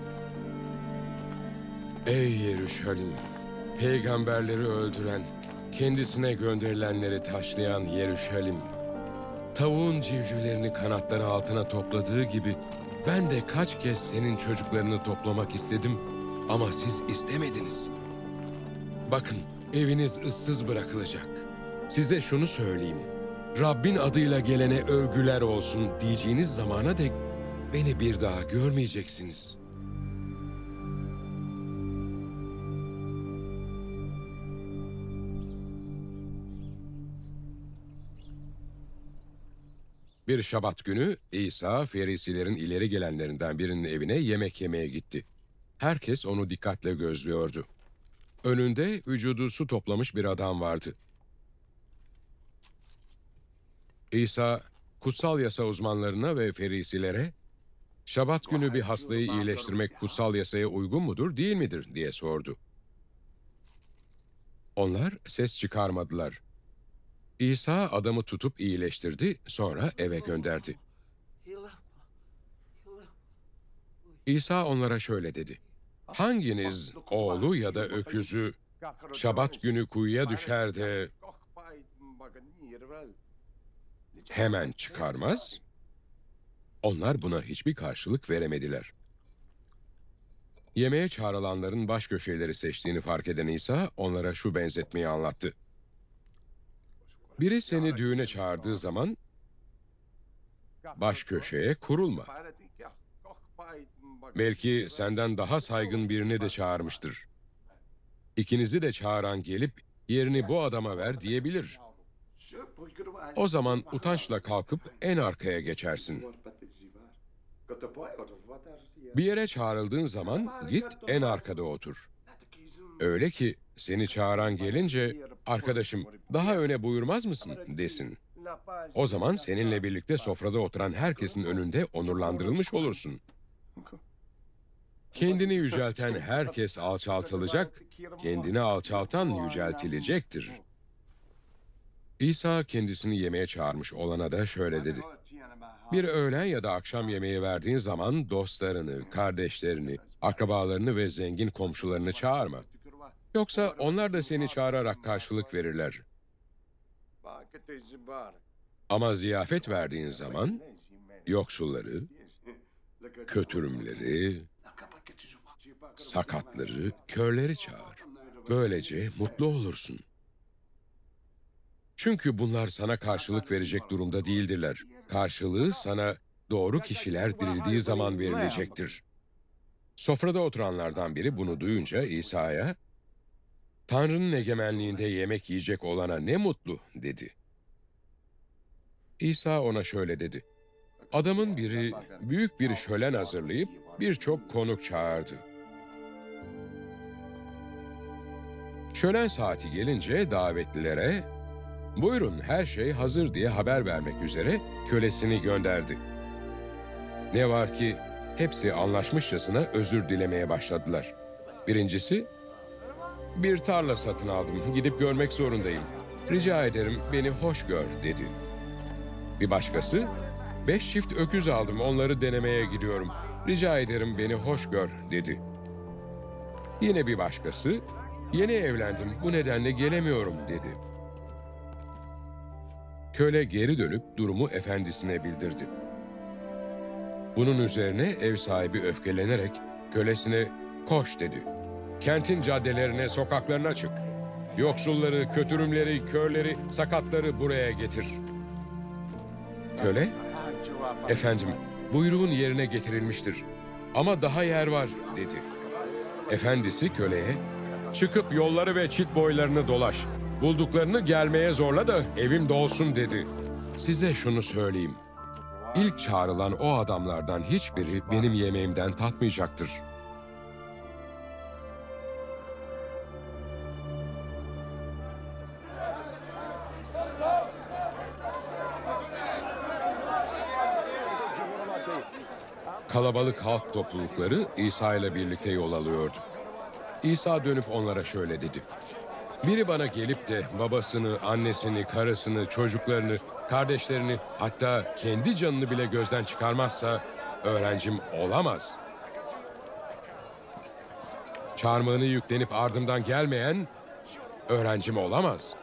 Ey Yeruşalim! Peygamberleri öldüren, kendisine gönderilenleri taşlayan Yeruşalim! Tavuğun civcivlerini kanatları altına topladığı gibi ben de kaç kez senin çocuklarını toplamak istedim ama siz istemediniz. Bakın, eviniz ıssız bırakılacak. Size şunu söyleyeyim: Rabbin adıyla gelene övgüler olsun diyeceğiniz zamana dek beni bir daha görmeyeceksiniz. Bir Şabat günü İsa, Ferisilerin ileri gelenlerinden birinin evine yemek yemeye gitti. Herkes onu dikkatle gözlüyordu. Önünde vücudu su toplamış bir adam vardı. İsa, kutsal yasa uzmanlarına ve ferisilere, Şabat günü bir hastayı iyileştirmek kutsal yasaya uygun mudur, değil midir diye sordu. Onlar ses çıkarmadılar. İsa adamı tutup iyileştirdi, sonra eve gönderdi. İsa onlara şöyle dedi: Hanginiz oğlu ya da öküzü Şabat günü kuyuya düşer de hemen çıkarmaz? Onlar buna hiçbir karşılık veremediler. Yemeğe çağrılanların baş köşeleri seçtiğini fark eden İsa onlara şu benzetmeyi anlattı. Biri seni düğüne çağırdığı zaman baş köşeye kurulma. Belki senden daha saygın birini de çağırmıştır. İkinizi de çağıran gelip yerini bu adama ver diyebilir. O zaman utançla kalkıp en arkaya geçersin. Bir yere çağrıldığın zaman git en arkada otur. Öyle ki seni çağıran gelince arkadaşım daha öne buyurmaz mısın desin. O zaman seninle birlikte sofrada oturan herkesin önünde onurlandırılmış olursun. Kendini yücelten herkes alçaltılacak, kendini alçaltan yüceltilecektir. İsa kendisini yemeğe çağırmış olana da şöyle dedi: Bir öğlen ya da akşam yemeği verdiğin zaman dostlarını, kardeşlerini, akrabalarını ve zengin komşularını çağırma. Yoksa onlar da seni çağırarak karşılık verirler. Ama ziyafet verdiğin zaman yoksulları, kötürümleri, sakatları, körleri çağır. Böylece mutlu olursun. Çünkü bunlar sana karşılık verecek durumda değildirler. Karşılığı sana doğru kişiler dirildiği zaman verilecektir. Sofrada oturanlardan biri bunu duyunca İsa'ya, Tanrı'nın egemenliğinde yemek yiyecek olana ne mutlu dedi. İsa ona şöyle dedi: Adamın biri büyük bir şölen hazırlayıp birçok konuk çağırdı. Şölen saati gelince davetlilere, buyurun her şey hazır diye haber vermek üzere kölesini gönderdi. Ne var ki hepsi anlaşmışçasına özür dilemeye başladılar. Birincisi, bir tarla satın aldım, gidip görmek zorundayım. Rica ederim beni hoş gör dedi. Bir başkası, beş çift öküz aldım, onları denemeye gidiyorum. Rica ederim beni hoş gör dedi. Yine bir başkası, yeni evlendim, bu nedenle gelemiyorum dedi. Köle geri dönüp durumu efendisine bildirdi. Bunun üzerine ev sahibi öfkelenerek kölesine koş dedi. Kentin caddelerine, sokaklarına çık. Yoksulları, kötürümleri, körleri, sakatları buraya getir. Köle, efendim buyruğun yerine getirilmiştir ama daha yer var dedi. Efendisi köleye, çıkıp yolları ve çit boylarını dolaş. Bulduklarını gelmeye zorla da evim dolsun dedi. Size şunu söyleyeyim. İlk çağrılan o adamlardan hiçbiri benim yemeğimden tatmayacaktır. Kalabalık halk toplulukları İsa ile birlikte yol alıyordu. İsa dönüp onlara şöyle dedi: Biri bana gelip de babasını, annesini, karısını, çocuklarını, kardeşlerini, hatta kendi canını bile gözden çıkarmazsa öğrencim olamaz. Çarmıhını yüklenip ardımdan gelmeyen öğrencim olamaz.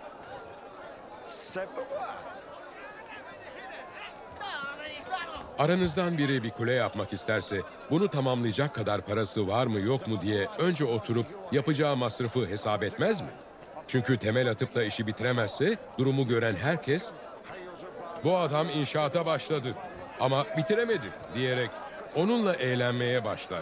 Aranızdan biri bir kule yapmak isterse bunu tamamlayacak kadar parası var mı yok mu diye önce oturup yapacağı masrafı hesap etmez mi? Çünkü temel atıp da işi bitiremezse durumu gören herkes bu adam inşaata başladı ama bitiremedi diyerek onunla eğlenmeye başlar.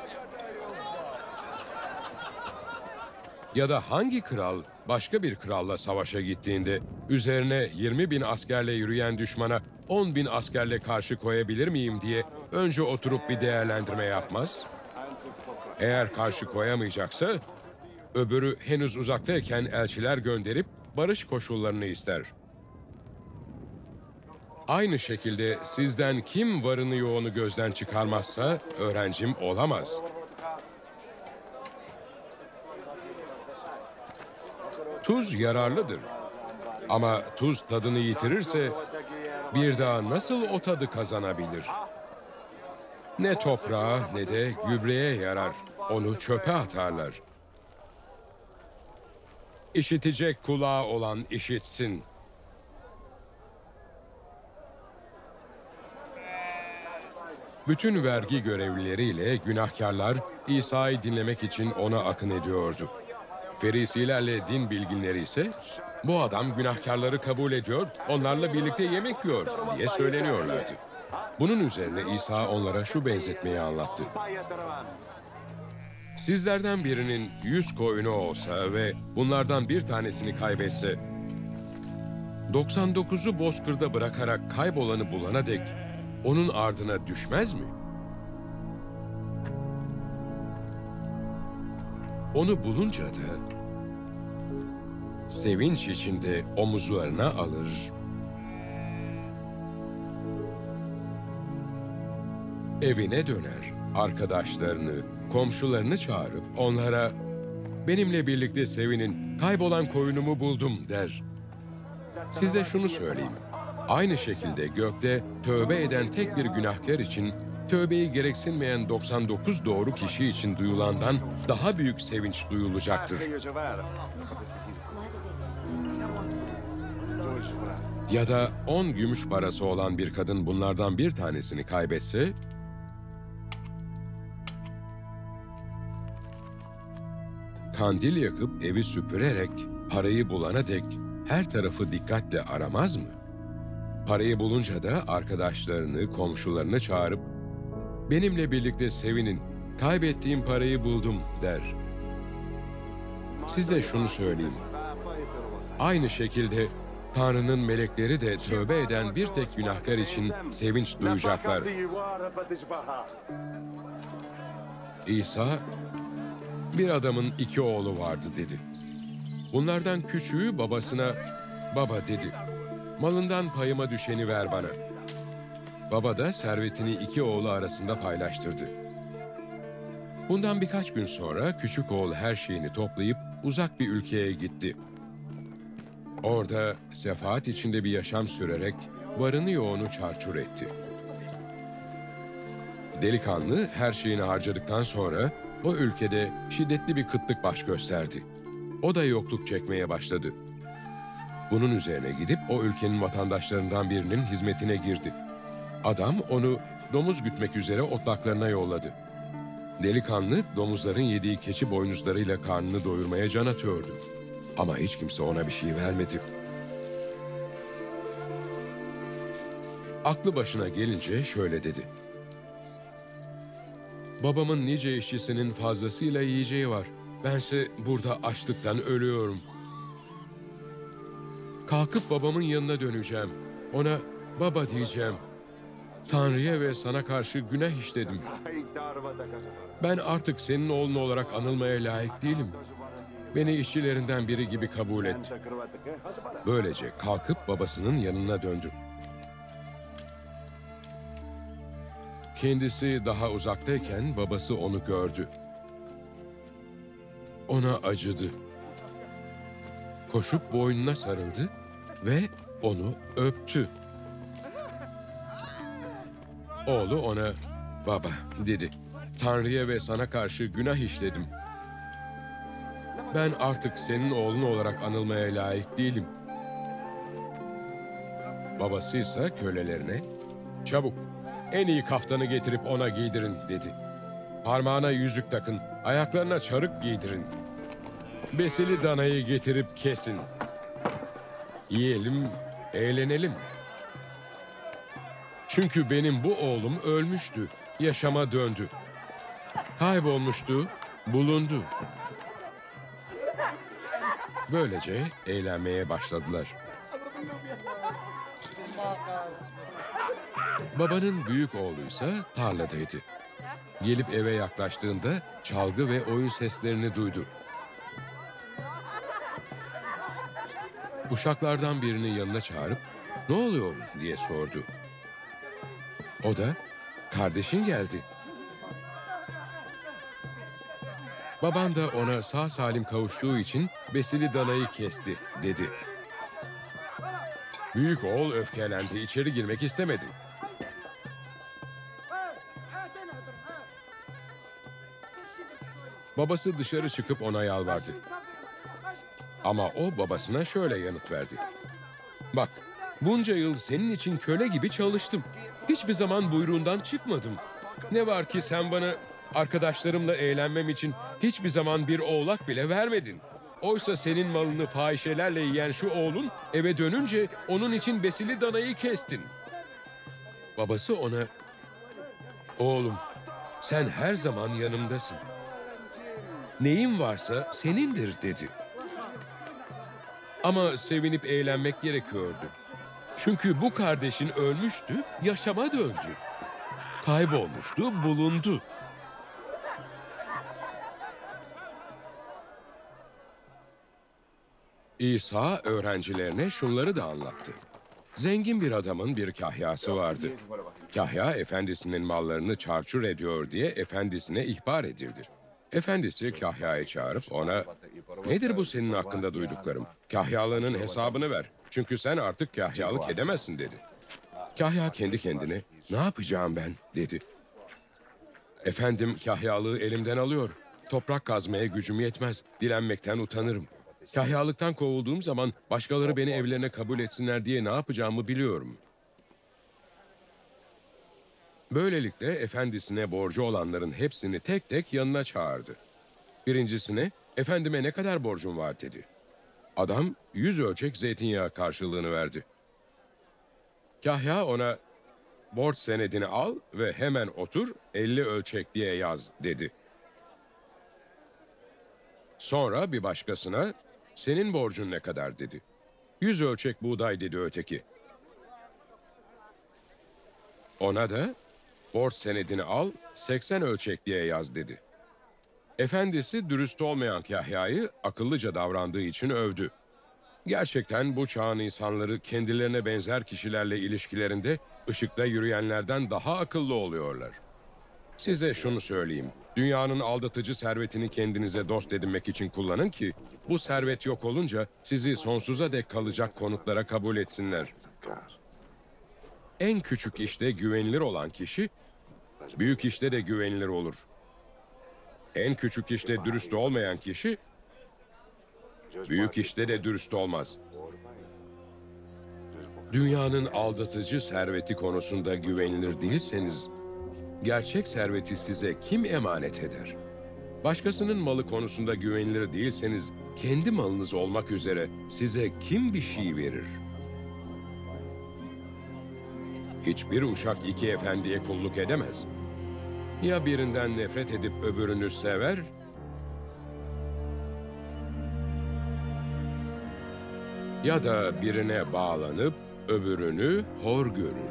Ya da hangi kral başka bir kralla savaşa gittiğinde üzerine yirmi bin askerle yürüyen düşmana on bin askerle karşı koyabilir miyim diye önce oturup bir değerlendirme yapmaz? Eğer karşı koyamayacaksa öbürü henüz uzaktayken elçiler gönderip barış koşullarını ister. Aynı şekilde sizden kim varını yoğunu gözden çıkarmazsa öğrencim olamaz. Tuz yararlıdır. Ama tuz tadını yitirirse bir daha nasıl o tadı kazanabilir? Ne toprağa ne de gübreye yarar. Onu çöpe atarlar. İşitecek kulağı olan işitsin. Bütün vergi görevlileriyle günahkarlar İsa'yı dinlemek için ona akın ediyordu. Ferisilerle din bilginleri ise bu adam günahkarları kabul ediyor, onlarla birlikte yemek yiyor diye söyleniyorlardı. Bunun üzerine İsa onlara şu benzetmeyi anlattı. Sizlerden birinin yüz koyunu olsa ve bunlardan bir tanesini kaybetse, doksan dokuzu bozkırda bırakarak kaybolanı bulana dek onun ardına düşmez mi? Onu bulunca da sevinç içinde omuzlarına alır. Evine döner, arkadaşlarını, komşularını çağırıp onlara "Benimle birlikte sevinin, kaybolan koyunumu buldum." der. Size şunu söyleyeyim. Aynı şekilde gökte tövbe eden tek bir günahkar için tövbeyi gereksinmeyen doksan dokuz doğru kişi için duyulandan daha büyük sevinç duyulacaktır. Ya da on gümüş parası olan bir kadın bunlardan bir tanesini kaybetse, kandil yakıp evi süpürerek parayı bulana dek her tarafı dikkatle aramaz mı? Parayı bulunca da arkadaşlarını, komşularını çağırıp "Benimle birlikte sevinin, kaybettiğim parayı buldum." der. Size şunu söyleyeyim. Aynı şekilde Tanrı'nın melekleri de tövbe eden bir tek günahkar için sevinç duyacaklar. İsa, bir adamın iki oğlu vardı dedi. Bunlardan küçüğü babasına, "Baba," dedi, "malından payıma düşeni ver bana." Baba da servetini iki oğlu arasında paylaştırdı. Bundan birkaç gün sonra küçük oğul her şeyini toplayıp uzak bir ülkeye gitti. Orada sefaat içinde bir yaşam sürerek varını yoğunu çarçur etti. Delikanlı her şeyini harcadıktan sonra o ülkede şiddetli bir kıtlık baş gösterdi. O da yokluk çekmeye başladı. Bunun üzerine gidip o ülkenin vatandaşlarından birinin hizmetine girdi. Adam onu domuz gütmek üzere otlaklarına yolladı. Delikanlı domuzların yediği keçi boynuzlarıyla karnını doyurmaya can atıyordu. Ama hiç kimse ona bir şey vermedi. Aklı başına gelince şöyle dedi: "Babamın nice işçisinin fazlasıyla yiyeceği var. Bense burada açlıktan ölüyorum. Kalkıp babamın yanına döneceğim. Ona baba diyeceğim. Tanrı'ya ve sana karşı günah işledim. Ben artık senin oğlun olarak anılmaya layık değilim. Beni işçilerinden biri gibi kabul et." Böylece kalkıp babasının yanına döndü. Kendisi daha uzaktayken babası onu gördü. Ona acıdı. Koşup boynuna sarıldı ve onu öptü. Oğlu ona "Baba," dedi, "Tanrı'ya ve sana karşı günah işledim. Ben artık senin oğlun olarak anılmaya layık değilim." Babası ise kölelerine "Çabuk, en iyi kaftanı getirip ona giydirin," dedi. "Parmağına yüzük takın, ayaklarına çarık giydirin. Besili danayı getirip kesin. Yiyelim, eğlenelim. Çünkü benim bu oğlum ölmüştü, yaşama döndü. Kaybolmuştu, bulundu." Böylece eğlenmeye başladılar. Babanın büyük oğluysa tarladaydı. Gelip eve yaklaştığında çalgı ve oyun seslerini duydu. Uşaklardan birini yanına çağırıp "Ne oluyor?" diye sordu. O da, "Kardeşin geldi." Baban da ona sağ salim kavuştuğu için besili danayı kesti, dedi. Büyük oğul öfkelendi, içeri girmek istemedi. Babası dışarı çıkıp ona yalvardı. Ama o babasına şöyle yanıt verdi. "Bak, bunca yıl senin için köle gibi çalıştım. Hiçbir zaman buyruğundan çıkmadım. Ne var ki sen bana arkadaşlarımla eğlenmem için hiçbir zaman bir oğlak bile vermedin. Oysa senin malını fahişelerle yiyen şu oğlun eve dönünce onun için besili danayı kestin." Babası ona, "Oğlum, sen her zaman yanımdasın. Neyin varsa senindir," dedi. Ama sevinip eğlenmek gerekiyordu. Çünkü bu kardeşin ölmüştü, yaşama döndü. Kaybolmuştu, bulundu. İsa öğrencilerine şunları da anlattı. Zengin bir adamın bir kahyası vardı. Kahya efendisinin mallarını çarçur ediyor diye efendisine ihbar edildi. Efendisi kahyayı çağırıp ona, "Nedir bu senin hakkında duyduklarım? Kahyalığının hesabını ver. Çünkü sen artık kahyalık edemezsin," dedi. Kahya kendi kendine, "Ne yapacağım ben?" dedi. "Efendim kahyalığı elimden alıyor. Toprak kazmaya gücüm yetmez. Dilenmekten utanırım. Kahyalıktan kovulduğum zaman başkaları beni evlerine kabul etsinler diye ne yapacağımı biliyorum." Böylelikle efendisine borcu olanların hepsini tek tek yanına çağırdı. Birincisine, "Efendime ne kadar borcum var?" dedi. Adam yüz ölçek zeytinyağı karşılığını verdi. Kahya ona, "Borç senedini al ve hemen otur, elli ölçek diye yaz," dedi. Sonra bir başkasına, "Senin borcun ne kadar?" dedi. "Yüz ölçek buğday," dedi öteki. Ona da, "Borç senedini al, seksen ölçek diye yaz," dedi. Efendisi dürüst olmayan Kahya'yı akıllıca davrandığı için övdü. Gerçekten bu çağın insanları kendilerine benzer kişilerle ilişkilerinde ışıkta yürüyenlerden daha akıllı oluyorlar. Size şunu söyleyeyim, dünyanın aldatıcı servetini kendinize dost edinmek için kullanın ki, bu servet yok olunca sizi sonsuza dek kalacak konutlara kabul etsinler. En küçük işte güvenilir olan kişi, büyük işte de güvenilir olur. En küçük işte dürüst olmayan kişi, büyük işte de dürüst olmaz. Dünyanın aldatıcı serveti konusunda güvenilir değilseniz, gerçek serveti size kim emanet eder? Başkasının malı konusunda güvenilir değilseniz, kendi malınız olmak üzere size kim bir şey verir? Hiçbir uşak iki efendiye kulluk edemez. Ya birinden nefret edip öbürünü sever, ya da birine bağlanıp öbürünü hor görür.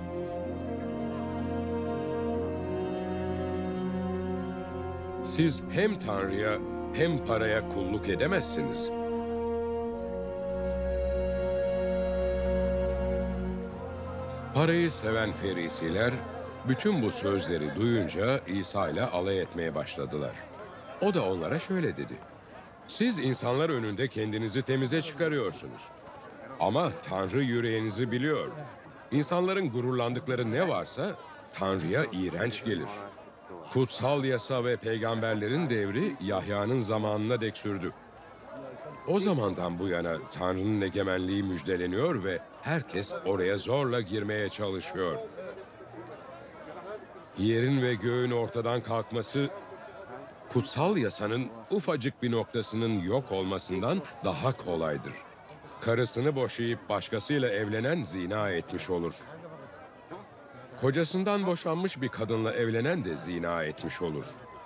Siz hem Tanrı'ya hem paraya kulluk edemezsiniz. Parayı seven ferisiler, bütün bu sözleri duyunca İsa ile alay etmeye başladılar. O da onlara şöyle dedi: "Siz insanlar önünde kendinizi temize çıkarıyorsunuz. Ama Tanrı yüreğinizi biliyor. İnsanların gururlandıkları ne varsa Tanrı'ya iğrenç gelir. Kutsal yasa ve peygamberlerin devri Yahya'nın zamanına dek sürdü. O zamandan bu yana Tanrı'nın egemenliği müjdeleniyor ve herkes oraya zorla girmeye çalışıyor. Yerin ve göğün ortadan kalkması, kutsal yasanın ufacık bir noktasının yok olmasından daha kolaydır. Karısını boşayıp başkasıyla evlenen zina etmiş olur. Kocasından boşanmış bir kadınla evlenen de zina etmiş olur."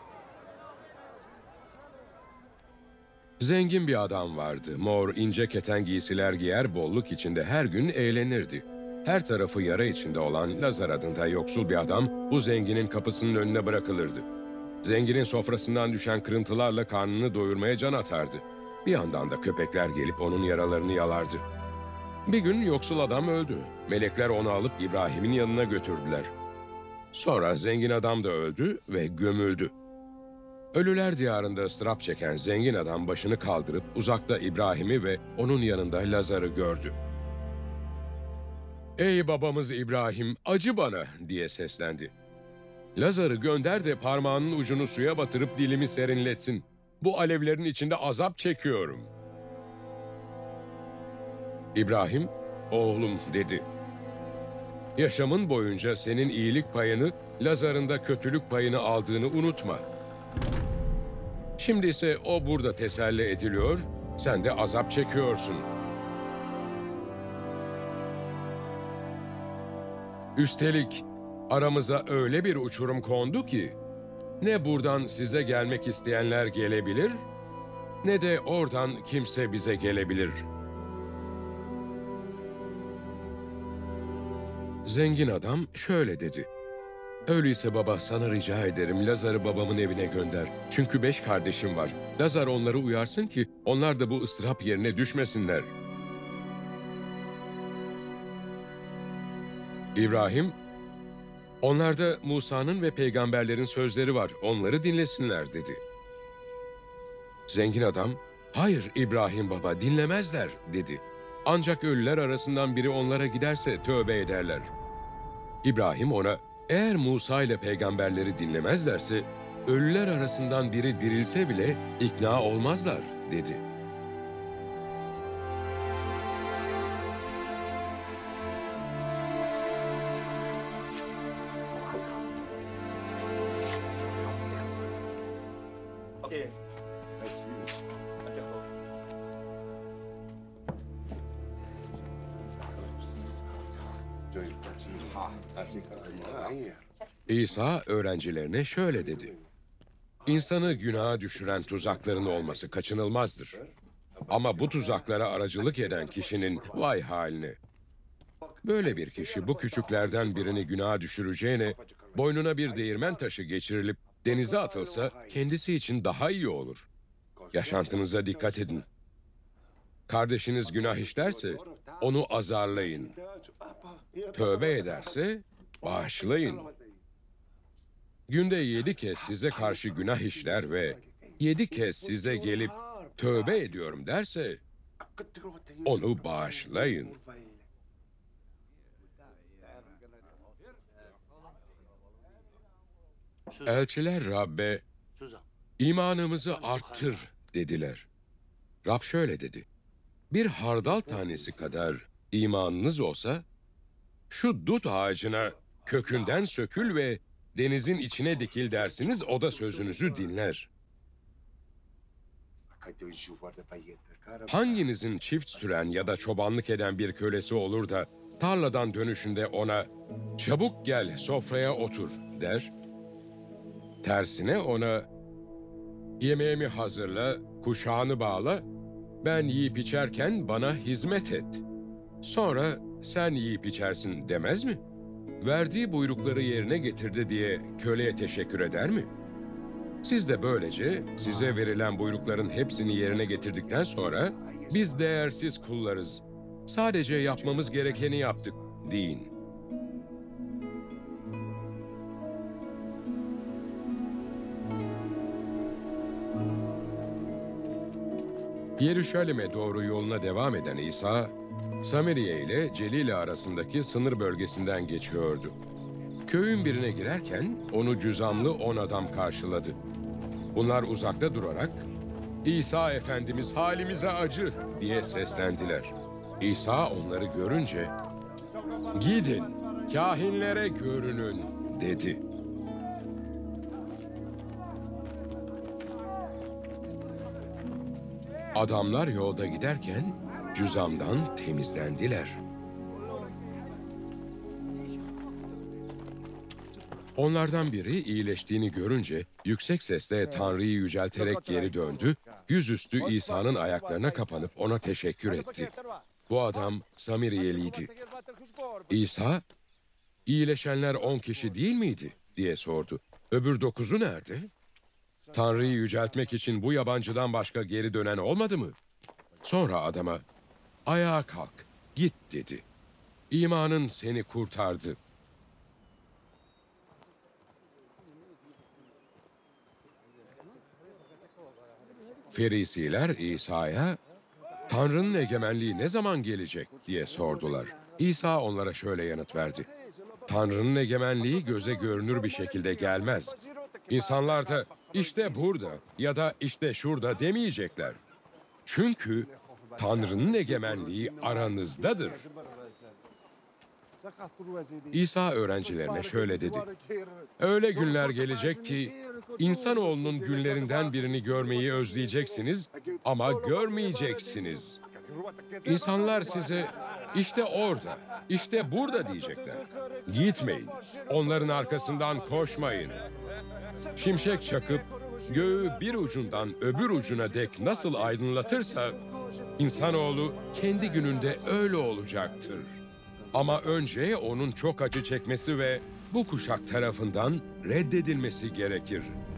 Zengin bir adam vardı. Mor, ince keten giysiler giyer, bolluk içinde her gün eğlenirdi. Her tarafı yara içinde olan Lazar adında yoksul bir adam bu zenginin kapısının önüne bırakılırdı. Zenginin sofrasından düşen kırıntılarla karnını doyurmaya can atardı. Bir yandan da köpekler gelip onun yaralarını yalardı. Bir gün yoksul adam öldü. Melekler onu alıp İbrahim'in yanına götürdüler. Sonra zengin adam da öldü ve gömüldü. Ölüler diyarında ıstırap çeken zengin adam başını kaldırıp uzakta İbrahim'i ve onun yanında Lazar'ı gördü. "Ey babamız İbrahim, acı bana!" diye seslendi. "Lazar'ı gönder de parmağının ucunu suya batırıp dilimi serinletsin. Bu alevlerin içinde azap çekiyorum." İbrahim, "Oğlum," dedi. "Yaşamın boyunca senin iyilik payını, Lazar'ın da kötülük payını aldığını unutma. Şimdi ise o burada teselli ediliyor, sen de azap çekiyorsun. Üstelik aramıza öyle bir uçurum kondu ki, ne buradan size gelmek isteyenler gelebilir, ne de oradan kimse bize gelebilir." Zengin adam şöyle dedi. "Öyleyse baba, sana rica ederim, Lazar'ı babamın evine gönder. Çünkü beş kardeşim var. Lazar onları uyarsın ki onlar da bu ıstırap yerine düşmesinler." İbrahim, "Onlarda Musa'nın ve peygamberlerin sözleri var, onları dinlesinler," dedi. Zengin adam, "Hayır İbrahim baba, dinlemezler," dedi. "Ancak ölüler arasından biri onlara giderse tövbe ederler." İbrahim ona, "Eğer Musa ile peygamberleri dinlemezlerse, ölüler arasından biri dirilse bile ikna olmazlar," dedi. İsa öğrencilerine şöyle dedi. "İnsanı günaha düşüren tuzakların olması kaçınılmazdır. Ama bu tuzaklara aracılık eden kişinin vay haline. Böyle bir kişi bu küçüklerden birini günaha düşüreceğine boynuna bir değirmen taşı geçirilip denize atılsa kendisi için daha iyi olur. Yaşantınıza dikkat edin. Kardeşiniz günah işlerse onu azarlayın. Tövbe ederse bağışlayın. Günde yedi kez size karşı günah işler ve yedi kez size gelip tövbe ediyorum derse onu bağışlayın." Elçiler Rab'be, "İmanımızı arttır," dediler. Rab şöyle dedi. "Bir hardal tanesi kadar imanınız olsa, şu dut ağacına kökünden sökül ve denizin içine dikil dersiniz, o da sözünüzü dinler. Hanginizin çift süren ya da çobanlık eden bir kölesi olur da tarladan dönüşünde ona çabuk gel sofraya otur der. Tersine ona yemeğimi hazırla, kuşağını bağla, ben yiyip içerken bana hizmet et. Sonra sen yiyip içersin demez mi? Verdiği buyrukları yerine getirdi diye köleye teşekkür eder mi? Siz de böylece size verilen buyrukların hepsini yerine getirdikten sonra biz değersiz kullarız. Sadece yapmamız gerekeni yaptık deyin. Yeruşalim'e doğru yoluna devam eden İsa, Samiriye ile Celile arasındaki sınır bölgesinden geçiyordu. Köyün birine girerken onu cüzamlı on adam karşıladı. Bunlar uzakta durarak, "İsa Efendimiz halimize acı," diye seslendiler. İsa onları görünce, "Gidin, kâhinlere görünün," dedi. Adamlar yolda giderken cüzamdan temizlendiler. Onlardan biri iyileştiğini görünce yüksek sesle Tanrı'yı yücelterek geri döndü, yüzüstü İsa'nın ayaklarına kapanıp ona teşekkür etti. Bu adam Samiriyeliydi. İsa, "İyileşenler on kişi değil miydi?" diye sordu. "Öbür dokuzu nerede? Tanrı'yı yüceltmek için bu yabancıdan başka geri dönen olmadı mı?" Sonra adama, "Ayağa kalk, Git dedi. İmanın seni kurtardı. Ferisiler İsa'ya, Tanrı'nın egemenliği ne zaman gelecek diye sordular. İsa onlara şöyle yanıt verdi. Tanrı'nın egemenliği göze görünür bir şekilde gelmez. İnsanlar da işte burada ya da işte şurada demeyecekler. Çünkü Tanrı'nın egemenliği aranızdadır. İsa öğrencilerine şöyle dedi. Öyle günler gelecek ki insanoğlunun günlerinden birini görmeyi özleyeceksiniz ama görmeyeceksiniz. İnsanlar size işte orada, işte burada diyecekler. Gitmeyin, onların arkasından koşmayın. Şimşek çakıp göğü bir ucundan öbür ucuna dek nasıl aydınlatırsa, insanoğlu kendi gününde öyle olacaktır. Ama önce onun çok acı çekmesi ve bu kuşak tarafından reddedilmesi gerekir.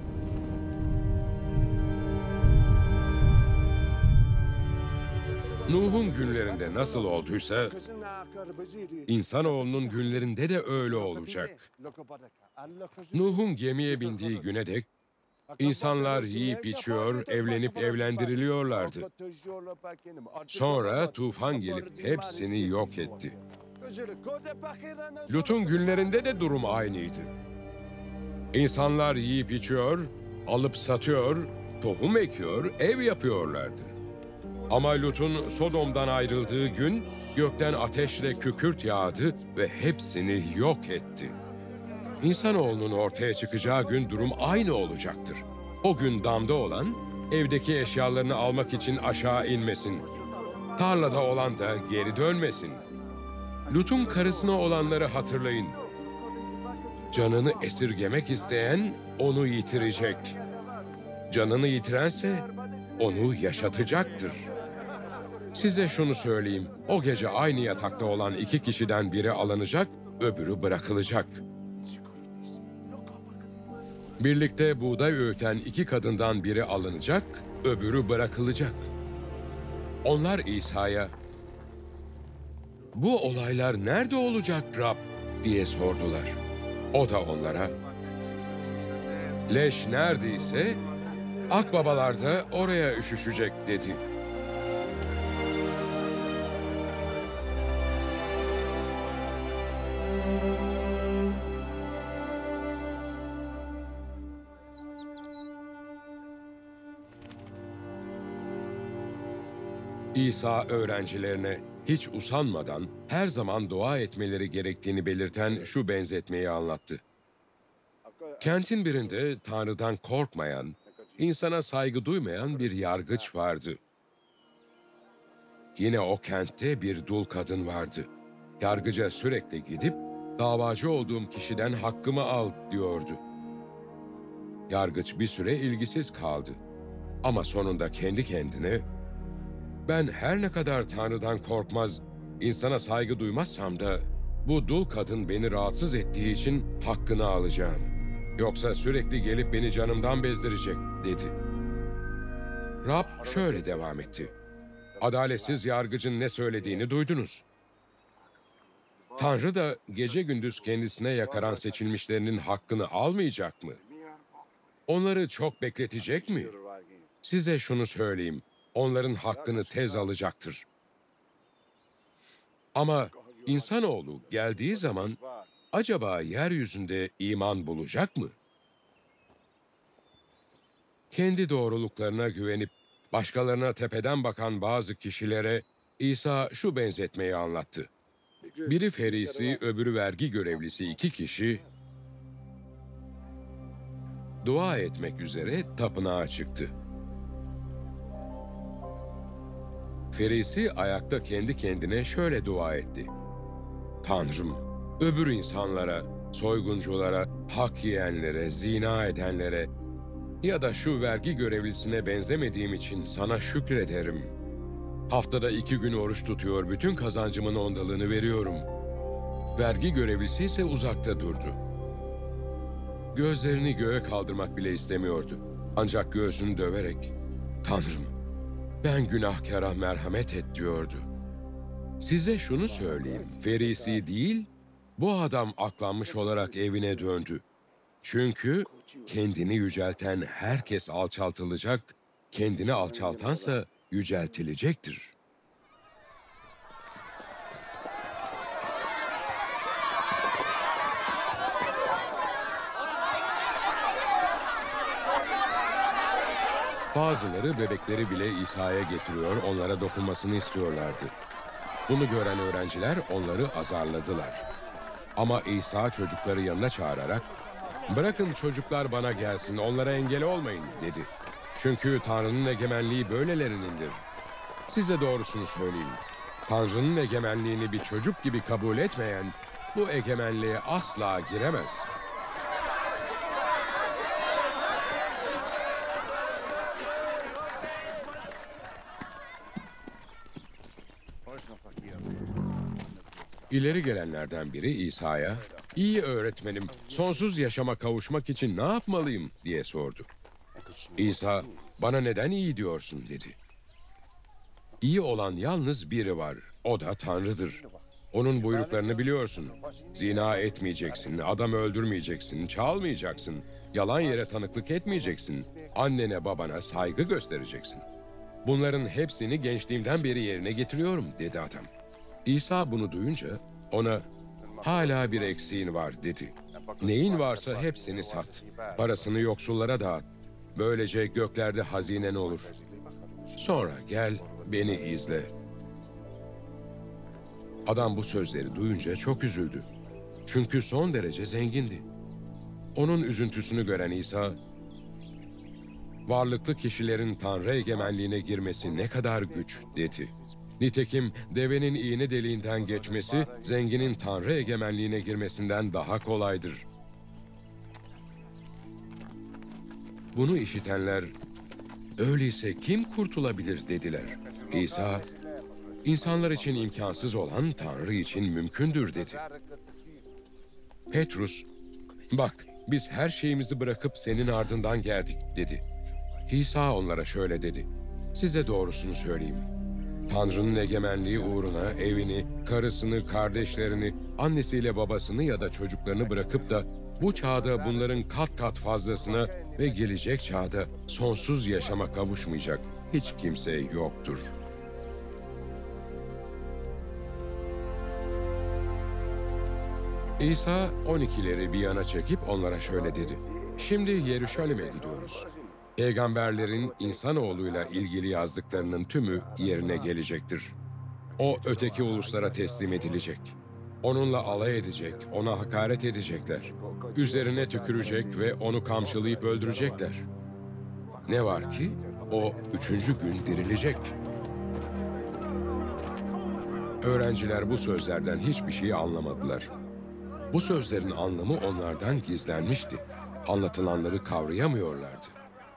Nuh'un günlerinde nasıl olduysa, insanoğlunun günlerinde de öyle olacak. Nuh'un gemiye bindiği güne dek, insanlar yiyip içiyor, evlenip evlendiriliyorlardı. Sonra tufan gelip hepsini yok etti. Lut'un günlerinde de durum aynıydı. İnsanlar yiyip içiyor, alıp satıyor, tohum ekiyor, ev yapıyorlardı. Ama Lut'un Sodom'dan ayrıldığı gün gökten ateşle kükürt yağdı ve hepsini yok etti. İnsanoğlunun ortaya çıkacağı gün durum aynı olacaktır. O gün damda olan, evdeki eşyalarını almak için aşağı inmesin. Tarlada olan da geri dönmesin. Lut'un karısına olanları hatırlayın. Canını esirgemek isteyen onu yitirecek. Canını yitirense onu yaşatacaktır. Size şunu söyleyeyim, o gece aynı yatakta olan iki kişiden biri alınacak, öbürü bırakılacak. Birlikte buğday öğüten iki kadından biri alınacak, öbürü bırakılacak. Onlar İsa'ya, "Bu olaylar nerede olacak Rab?" diye sordular. O da onlara, "Leş neredeyse akbabalar da oraya üşüşecek" dedi. İsa öğrencilerine hiç usanmadan her zaman dua etmeleri gerektiğini belirten şu benzetmeyi anlattı. Kentin birinde Tanrı'dan korkmayan, insana saygı duymayan bir yargıç vardı. Yine o kentte bir dul kadın vardı. Yargıca sürekli gidip, "Davacı olduğum kişiden hakkımı al" diyordu. Yargıç bir süre ilgisiz kaldı. Ama sonunda kendi kendine, "Ben her ne kadar Tanrı'dan korkmaz, insana saygı duymazsam da bu dul kadın beni rahatsız ettiği için hakkını alacağım. Yoksa sürekli gelip beni canımdan bezdirecek" dedi. Rab şöyle devam etti. "Adaletsiz yargıcın ne söylediğini duydunuz. Tanrı da gece gündüz kendisine yakaran seçilmişlerinin hakkını almayacak mı? Onları çok bekletecek mi? Size şunu söyleyeyim. Onların hakkını tez alacaktır. Ama insanoğlu geldiği zaman acaba yeryüzünde iman bulacak mı?" Kendi doğruluklarına güvenip başkalarına tepeden bakan bazı kişilere İsa şu benzetmeyi anlattı. Biri Ferisi, öbürü vergi görevlisi iki kişi dua etmek üzere tapınağa çıktı. Ferisi ayakta kendi kendine şöyle dua etti. "Tanrım, öbür insanlara, soygunculara, hak yiyenlere, zina edenlere ya da şu vergi görevlisine benzemediğim için sana şükrederim. Haftada iki gün oruç tutuyor, bütün kazancımın ondalığını veriyorum." Vergi görevlisi ise uzakta durdu. Gözlerini göğe kaldırmak bile istemiyordu. Ancak göğsünü döverek, "Tanrım, ben günahkara merhamet et" diyordu. Size şunu söyleyeyim, Ferisi değil, bu adam aklanmış olarak evine döndü. Çünkü kendini yücelten herkes alçaltılacak, kendini alçaltansa yüceltilecektir. Bazıları bebekleri bile İsa'ya getiriyor, onlara dokunmasını istiyorlardı. Bunu gören öğrenciler onları azarladılar. Ama İsa çocukları yanına çağırarak, "Bırakın çocuklar bana gelsin, onlara engel olmayın," dedi. "Çünkü Tanrı'nın egemenliği böylelerinindir. Size doğrusunu söyleyeyim. Tanrı'nın egemenliğini bir çocuk gibi kabul etmeyen, bu egemenliğe asla giremez." İleri gelenlerden biri İsa'ya, "İyi öğretmenim, sonsuz yaşama kavuşmak için ne yapmalıyım?" diye sordu. İsa, "Bana neden iyi diyorsun?" dedi. İyi olan yalnız biri var, o da Tanrı'dır. Onun buyruklarını biliyorsun. Zina etmeyeceksin, adam öldürmeyeceksin, çalmayacaksın, yalan yere tanıklık etmeyeceksin, annene babana saygı göstereceksin. Bunların hepsini gençliğimden beri yerine getiriyorum, dedi adam. İsa bunu duyunca ona, "Hala bir eksiğin var," dedi. "Neyin varsa hepsini sat, parasını yoksullara dağıt. Böylece göklerde hazinen olur. Sonra gel, beni izle." Adam bu sözleri duyunca çok üzüldü. Çünkü son derece zengindi. Onun üzüntüsünü gören İsa, "Varlıklı kişilerin Tanrı egemenliğine girmesi ne kadar güç," dedi. "Nitekim devenin iğne deliğinden geçmesi, zenginin Tanrı egemenliğine girmesinden daha kolaydır." Bunu işitenler, "Öyleyse kim kurtulabilir?" dediler. İsa, "İnsanlar için imkansız olan Tanrı için mümkündür," dedi. Petrus, "Bak, biz her şeyimizi bırakıp senin ardından geldik," dedi. İsa onlara şöyle dedi, "Size doğrusunu söyleyeyim. Tanrı'nın egemenliği uğruna evini, karısını, kardeşlerini, annesiyle babasını ya da çocuklarını bırakıp da bu çağda bunların kat kat fazlasına ve gelecek çağda sonsuz yaşama kavuşmayacak hiç kimse yoktur." İsa on ikileri bir yana çekip onlara şöyle dedi, "Şimdi Yeruşalim'e gidiyoruz. Peygamberlerin insanoğluyla ilgili yazdıklarının tümü yerine gelecektir. O öteki uluslara teslim edilecek. Onunla alay edecek, ona hakaret edecekler. Üzerine tükürecek ve onu kamçılayıp öldürecekler. Ne var ki o üçüncü gün dirilecek." Öğrenciler bu sözlerden hiçbir şey anlamadılar. Bu sözlerin anlamı onlardan gizlenmişti. Anlatılanları kavrayamıyorlardı.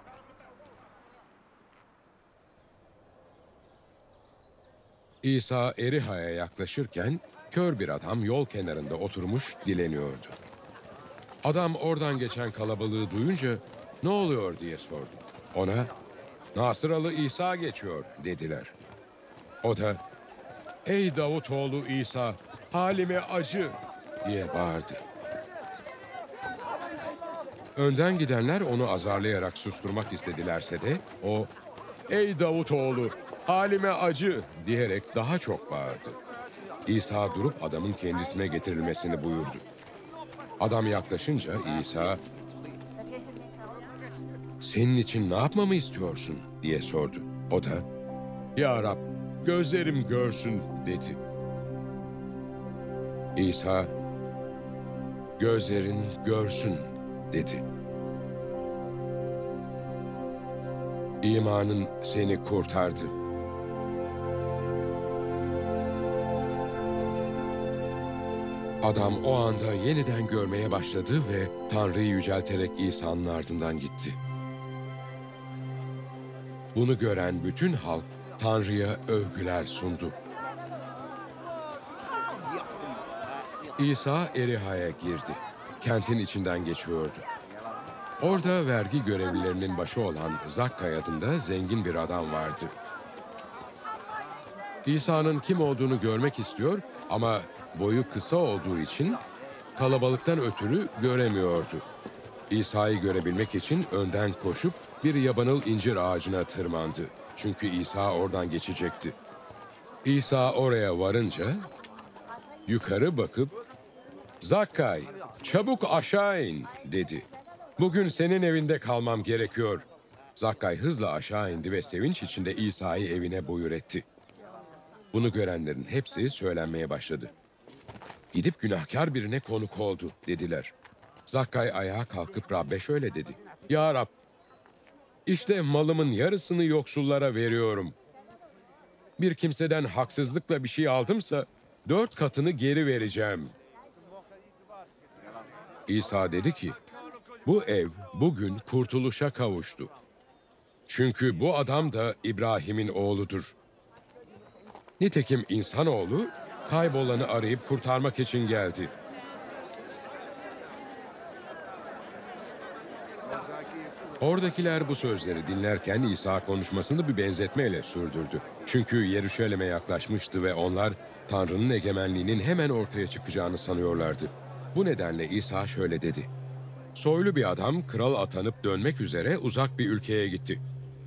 İsa Eriha'ya yaklaşırken kör bir adam yol kenarında oturmuş dileniyordu. Adam oradan geçen kalabalığı duyunca "Ne oluyor?" diye sordu. Ona "Nasıralı İsa geçiyor," dediler. O da "Ey Davutoğlu İsa, halime acı," diye bağırdı. Önden gidenler onu azarlayarak susturmak istedilerse de o "Ey Davutoğlu, halime acı," diyerek daha çok bağırdı. İsa durup adamın kendisine getirilmesini buyurdu. Adam yaklaşınca İsa, "Senin için ne yapmamı istiyorsun?" diye sordu. O da, "Ya Rab, gözlerim görsün," dedi. İsa, "Gözlerin görsün," dedi. İmanın seni kurtardı. Adam o anda yeniden görmeye başladı ve Tanrı'yı yücelterek İsa'nın ardından gitti. Bunu gören bütün halk Tanrı'ya övgüler sundu. İsa Eriha'ya girdi. Kentin içinden geçiyordu. Orada vergi görevlilerinin başı olan Zakkay adında zengin bir adam vardı. İsa'nın kim olduğunu görmek istiyor ama boyu kısa olduğu için kalabalıktan ötürü göremiyordu. İsa'yı görebilmek için önden koşup bir yabanıl incir ağacına tırmandı. Çünkü İsa oradan geçecekti. İsa oraya varınca yukarı bakıp "Zakkay, çabuk aşağı in," dedi. "Bugün senin evinde kalmam gerekiyor." Zakkay hızla aşağı indi ve sevinç içinde İsa'yı evine buyur etti. Bunu görenlerin hepsi söylenmeye başladı. "Gidip günahkar birine konuk oldu," dediler. Zakkay ayağa kalkıp Rab'be şöyle dedi: "Ya Rab, işte malımın yarısını yoksullara veriyorum. Bir kimseden haksızlıkla bir şey aldımsa dört katını geri vereceğim." İsa dedi ki, "Bu ev bugün kurtuluşa kavuştu. Çünkü bu adam da İbrahim'in oğludur. Nitekim insanoğlu kaybolanı arayıp kurtarmak için geldi." Oradakiler bu sözleri dinlerken İsa konuşmasını bir benzetmeyle sürdürdü. Çünkü Yeruşalim'e yaklaşmıştı ve onlar Tanrı'nın egemenliğinin hemen ortaya çıkacağını sanıyorlardı. Bu nedenle İsa şöyle dedi: "Soylu bir adam kral atanıp dönmek üzere uzak bir ülkeye gitti.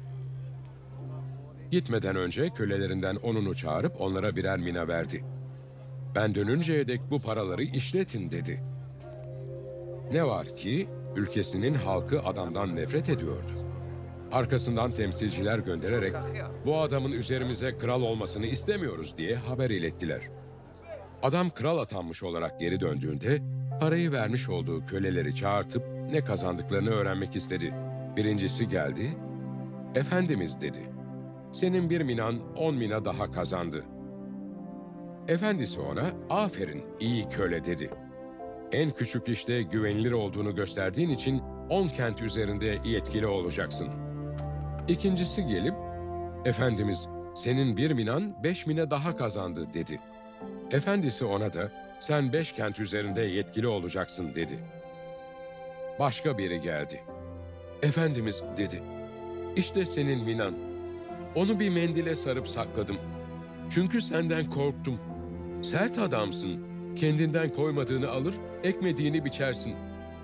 Gitmeden önce kölelerinden onunu çağırıp onlara birer mina verdi. 'Ben dönünceye dek bu paraları işletin,' dedi. Ne var ki ülkesinin halkı adamdan nefret ediyordu. Arkasından temsilciler göndererek bu adamın üzerimize kral olmasını istemiyoruz diye haber ilettiler. Adam kral atanmış olarak geri döndüğünde parayı vermiş olduğu köleleri çağırtıp ne kazandıklarını öğrenmek istedi. Birincisi geldi, "Efendimiz," dedi, "senin bir minan on mina daha kazandı." Efendisi ona, "Aferin iyi köle," dedi. "En küçük işte güvenilir olduğunu gösterdiğin için on kent üzerinde yetkili olacaksın." İkincisi gelip, "Efendimiz, senin bir minan beş mine daha kazandı," dedi. Efendisi ona da, "Sen beş kent üzerinde yetkili olacaksın," dedi. Başka biri geldi. "Efendimiz," dedi, "işte senin minan. Onu bir mendile sarıp sakladım. Çünkü senden korktum. Sert adamsın. Kendinden koymadığını alır, ekmediğini biçersin."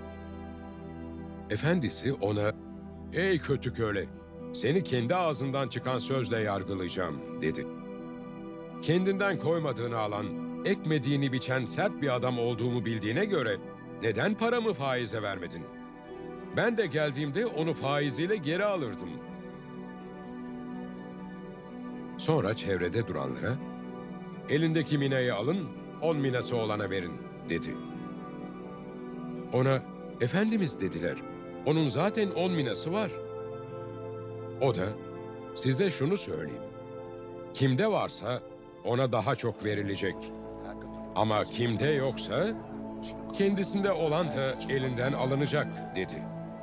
Efendisi ona, "Ey kötü köle, seni kendi ağzından çıkan sözle yargılayacağım," dedi. "Kendinden koymadığını alan, ekmediğini biçen sert bir adam olduğumu bildiğine göre neden paramı faize vermedin? Ben de geldiğimde onu faiziyle geri alırdım." Sonra çevrede duranlara, "Elindeki minayı alın, on minası olana verin," dedi. Ona, "Efendimiz," dediler, "onun zaten on minası var." O da, "Size şunu söyleyeyim. Kimde varsa ona daha çok verilecek. Ama kimde yoksa kendisinde olan da elinden alınacak," dedi.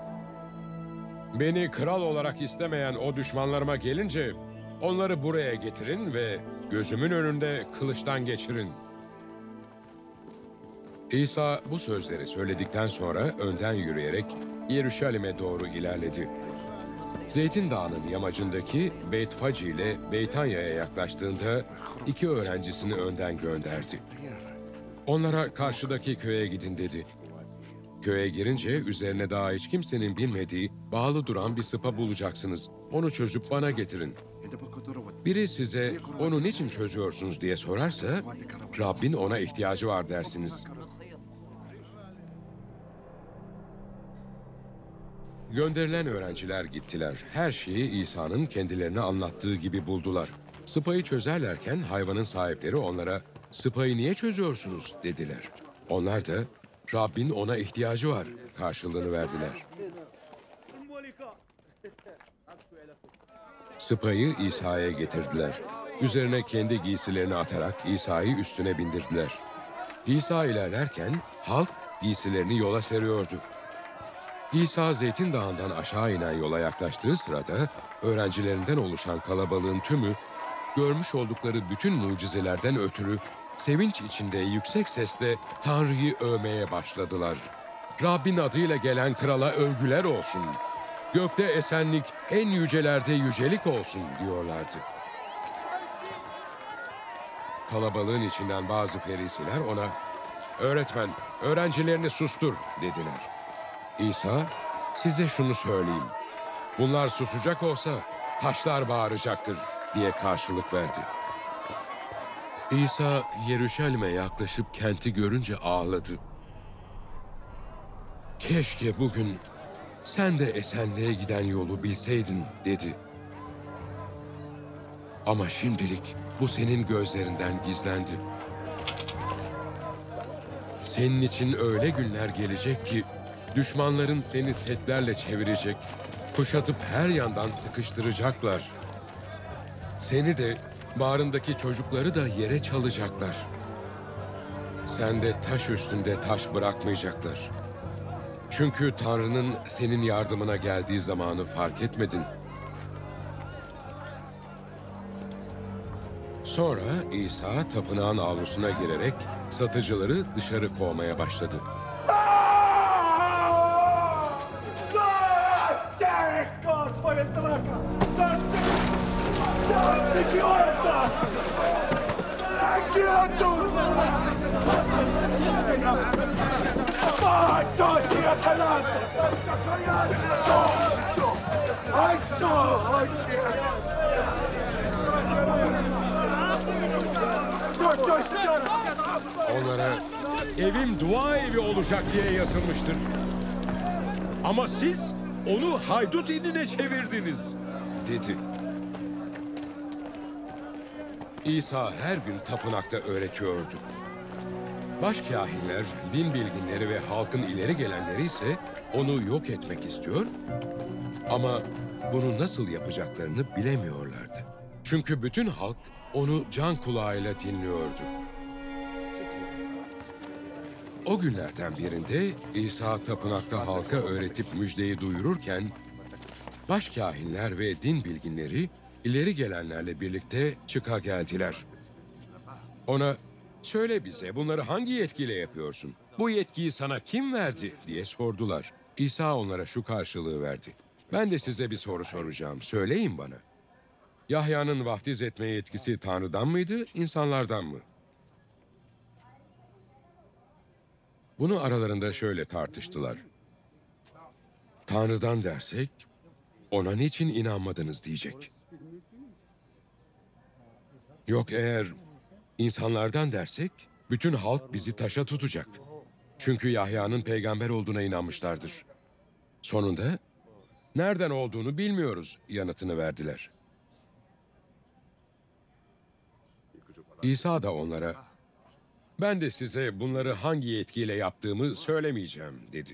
"Beni kral olarak istemeyen o düşmanlarıma gelince onları buraya getirin ve gözümün önünde kılıçtan geçirin." İsa bu sözleri söyledikten sonra önden yürüyerek Yeruşalim'e doğru ilerledi. Zeytin Dağı'nın yamacındaki Beytfaci ile Beytanya'ya yaklaştığında iki öğrencisini önden gönderdi. Onlara karşıdaki köye gidin dedi. Köye girince üzerine daha hiç kimsenin bilmediği bağlı duran bir sıpa bulacaksınız. Onu çözüp bana getirin. Biri size onu niçin çözüyorsunuz diye sorarsa Rabbin ona ihtiyacı var dersiniz. Gönderilen öğrenciler gittiler. Her şeyi İsa'nın kendilerine anlattığı gibi buldular. Sıpayı çözerlerken hayvanın sahipleri onlara, "Sıpayı niye çözüyorsunuz?" dediler. Onlar da, "Rabbin ona ihtiyacı var," karşılığını verdiler. Sıpayı İsa'ya getirdiler. Üzerine kendi giysilerini atarak İsa'yı üstüne bindirdiler. İsa ilerlerken halk giysilerini yola seriyordu. İsa Zeytin Dağı'ndan aşağı inen yola yaklaştığı sırada öğrencilerinden oluşan kalabalığın tümü görmüş oldukları bütün mucizelerden ötürü sevinç içinde yüksek sesle Tanrı'yı övmeye başladılar. "Rabbin adıyla gelen krala övgüler olsun. Gökte esenlik, en yücelerde yücelik olsun," diyorlardı. Kalabalığın içinden bazı ferisiler ona, "Öğretmen, öğrencilerini sustur," dediler. İsa, "Size şunu söyleyeyim. Bunlar susacak olsa taşlar bağıracaktır," diye karşılık verdi. İsa, Yeruşalim'e yaklaşıp kenti görünce ağladı. "Keşke bugün sen de esenliğe giden yolu bilseydin," dedi. "Ama şimdilik bu senin gözlerinden gizlendi. Senin için öyle günler gelecek ki düşmanların seni setlerle çevirecek, kuşatıp her yandan sıkıştıracaklar. Seni de bağrındaki çocukları da yere çalacaklar. Sen de taş üstünde taş bırakmayacaklar. Çünkü Tanrı'nın senin yardımına geldiği zamanı fark etmedin." Sonra İsa tapınağın avlusuna girerek satıcıları dışarı kovmaya başladı. Onlara, "Evim dua evi olacak diye yazılmıştır. Ama siz onu haydut inine çevirdiniz," dedi. İsa her gün tapınakta öğretiyordu. Başkâhinler, din bilginleri ve halkın ileri gelenleri ise onu yok etmek istiyor ama bunu nasıl yapacaklarını bilemiyorlardı. Çünkü bütün halk onu can kulağıyla dinliyordu. O günlerden birinde İsa tapınakta halka öğretip müjdeyi duyururken, başkâhinler ve din bilginleri ileri gelenlerle birlikte çıka geldiler. Ona, "Söyle bize, bunları hangi yetkiyle yapıyorsun? Bu yetkiyi sana kim verdi?" diye sordular. İsa onlara şu karşılığı verdi: "Ben de size bir soru soracağım. Söyleyin bana. Yahya'nın vaftiz etme yetkisi Tanrı'dan mıydı, insanlardan mı?" Bunu aralarında şöyle tartıştılar. "Tanrı'dan dersek, ona niçin inanmadınız?" diyecek. "Yok, eğer insanlardan dersek, bütün halk bizi taşa tutacak. Çünkü Yahya'nın peygamber olduğuna inanmışlardır." Sonunda, "Nereden olduğunu bilmiyoruz," yanıtını verdiler. İsa da onlara, "Ben de size bunları hangi yetkiyle yaptığımı söylemeyeceğim," dedi.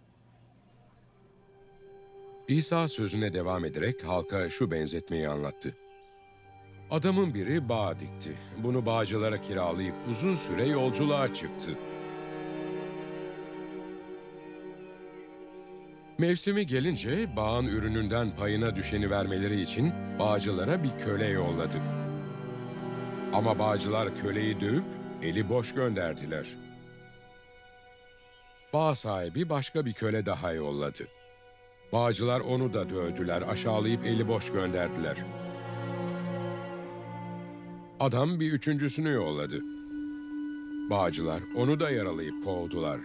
İsa sözüne devam ederek halka şu benzetmeyi anlattı. Adamın biri bağ dikti. Bunu bağcılara kiralayıp uzun süre yolculuğa çıktı. Mevsimi gelince bağın ürününden payına düşeni vermeleri için bağcılara bir köle yolladı. Ama bağcılar köleyi dövüp eli boş gönderdiler. Bağ sahibi başka bir köle daha yolladı. Bağcılar onu da dövdüler, aşağılayıp eli boş gönderdiler. Adam bir üçüncüsünü yolladı. Bağcılar onu da yaralayıp kovdular.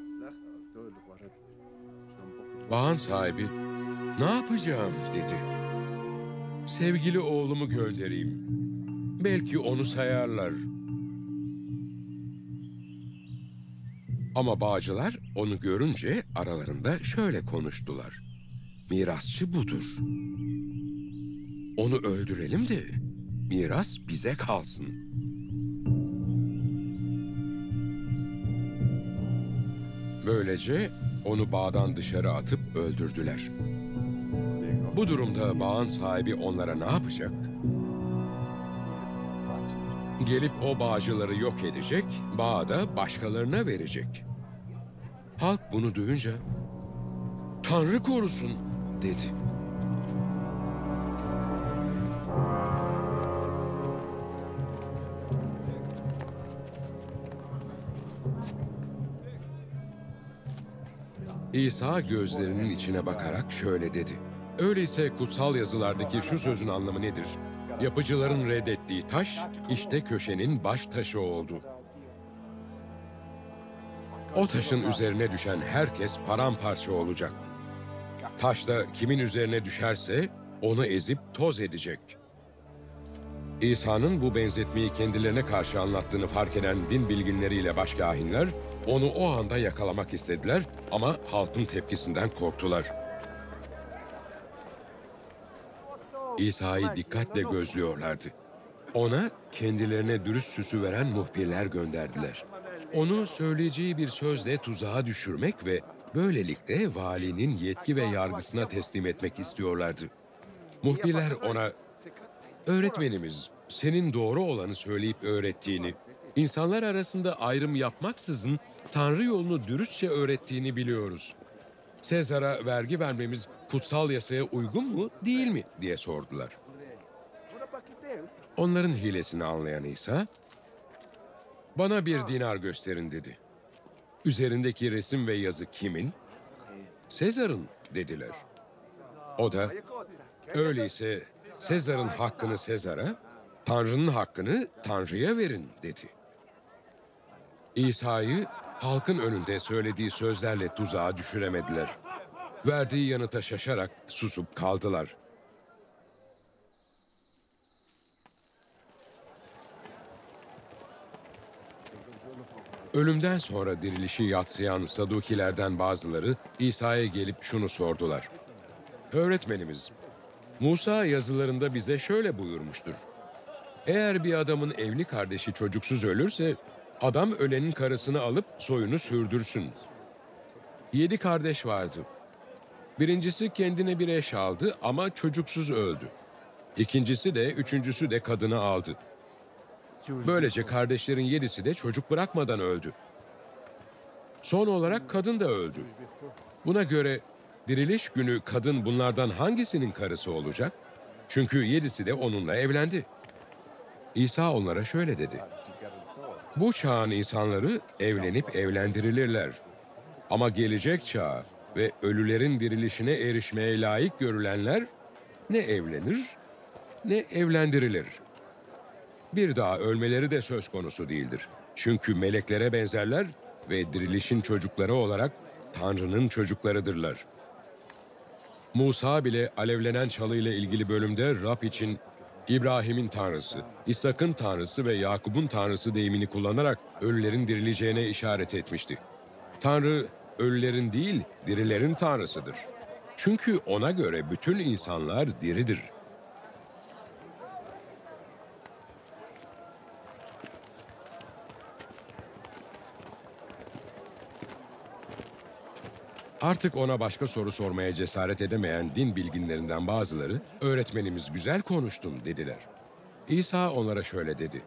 Bağın sahibi, "Ne yapacağım?" dedi. "Sevgili oğlumu göndereyim. Belki onu sayarlar." Ama bağcılar onu görünce aralarında şöyle konuştular: "Mirasçı budur. Onu öldürelim de miras bize kalsın." Böylece onu bağdan dışarı atıp öldürdüler. Bu durumda bağın sahibi onlara ne yapacak? Gelip o bağcıları yok edecek, bağı da başkalarına verecek. Halk bunu duyunca, "Tanrı korusun," dedi. İsa gözlerinin içine bakarak şöyle dedi: "Öyleyse kutsal yazılardaki şu sözün anlamı nedir? Yapıcıların reddettiği taş, işte köşenin baş taşı oldu. O taşın üzerine düşen herkes paramparça olacak. Taş da kimin üzerine düşerse onu ezip toz edecek. İsa'nın bu benzetmeyi kendilerine karşı anlattığını fark eden din bilginleriyle başkâhinler, onu o anda yakalamak istediler ama halkın tepkisinden korktular. İsa'yı dikkatle gözlüyorlardı. Ona kendilerine dürüst süsü veren muhbirler gönderdiler. Onu söyleyeceği bir sözle tuzağa düşürmek ve böylelikle valinin yetki ve yargısına teslim etmek istiyorlardı. Muhbirler ona, "Öğretmenimiz, senin doğru olanı söyleyip öğrettiğini, insanlar arasında ayrım yapmaksızın Tanrı yolunu dürüstçe öğrettiğini biliyoruz. Sezar'a vergi vermemiz kutsal yasaya uygun mu, değil mi?" diye sordular. Onların hilesini anlayan İsa, "Bana bir dinar gösterin," dedi. "Üzerindeki resim ve yazı kimin?" "Sezar'ın," dediler. O da, "Öyleyse Sezar'ın hakkını Sezar'a, Tanrı'nın hakkını Tanrı'ya verin," dedi. İsa'yı halkın önünde söylediği sözlerle tuzağa düşüremediler. Verdiği yanıta şaşarak susup kaldılar. Ölümden sonra dirilişi yadsıyan Sadukilerden bazıları İsa'ya gelip şunu sordular. "Öğretmenimiz, Musa yazılarında bize şöyle buyurmuştur. Eğer bir adamın evli kardeşi çocuksuz ölürse, adam ölenin karısını alıp soyunu sürdürsün. Yedi kardeş vardı. Birincisi kendine bir eş aldı ama çocuksuz öldü. İkincisi de, üçüncüsü de kadını aldı. Böylece kardeşlerin yedisi de çocuk bırakmadan öldü. Son olarak kadın da öldü. Buna göre diriliş günü kadın bunlardan hangisinin karısı olacak? Çünkü yedisi de onunla evlendi." İsa onlara şöyle dedi. "Bu çağın insanları evlenip evlendirilirler. Ama gelecek çağa ve ölülerin dirilişine erişmeye layık görülenler ne evlenir ne evlendirilir. Bir daha ölmeleri de söz konusu değildir. Çünkü meleklere benzerler ve dirilişin çocukları olarak Tanrı'nın çocuklarıdırlar." Musa bile alevlenen çalıyla ilgili bölümde Rab için İbrahim'in Tanrısı, İshak'ın Tanrısı ve Yakup'un Tanrısı deyimini kullanarak ölülerin dirileceğine işaret etmişti. Tanrı, ölülerin değil, dirilerin Tanrısıdır. Çünkü ona göre bütün insanlar diridir. Artık ona başka soru sormaya cesaret edemeyen din bilginlerinden bazıları, "Öğretmenimiz güzel konuştun," dediler. İsa onlara şöyle dedi.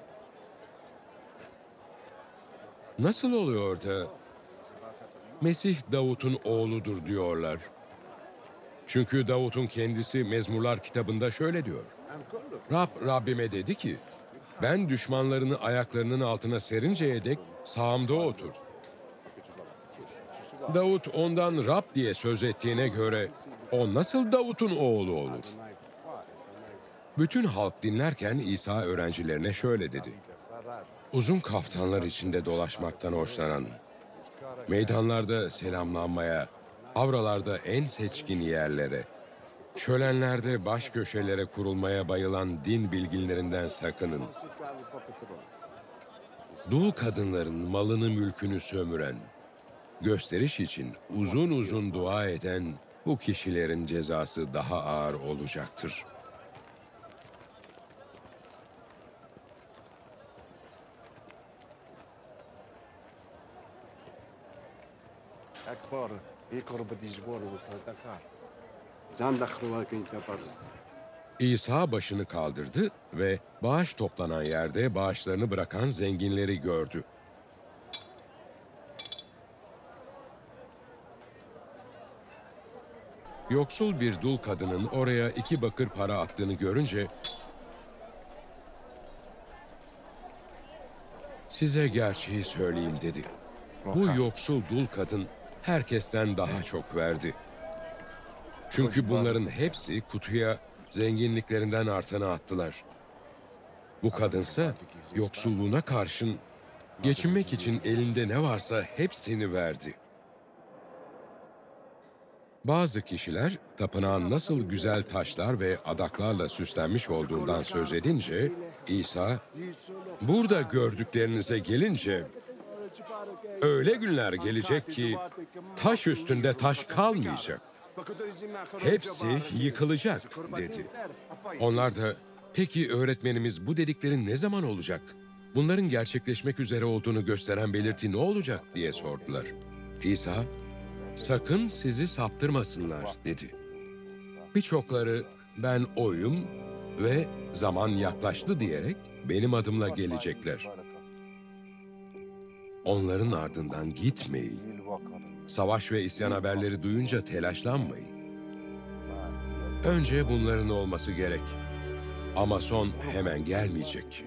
"Nasıl oluyor da Mesih Davut'un oğludur diyorlar? Çünkü Davut'un kendisi Mezmurlar kitabında şöyle diyor. Rab Rabbime dedi ki, ben düşmanlarını ayaklarının altına serinceye dek sağımda otur. Davut ondan Rab diye söz ettiğine göre o nasıl Davut'un oğlu olur?" Bütün halk dinlerken İsa öğrencilerine şöyle dedi. "Uzun kaftanlar içinde dolaşmaktan hoşlanan, meydanlarda selamlanmaya, avralarda en seçkin yerlere, şölenlerde baş köşelere kurulmaya bayılan din bilginlerinden sakının. Dul kadınların malını mülkünü sömüren, gösteriş için uzun uzun dua eden bu kişilerin cezası daha ağır olacaktır." أكبر يقرب الجبور والكار زان دخلوا كين تبر İsa başını kaldırdı ve bağış toplanan yerde bağışlarını bırakan zenginleri gördü. Yoksul bir dul kadının oraya iki bakır para attığını görünce, "Size gerçeği söyleyeyim," dedi. Bu yoksul dul kadın herkesten daha çok verdi. Çünkü bunların hepsi kutuya zenginliklerinden artanı attılar. Bu kadınsa yoksulluğuna karşın geçinmek için elinde ne varsa hepsini verdi. Bazı kişiler tapınağın nasıl güzel taşlar ve adaklarla süslenmiş olduğundan söz edince İsa, burada gördüklerinize gelince öyle günler gelecek ki taş üstünde taş kalmayacak. Hepsi yıkılacak dedi. Onlar da peki öğretmenimiz bu dediklerin ne zaman olacak? Bunların gerçekleşmek üzere olduğunu gösteren belirti ne olacak diye sordular. İsa, sakın sizi saptırmasınlar dedi. Birçokları ben oyum ve zaman yaklaştı diyerek benim adımla gelecekler. Onların ardından gitmeyin. Savaş ve isyan haberleri duyunca telaşlanmayın. Önce bunların olması gerek. Ama son hemen gelmeyecek.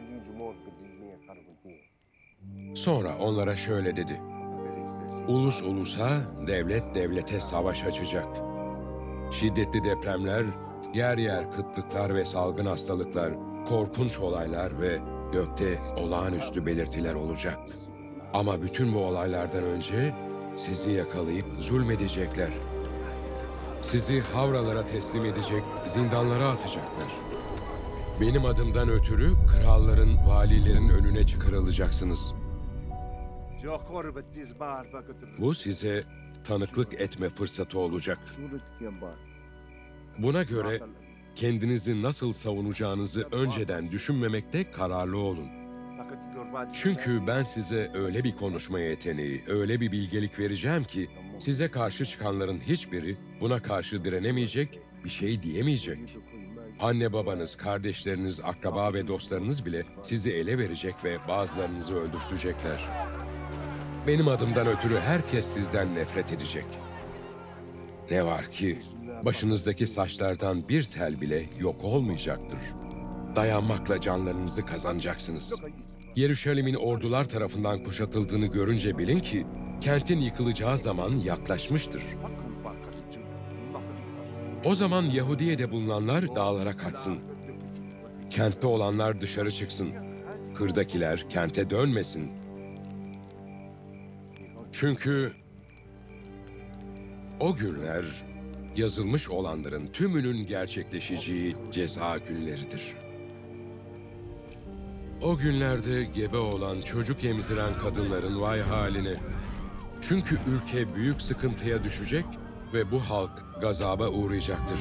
Sonra onlara şöyle dedi. Ulus ulusa, devlet devlete savaş açacak. Şiddetli depremler, yer yer kıtlıklar ve salgın hastalıklar, korkunç olaylar ve gökte olağanüstü belirtiler olacak. Ama bütün bu olaylardan önce sizi yakalayıp zulmedecekler. Sizi havralara teslim edecek, zindanlara atacaklar. Benim adımdan ötürü kralların, valilerin önüne çıkarılacaksınız. Bu size tanıklık etme fırsatı olacak. Buna göre kendinizi nasıl savunacağınızı önceden düşünmemekte kararlı olun. Çünkü ben size öyle bir konuşma yeteneği, öyle bir bilgelik vereceğim ki size karşı çıkanların hiçbiri buna karşı direnemeyecek, bir şey diyemeyecek. Anne babanız, kardeşleriniz, akraba ve dostlarınız bile sizi ele verecek ve bazılarınızı öldürtecekler. Benim adımdan ötürü herkes sizden nefret edecek. Ne var ki başınızdaki saçlardan bir tel bile yok olmayacaktır. Dayanmakla canlarınızı kazanacaksınız. Yeruşalim'in ordular tarafından kuşatıldığını görünce bilin ki kentin yıkılacağı zaman yaklaşmıştır. O zaman Yahudiye'de bulunanlar dağlara kaçsın. Kentte olanlar dışarı çıksın. Kırdakiler kente dönmesin. Çünkü o günler yazılmış olanların tümünün gerçekleşeceği ceza günleridir. O günlerde gebe olan, çocuk emziren kadınların vay haline. Çünkü ülke büyük sıkıntıya düşecek ve bu halk gazaba uğrayacaktır.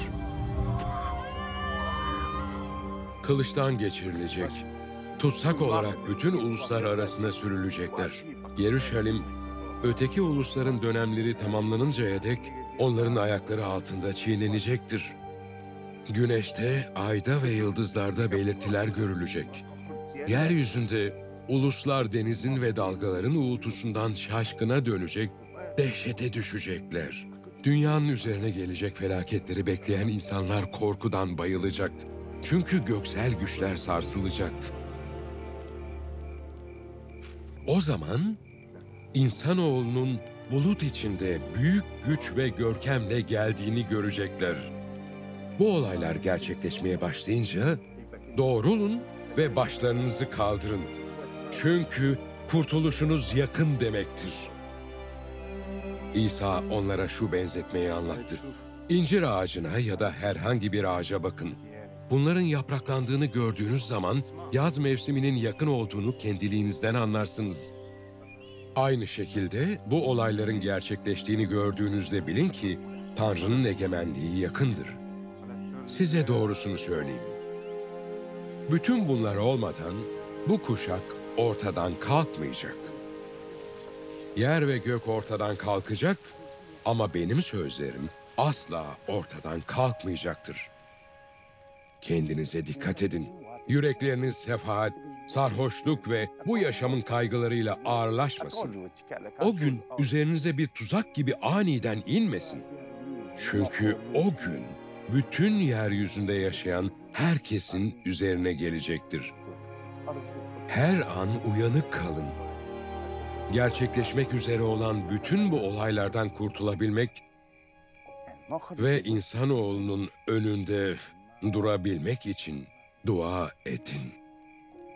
Kılıçtan geçirilecek, tutsak olarak bütün uluslar arasına sürülecekler. Yeruşalim, öteki ulusların dönemleri tamamlanıncaya dek onların ayakları altında çiğnenecektir. Güneşte, ayda ve yıldızlarda belirtiler görülecek. Yeryüzünde uluslar denizin ve dalgaların uğultusundan şaşkına dönecek, dehşete düşecekler. Dünyanın üzerine gelecek felaketleri bekleyen insanlar korkudan bayılacak. Çünkü göksel güçler sarsılacak. O zaman insanoğlunun bulut içinde büyük güç ve görkemle geldiğini görecekler. Bu olaylar gerçekleşmeye başlayınca doğrulun ve başlarınızı kaldırın. Çünkü kurtuluşunuz yakın demektir. İsa onlara şu benzetmeyi anlattı. İncir ağacına ya da herhangi bir ağaca bakın. Bunların yapraklandığını gördüğünüz zaman yaz mevsiminin yakın olduğunu kendiliğinizden anlarsınız. Aynı şekilde bu olayların gerçekleştiğini gördüğünüzde bilin ki Tanrı'nın egemenliği yakındır. Size doğrusunu söyleyeyim. Bütün bunlar olmadan bu kuşak ortadan kalkmayacak. Yer ve gök ortadan kalkacak ama benim sözlerim asla ortadan kalkmayacaktır. Kendinize dikkat edin. Yürekleriniz sefahat, sarhoşluk ve bu yaşamın kaygılarıyla ağırlaşmasın. O gün üzerinize bir tuzak gibi aniden inmesin. Çünkü o gün bütün yeryüzünde yaşayan herkesin üzerine gelecektir. Her an uyanık kalın. Gerçekleşmek üzere olan bütün bu olaylardan kurtulabilmek ve insanoğlunun önünde durabilmek için dua edin.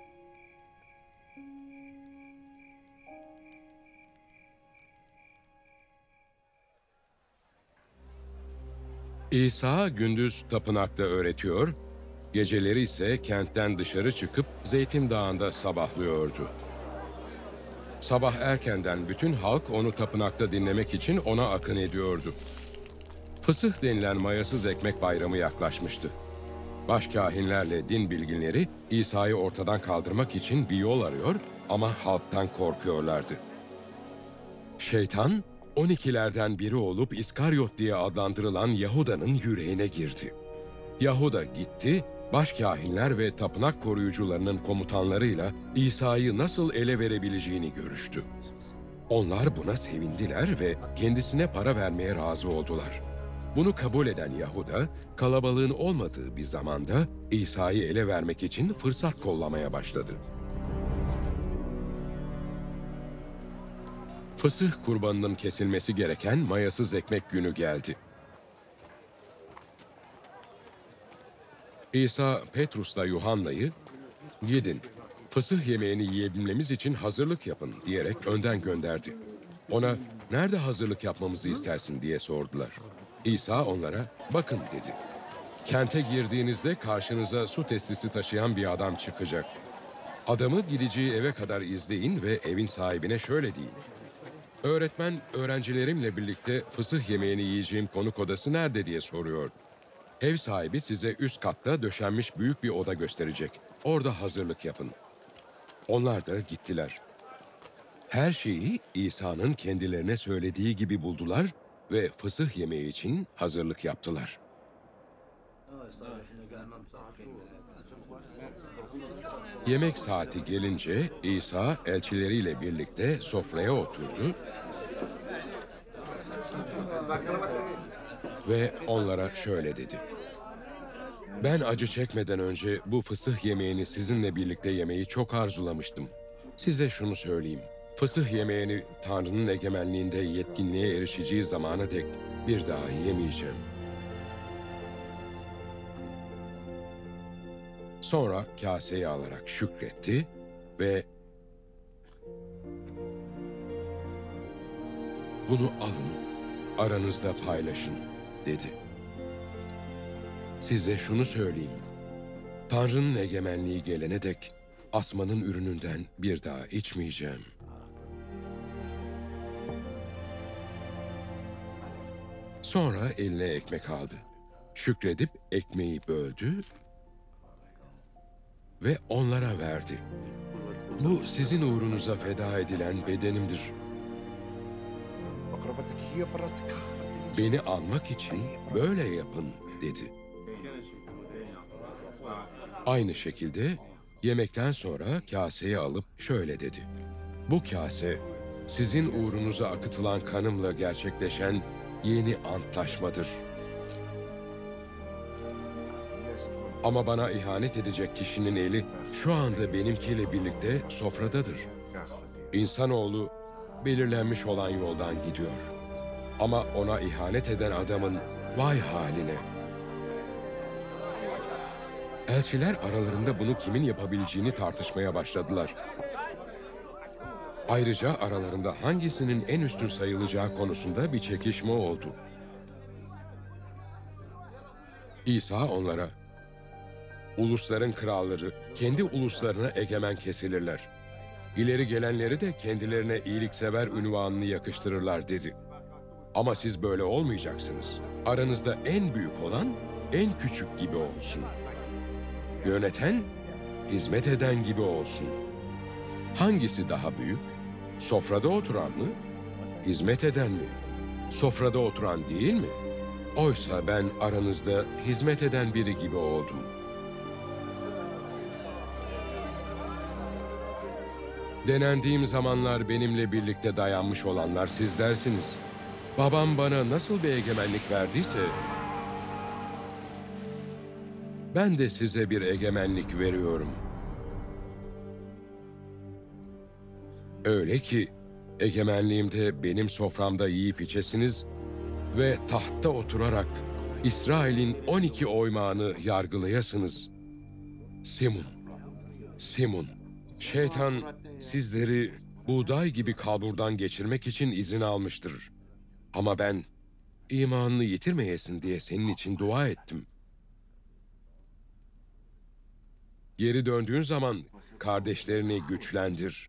İsa gündüz tapınakta öğretiyor, geceleri ise kentten dışarı çıkıp Zeytin Dağı'nda sabahlıyordu. Sabah erkenden bütün halk onu tapınakta dinlemek için ona akın ediyordu. Fısıh denilen mayasız ekmek bayramı yaklaşmıştı. Başkâhinlerle din bilginleri İsa'yı ortadan kaldırmak için bir yol arıyor ama halktan korkuyorlardı. Şeytan, on ikilerden biri olup İskaryot diye adlandırılan Yahuda'nın yüreğine girdi. Yahuda gitti, başkâhinler ve tapınak koruyucularının komutanlarıyla İsa'yı nasıl ele verebileceğini görüştü. Onlar buna sevindiler ve kendisine para vermeye razı oldular. Bunu kabul eden Yahuda, kalabalığın olmadığı bir zamanda İsa'yı ele vermek için fırsat kollamaya başladı. Fısıh kurbanının kesilmesi gereken mayasız ekmek günü geldi. İsa, Petrus'la Yuhanna'yı, "Gidin, fısıh yemeğini yiyebilmemiz için hazırlık yapın," diyerek önden gönderdi. Ona, "Nerede hazırlık yapmamızı istersin?" diye sordular. İsa onlara, "Bakın," dedi. "Kente girdiğinizde karşınıza su testisi taşıyan bir adam çıkacak. Adamı gideceği eve kadar izleyin ve evin sahibine şöyle deyin: Öğretmen, öğrencilerimle birlikte fısıh yemeğini yiyeceğim konuk odası nerede diye soruyor. Ev sahibi size üst katta döşenmiş büyük bir oda gösterecek. Orada hazırlık yapın." Onlar da gittiler. Her şeyi İsa'nın kendilerine söylediği gibi buldular ve fısıh yemeği için hazırlık yaptılar. Yemek saati gelince İsa elçileriyle birlikte sofraya oturdu ve onlara şöyle dedi: "Ben acı çekmeden önce bu fısıh yemeğini sizinle birlikte yemeyi çok arzulamıştım. Size şunu söyleyeyim, fısıh yemeğini Tanrı'nın egemenliğinde yetkinliğe erişeceği zamana dek bir daha yemeyeceğim." Sonra kaseyi alarak şükretti ve "Bunu alın, aranızda paylaşın," dedi. "Size şunu söyleyeyim, Tanrı'nın egemenliği gelene dek asmanın ürününden bir daha içmeyeceğim." Sonra eline ekmek aldı. Şükredip ekmeği böldü ve onlara verdi. "Bu sizin uğrunuza feda edilen bedenimdir. Beni anmak için böyle yapın," dedi. Aynı şekilde yemekten sonra kaseyi alıp şöyle dedi: "Bu kase sizin uğrunuza akıtılan kanımla gerçekleşen yeni antlaşmadır. Ama bana ihanet edecek kişinin eli şu anda benimkiyle birlikte sofradadır. İnsanoğlu belirlenmiş olan yoldan gidiyor. Ama ona ihanet eden adamın vay haline." Elçiler aralarında bunu kimin yapabileceğini tartışmaya başladılar. Ayrıca aralarında hangisinin en üstün sayılacağı konusunda bir çekişme oldu. İsa onlara, "Ulusların kralları kendi uluslarına egemen kesilirler. İleri gelenleri de kendilerine iyiliksever unvanını yakıştırırlar," dedi. "Ama siz böyle olmayacaksınız. Aranızda en büyük olan en küçük gibi olsun. Yöneten, hizmet eden gibi olsun. Hangisi daha büyük? Sofrada oturan mı? Hizmet eden mi? Sofrada oturan değil mi? Oysa ben aranızda hizmet eden biri gibi oldum." Denendiğim zamanlar benimle birlikte dayanmış olanlar sizlersiniz. Babam bana nasıl bir egemenlik verdiyse, ben de size bir egemenlik veriyorum. Öyle ki egemenliğimde benim soframda yiyip içesiniz ve tahtta oturarak İsrail'in on iki oymağını yargılayasınız. Simon, Simon, şeytan sizleri buğday gibi kalburdan geçirmek için izin almıştır. Ama ben imanını yitirmeyesin diye senin için dua ettim. Geri döndüğün zaman kardeşlerini güçlendir.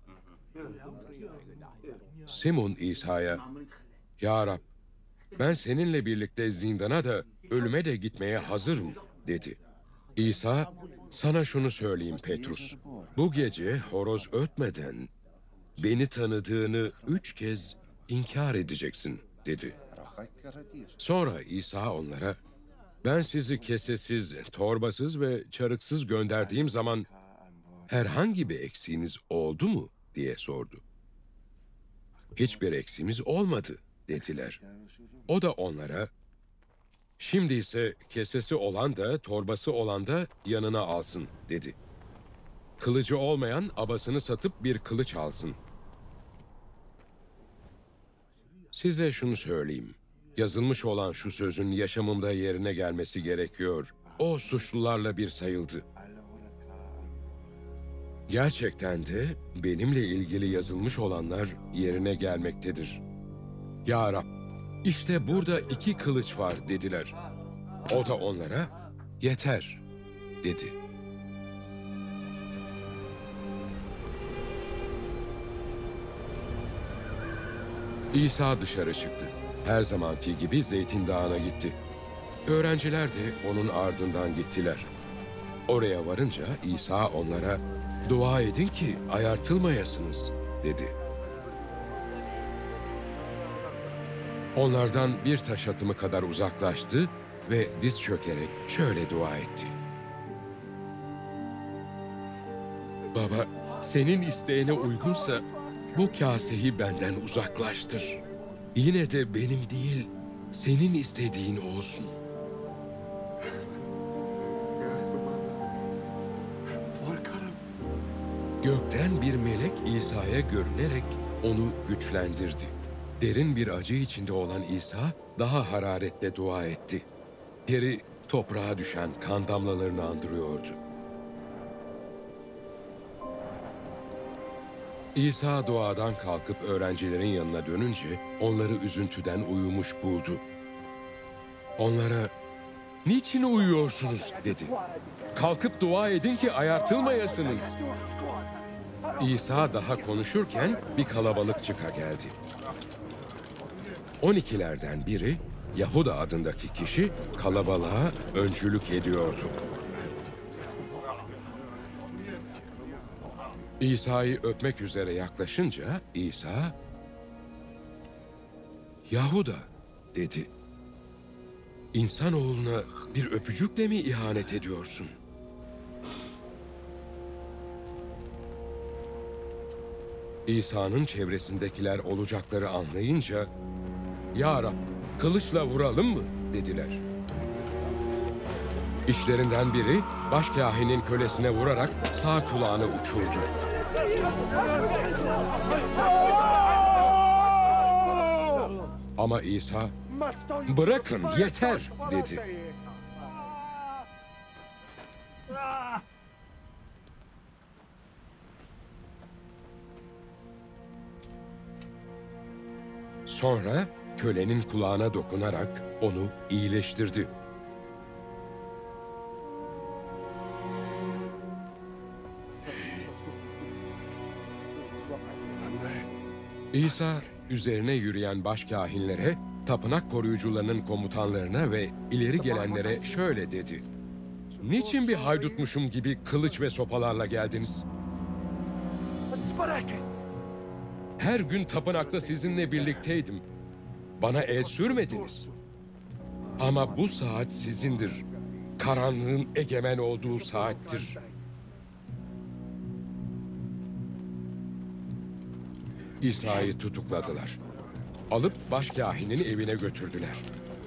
Simon İsa'ya, "Ya Rab, ben seninle birlikte zindana da ölüme de gitmeye hazırım," dedi. İsa, "Sana şunu söyleyeyim Petrus, bu gece horoz ötmeden beni tanıdığını üç kez inkar edeceksin," dedi. Sonra İsa onlara, "Ben sizi kesesiz, torbasız ve çarıksız gönderdiğim zaman herhangi bir eksiğiniz oldu mu?" diye sordu. "Hiçbir eksiğimiz olmadı," dediler. O da onlara, "Şimdi ise kesesi olan da torbası olan da yanına alsın," dedi. "Kılıcı olmayan abasını satıp bir kılıç alsın." Size şunu söyleyeyim. Yazılmış olan şu sözün yaşamımda yerine gelmesi gerekiyor. O suçlularla bir sayıldı. Gerçekten de benimle ilgili yazılmış olanlar yerine gelmektedir. "Ya Rab, işte burada iki kılıç var," dediler. O da onlara, "Yeter," dedi. İsa dışarı çıktı. Her zamanki gibi Zeytin Dağı'na gitti. Öğrenciler de onun ardından gittiler. Oraya varınca İsa onlara, "Dua edin ki ayartılmayasınız," dedi. Onlardan bir taş atımı kadar uzaklaştı ve diz çökerek şöyle dua etti. "Baba, senin isteğine uygunsa bu kaseyi benden uzaklaştır. Yine de benim değil, senin istediğin olsun." Gökten bir melek İsa'ya görünerek onu güçlendirdi. Derin bir acı içinde olan İsa daha hararetle dua etti. Teri toprağa düşen kan damlalarını andırıyordu. İsa duadan kalkıp öğrencilerin yanına dönünce onları üzüntüden uyumuş buldu. Onlara, "Niçin uyuyorsunuz?" dedi. "Kalkıp dua edin ki ayartılmayasınız." İsa daha konuşurken bir kalabalık çıka geldi. On ikilerden biri, Yahuda adındaki kişi, kalabalığa öncülük ediyordu. İsa'yı öpmek üzere yaklaşınca İsa, "Yahuda," dedi. "İnsanoğluna bir öpücükle mi ihanet ediyorsun?" İsa'nın çevresindekiler olacakları anlayınca, "Ya Rab, kılıçla vuralım mı?" dediler. İşlerinden biri başkâhinin kölesine vurarak sağ kulağını uçurdu. Ama İsa, "Bırakın, yeter," dedi. Sonra kölenin kulağına dokunarak onu iyileştirdi. İsa, üzerine yürüyen başkâhinlere, tapınak koruyucularının komutanlarına ve ileri gelenlere şöyle dedi: "Niçin bir haydutmuşum gibi kılıç ve sopalarla geldiniz? Her gün tapınakta sizinle birlikteydim. Bana el sürmediniz. Ama bu saat sizindir. Karanlığın egemen olduğu saattir." İsa'yı tutukladılar. Alıp başkâhinin evine götürdüler.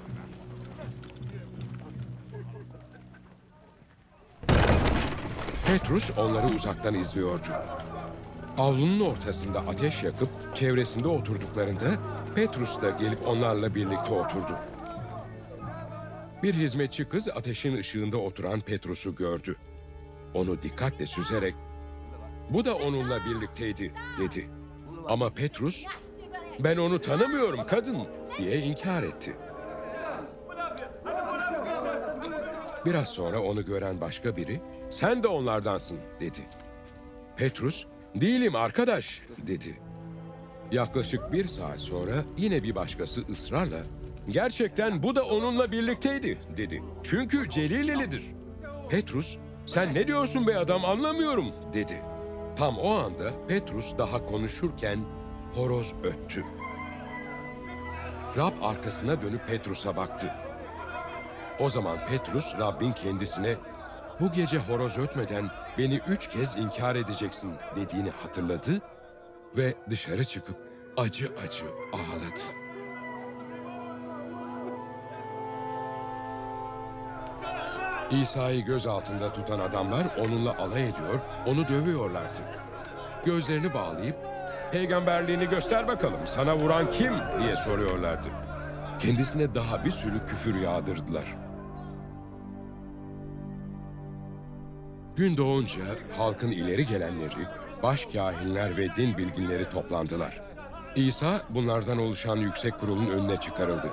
Petrus onları uzaktan izliyordu. Avlunun ortasında ateş yakıp çevresinde oturduklarında Petrus da gelip onlarla birlikte oturdu. Bir hizmetçi kız ateşin ışığında oturan Petrus'u gördü. Onu dikkatle süzerek, "Bu da onunla birlikteydi," dedi. Ama Petrus, Ben onu tanımıyorum kadın diye inkar etti. Biraz sonra onu gören başka biri, sen de onlardansın dedi. Petrus, değilim arkadaş dedi. Yaklaşık bir saat sonra yine bir başkası ısrarla, gerçekten bu da onunla birlikteydi dedi. Çünkü Celilelidir. Petrus, sen ne diyorsun be adam anlamıyorum dedi. Tam o anda Petrus daha konuşurken horoz öttü. Rab arkasına dönüp Petrus'a baktı. O zaman Petrus Rabbin kendisine bu gece horoz ötmeden beni üç kez inkar edeceksin dediğini hatırladı ve dışarı çıkıp acı acı ağladı. İsa'yı göz altında tutan adamlar onunla alay ediyor, onu dövüyorlardı. Gözlerini bağlayıp, peygamberliğini göster bakalım, sana vuran kim diye soruyorlardı. Kendisine daha bir sürü küfür yağdırdılar. Gün doğunca halkın ileri gelenleri, başkâhinler ve din bilginleri toplandılar. İsa bunlardan oluşan yüksek kurulun önüne çıkarıldı.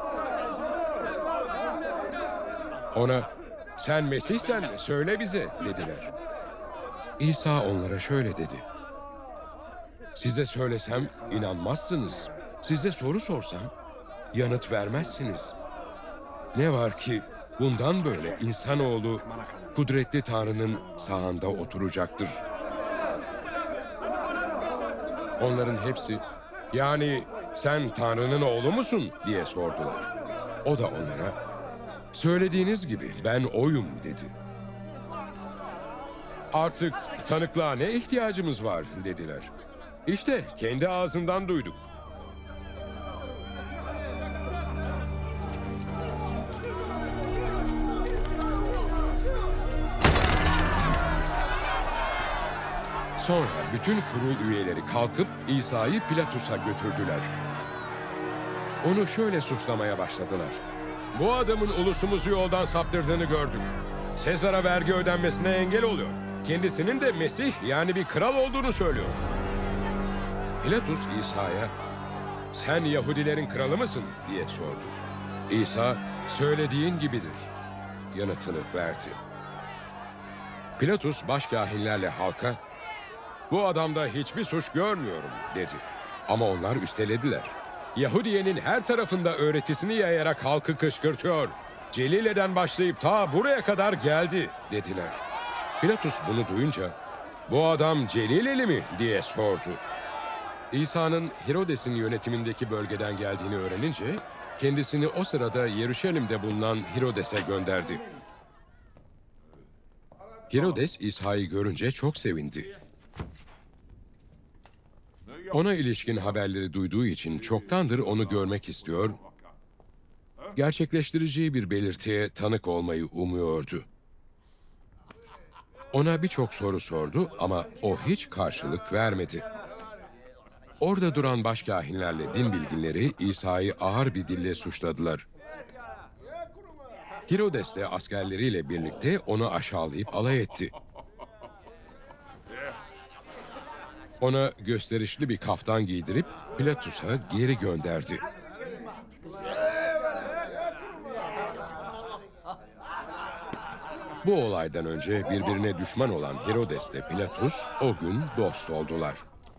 Ona, sen Mesih'sen söyle bize dediler. İsa onlara şöyle dedi. Size söylesem inanmazsınız. Size soru sorsam yanıt vermezsiniz. Ne var ki bundan böyle insanoğlu kudretli Tanrı'nın sağında oturacaktır. Onların hepsi, yani sen Tanrı'nın oğlu musun diye sordular. O da onlara, söylediğiniz gibi ben oyum dedi. Artık tanıklığa ne ihtiyacımız var dediler. İşte kendi ağzından duyduk. Sonra bütün kurul üyeleri kalkıp İsa'yı Pilatus'a götürdüler. Onu şöyle suçlamaya başladılar. Bu adamın ulusumuzu yoldan saptırdığını gördük. Sezar'a vergi ödenmesine engel oluyor. Kendisinin de Mesih yani bir kral olduğunu söylüyor. Pilatus İsa'ya, sen Yahudilerin kralı mısın diye sordu. İsa, söylediğin gibidir yanıtını verdi. Pilatus başkâhinlerle halka, bu adamda hiçbir suç görmüyorum dedi. Ama onlar üstelediler. Yahudiye'nin her tarafında öğretisini yayarak halkı kışkırtıyor. Celile'den başlayıp ta buraya kadar geldi dediler. Pilatus bunu duyunca, bu adam Celileli mi diye sordu. İsa'nın Herodes'in yönetimindeki bölgeden geldiğini öğrenince, kendisini o sırada Yeruşalim'de bulunan Herodes'e gönderdi. Herodes İsa'yı görünce çok sevindi. Ona ilişkin haberleri duyduğu için çoktandır onu görmek istiyor, gerçekleştireceği bir belirtiye tanık olmayı umuyordu. Ona birçok soru sordu ama o hiç karşılık vermedi. Orada duran başkâhinlerle din bilginleri İsa'yı ağır bir dille suçladılar. Herodes de askerleriyle birlikte onu aşağılayıp alay etti. Ona gösterişli bir kaftan giydirip Pilatus'a geri gönderdi. Bu olaydan önce birbirine düşman olan Herodes ile Pilatus o gün dost oldular.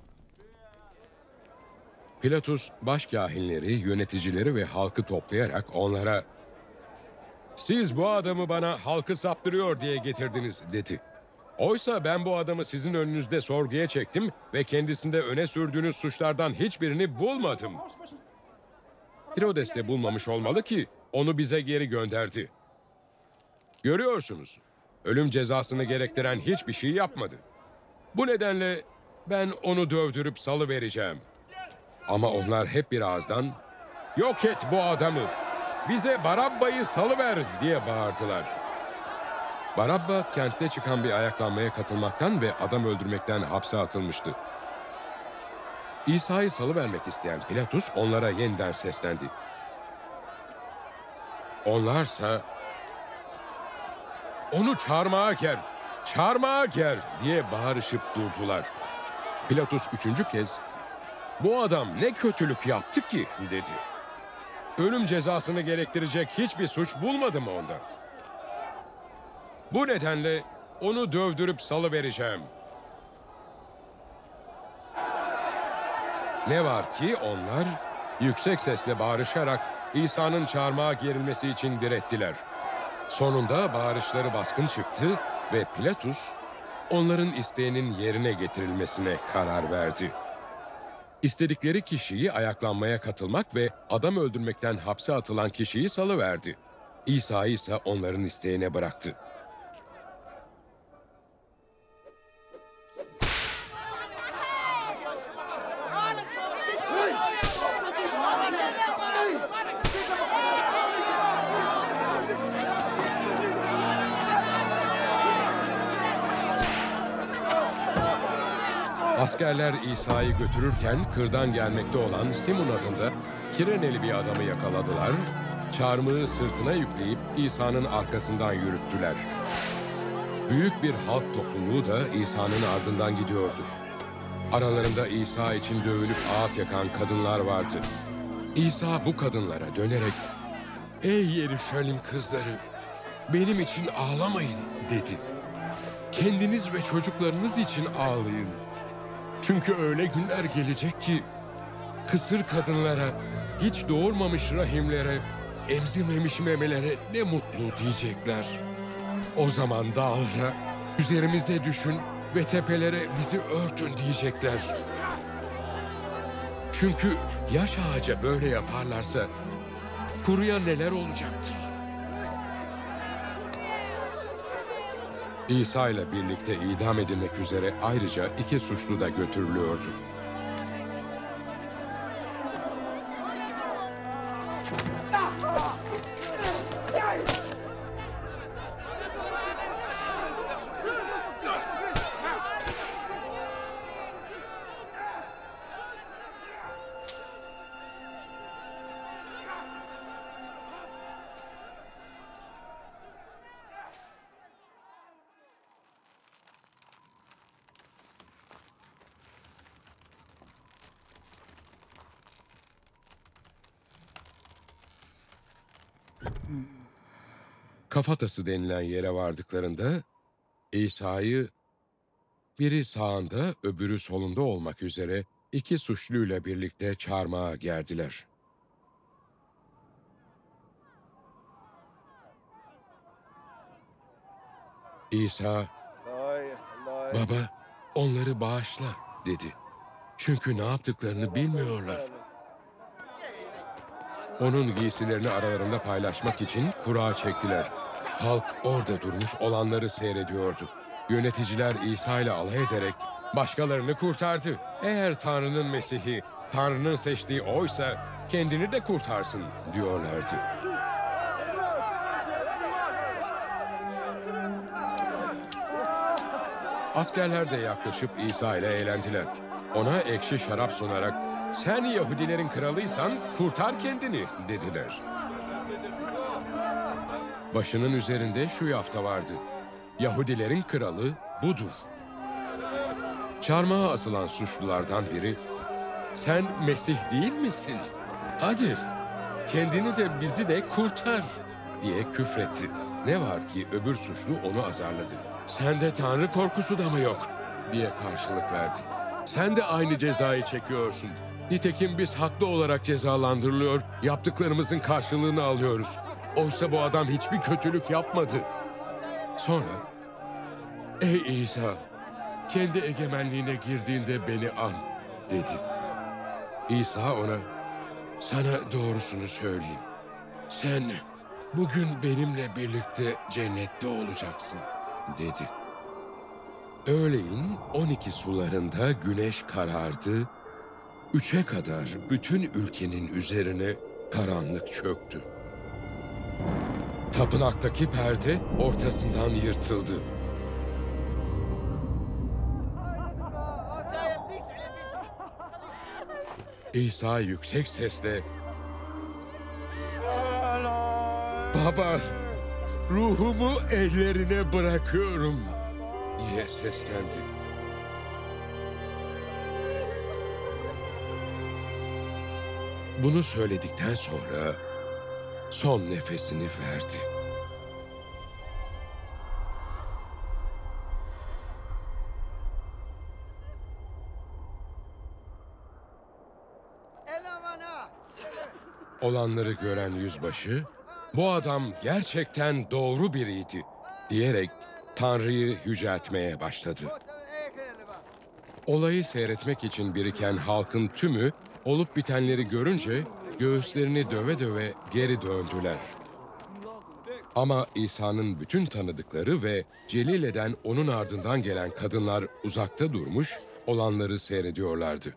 Pilatus başkâhinleri, yöneticileri ve halkı toplayarak onlara "Siz bu adamı bana halkı saptırıyor diye getirdiniz." dedi. Oysa ben bu adamı sizin önünüzde sorguya çektim ve kendisinde öne sürdüğünüz suçlardan hiçbirini bulmadım. Herodes de bulmamış olmalı ki onu bize geri gönderdi. Görüyorsunuz, ölüm cezasını gerektiren hiçbir şey yapmadı. Bu nedenle ben onu dövdürüp salıvereceğim. Ama onlar hep bir ağızdan, "Yok et bu adamı, bize Barabba'yı salıver" diye bağırdılar. Barabba, kentte çıkan bir ayaklanmaya katılmaktan ve adam öldürmekten hapse atılmıştı. İsa'yı salıvermek isteyen Pilatus onlara yeniden seslendi. Onlarsa, "Onu çarmıha ger, çarmıha ger" diye bağırışıp durdular. Pilatus üçüncü kez, Bu adam ne kötülük yaptı ki dedi. Ölüm cezasını gerektirecek hiçbir suç bulmadım onda. Bu nedenle onu dövdürüp salıvereceğim. Ne var ki onlar yüksek sesle bağırışarak İsa'nın çarmıha gerilmesi için direttiler. Sonunda bağırışları baskın çıktı ve Pilatus onların isteğinin yerine getirilmesine karar verdi. İstedikleri kişiyi ayaklanmaya katılmak ve adam öldürmekten hapse atılan kişiyi salıverdi. İsa'yı ise onların isteğine bıraktı. Askerler İsa'yı götürürken kırdan gelmekte olan Simon adında Kireneli bir adamı yakaladılar, çarmıhı sırtına yükleyip İsa'nın arkasından yürüttüler. Büyük bir halk topluluğu da İsa'nın ardından gidiyordu. Aralarında İsa için dövülüp ağıt yakan kadınlar vardı. İsa bu kadınlara dönerek, "Ey Yeruşalim kızları, benim için ağlamayın," dedi. "Kendiniz ve çocuklarınız için ağlayın. Çünkü öyle günler gelecek ki kısır kadınlara, hiç doğurmamış rahimlere, emzirmemiş memelere ne mutlu diyecekler. O zaman dağlara, üzerimize düşün ve tepelere bizi örtün diyecekler. Çünkü yaş ağaca böyle yaparlarsa kuruya neler olacaktır?" İsa ile birlikte idam edilmek üzere ayrıca iki suçlu da götürülüyordu. Kafatası denilen yere vardıklarında İsa'yı biri sağında öbürü solunda olmak üzere iki suçluyla birlikte çarmıha gerdiler. İsa, "Baba, onları bağışla," dedi. "Çünkü ne yaptıklarını bilmiyorlar." Onun giysilerini aralarında paylaşmak için kura çektiler. Halk orada durmuş olanları seyrediyordu. Yöneticiler İsa ile alay ederek başkalarını kurtardı. Eğer Tanrı'nın Mesih'i, Tanrı'nın seçtiği oysa kendini de kurtarsın diyorlardı. Askerler de yaklaşıp İsa ile eğlendiler. Ona ekşi şarap sunarak, "Sen Yahudilerin kralıysan kurtar kendini," dediler. Başının üzerinde şu yafta vardı: "Yahudilerin kralı budur." Çarmıha asılan suçlulardan biri, "Sen Mesih değil misin? Hadi kendini de bizi de kurtar," diye küfretti. Ne var ki öbür suçlu onu azarladı. "Sende Tanrı korkusu da mı yok?" diye karşılık verdi. "Sen de aynı cezayı çekiyorsun. Nitekim biz haklı olarak cezalandırılıyor, yaptıklarımızın karşılığını alıyoruz. Oysa bu adam hiçbir kötülük yapmadı." Sonra, "Ey İsa, kendi egemenliğine girdiğinde beni an," dedi. İsa ona, "Sana doğrusunu söyleyeyim. Sen bugün benimle birlikte cennette olacaksın," dedi. Öğleyin on iki sularında güneş karardı, üçe kadar bütün ülkenin üzerine karanlık çöktü. Tapınaktaki perde ortasından yırtıldı. İsa yüksek sesle, "Baba, ruhumu ellerine bırakıyorum," diye seslendi. Bunu söyledikten sonra son nefesini verdi. Olanları gören yüzbaşı, "Bu adam gerçekten doğru biriydi," diyerek Tanrı'yı yüceltmeye başladı. Olayı seyretmek için biriken halkın tümü olup bitenleri görünce göğüslerini döve döve geri döndüler. Ama İsa'nın bütün tanıdıkları ve Celile'den onun ardından gelen kadınlar uzakta durmuş, olanları seyrediyorlardı.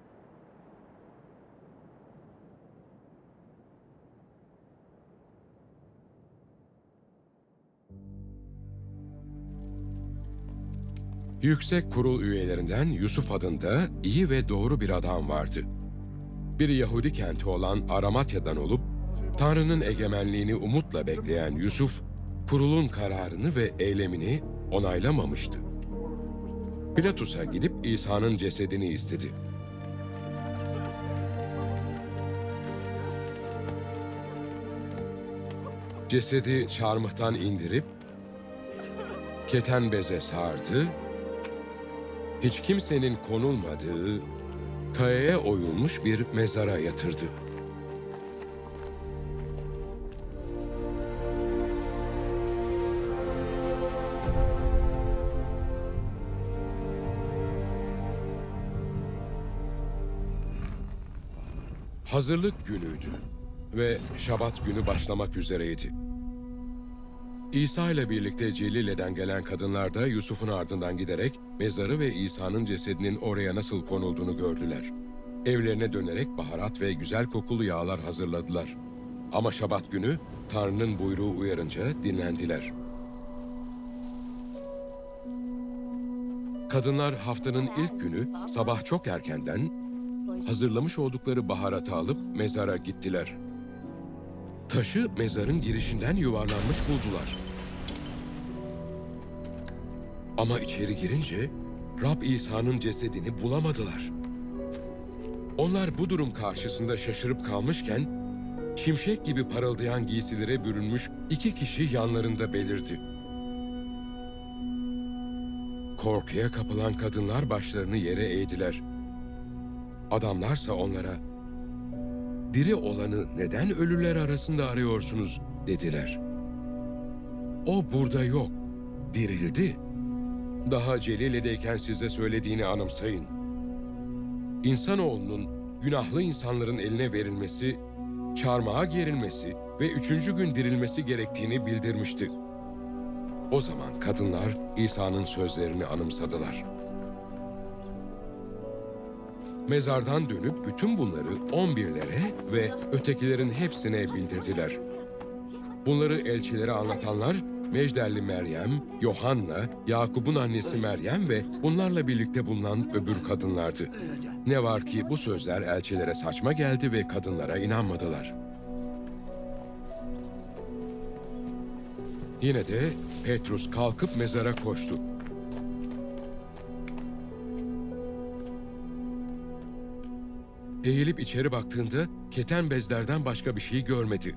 Yüksek Kurul üyelerinden Yusuf adında iyi ve doğru bir adam vardı. Bir Yahudi kenti olan Aramatya'dan olup, Tanrı'nın egemenliğini umutla bekleyen Yusuf, kurulun kararını ve eylemini onaylamamıştı. Pilatus'a gidip İsa'nın cesedini istedi. Cesedi çarmıhtan indirip, keten beze sardı, hiç kimsenin konulmadığı, kayaya oyulmuş bir mezara yatırdı. Hazırlık günüydü ve Şabat günü başlamak üzereydi. İsa ile birlikte Celile'den gelen kadınlar da Yusuf'un ardından giderek mezarı ve İsa'nın cesedinin oraya nasıl konulduğunu gördüler. Evlerine dönerek baharat ve güzel kokulu yağlar hazırladılar. Ama Şabat günü Tanrı'nın buyruğu uyarınca dinlendiler. Kadınlar haftanın ilk günü sabah çok erkenden hazırlamış oldukları baharatı alıp mezara gittiler. Taşı mezarın girişinden yuvarlanmış buldular. Ama içeri girince Rab İsa'nın cesedini bulamadılar. Onlar bu durum karşısında şaşırıp kalmışken, şimşek gibi parıldayan giysilere bürünmüş iki kişi yanlarında belirdi. Korkuya kapılan kadınlar başlarını yere eğdiler. Adamlarsa onlara, "Diri olanı neden ölüler arasında arıyorsunuz?" dediler. "O burada yok, dirildi. Daha Celile'deyken size söylediğini anımsayın. İnsanoğlunun günahlı insanların eline verilmesi, çarmıha gerilmesi ve üçüncü gün dirilmesi gerektiğini bildirmişti." O zaman kadınlar İsa'nın sözlerini anımsadılar. Mezardan dönüp bütün bunları on birlere ve ötekilerin hepsine bildirdiler. Bunları elçilere anlatanlar Mecdelli Meryem, Yohanna, Yakup'un annesi Meryem ve bunlarla birlikte bulunan öbür kadınlardı. Ne var ki bu sözler elçilere saçma geldi ve kadınlara inanmadılar. Yine de Petrus kalkıp mezara koştu. Eğilip içeri baktığında keten bezlerden başka bir şey görmedi.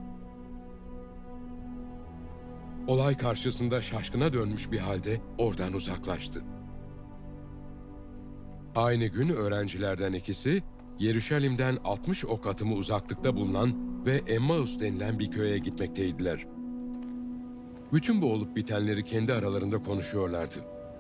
Olay karşısında şaşkına dönmüş bir halde oradan uzaklaştı. Aynı gün öğrencilerden ikisi Yeruşalim'den altmış ok atımı uzaklıkta bulunan ve Emmaus denilen bir köye gitmekteydiler. Bütün bu olup bitenleri kendi aralarında konuşuyorlardı.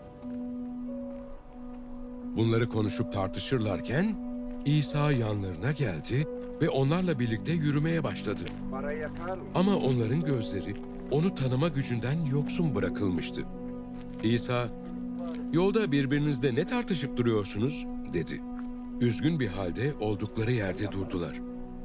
Bunları konuşup tartışırlarken İsa yanlarına geldi ve onlarla birlikte yürümeye başladı. Ama onların gözleri onu tanıma gücünden yoksun bırakılmıştı. İsa, "Yolda birbirinizle ne tartışıp duruyorsunuz?" dedi. Üzgün bir halde oldukları yerde durdular.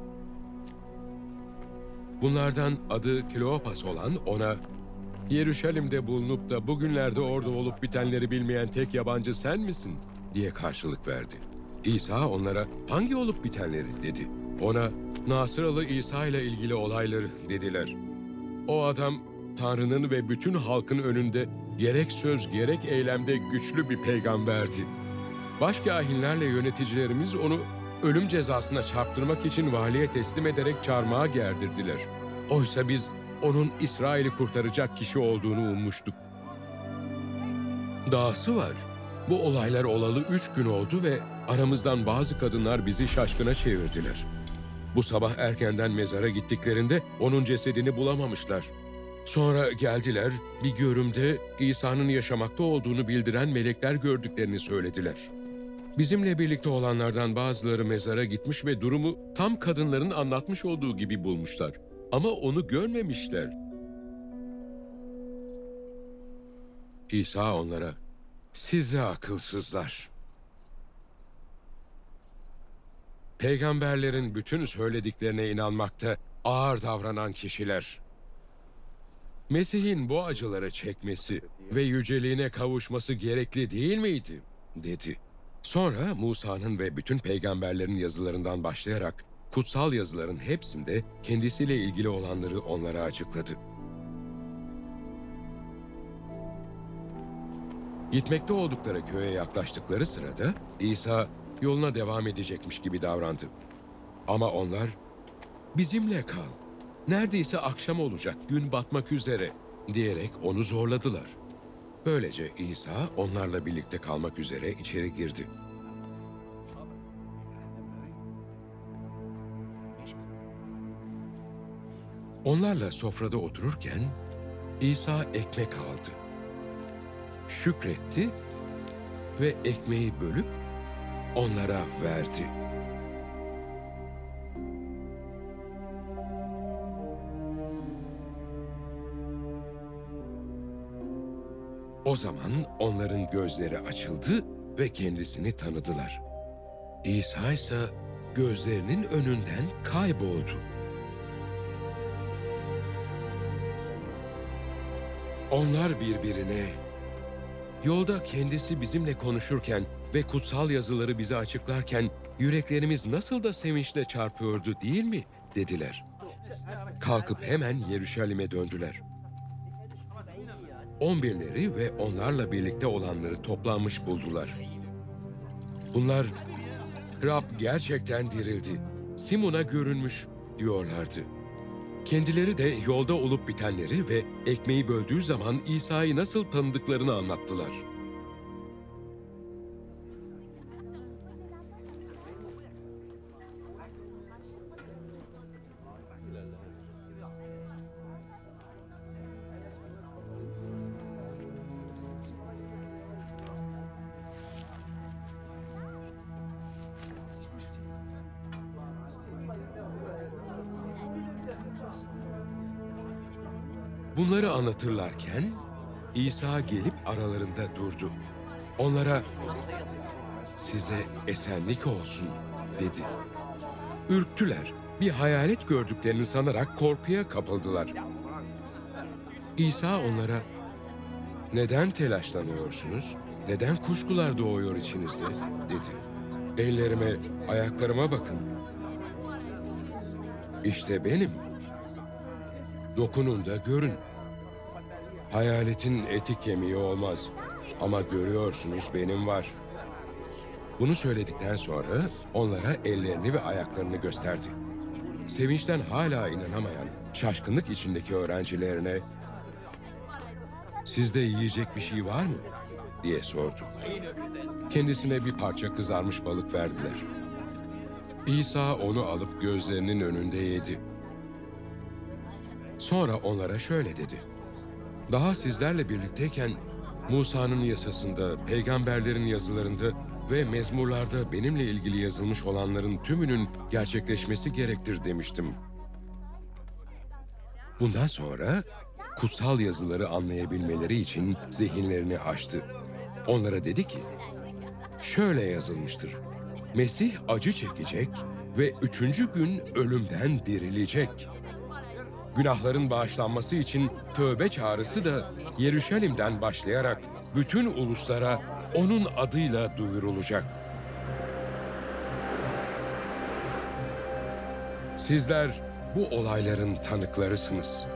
Bunlardan adı Kleopas olan ona, "Yeruşalim'de bulunup da bugünlerde orada olup bitenleri bilmeyen tek yabancı sen misin?" diye karşılık verdi. İsa onlara, "Hangi olup bitenleri?" dedi. Ona, "Nasıralı İsa ile ilgili olayları," dediler. O adam, Tanrı'nın ve bütün halkın önünde gerek söz gerek eylemde güçlü bir peygamberdi. Başkâhinlerle yöneticilerimiz onu ölüm cezasına çarptırmak için valiye teslim ederek çarmıha gerdirdiler. Oysa biz onun İsrail'i kurtaracak kişi olduğunu ummuştuk. Dahası var. Bu olaylar olalı üç gün oldu ve aramızdan bazı kadınlar bizi şaşkına çevirdiler. Bu sabah erkenden mezara gittiklerinde onun cesedini bulamamışlar. Sonra geldiler, bir görümde İsa'nın yaşamakta olduğunu bildiren melekler gördüklerini söylediler. Bizimle birlikte olanlardan bazıları mezara gitmiş ve durumu tam kadınların anlatmış olduğu gibi bulmuşlar. Ama onu görmemişler. İsa onlara, "Size akılsızlar. Peygamberlerin bütün söylediklerine inanmakta ağır davranan kişiler. Mesih'in bu acıları çekmesi ve yüceliğine kavuşması gerekli değil miydi?" dedi. Sonra Musa'nın ve bütün peygamberlerin yazılarından başlayarak kutsal yazıların hepsinde kendisiyle ilgili olanları onlara açıkladı. Gitmekte oldukları köye yaklaştıkları sırada İsa yoluna devam edecekmiş gibi davrandı. Ama onlar, "Bizimle kal, neredeyse akşam olacak, gün batmak üzere," diyerek onu zorladılar. Böylece İsa onlarla birlikte kalmak üzere içeri girdi. Onlarla sofrada otururken İsa ekmek aldı. Şükretti ve ekmeği bölüp onlara verdi. O zaman onların gözleri açıldı ve kendisini tanıdılar. İsa ise gözlerinin önünden kayboldu. Onlar birbirine, "Yolda kendisi bizimle konuşurken ve kutsal yazıları bize açıklarken yüreklerimiz nasıl da sevinçle çarpıyordu değil mi?" dediler. Kalkıp hemen Yeruşalim'e döndüler. On birleri ve onlarla birlikte olanları toplanmış buldular. Bunlar, "Rab gerçekten dirildi, Simon'a görünmüş," diyorlardı. Kendileri de yolda olup bitenleri ve ekmeği böldüğü zaman İsa'yı nasıl tanıdıklarını anlattılar. Bunları anlatırlarken İsa gelip aralarında durdu. Onlara, "Size esenlik olsun," dedi. Ürktüler, bir hayalet gördüklerini sanarak korkuya kapıldılar. İsa onlara, "Neden telaşlanıyorsunuz? Neden kuşkular doğuyor içinizde?" dedi. "Ellerime, ayaklarıma bakın. İşte benim. Dokunun da görün. Hayaletin eti kemiği olmaz ama görüyorsunuz benim var." Bunu söyledikten sonra onlara ellerini ve ayaklarını gösterdi. Sevinçten hala inanamayan, şaşkınlık içindeki öğrencilerine, "Sizde yiyecek bir şey var mı?" diye sordu. Kendisine bir parça kızarmış balık verdiler. İsa onu alıp gözlerinin önünde yedi. Sonra onlara şöyle dedi: "Daha sizlerle birlikteyken Musa'nın yasasında, peygamberlerin yazılarında ve mezmurlarda benimle ilgili yazılmış olanların tümünün gerçekleşmesi gerektir demiştim." Bundan sonra kutsal yazıları anlayabilmeleri için zihinlerini açtı. Onlara dedi ki, "Şöyle yazılmıştır: Mesih acı çekecek ve üçüncü gün ölümden dirilecek. Günahların bağışlanması için tövbe çağrısı da Yeruşalim'den başlayarak bütün uluslara onun adıyla duyurulacak. Sizler bu olayların tanıklarısınız.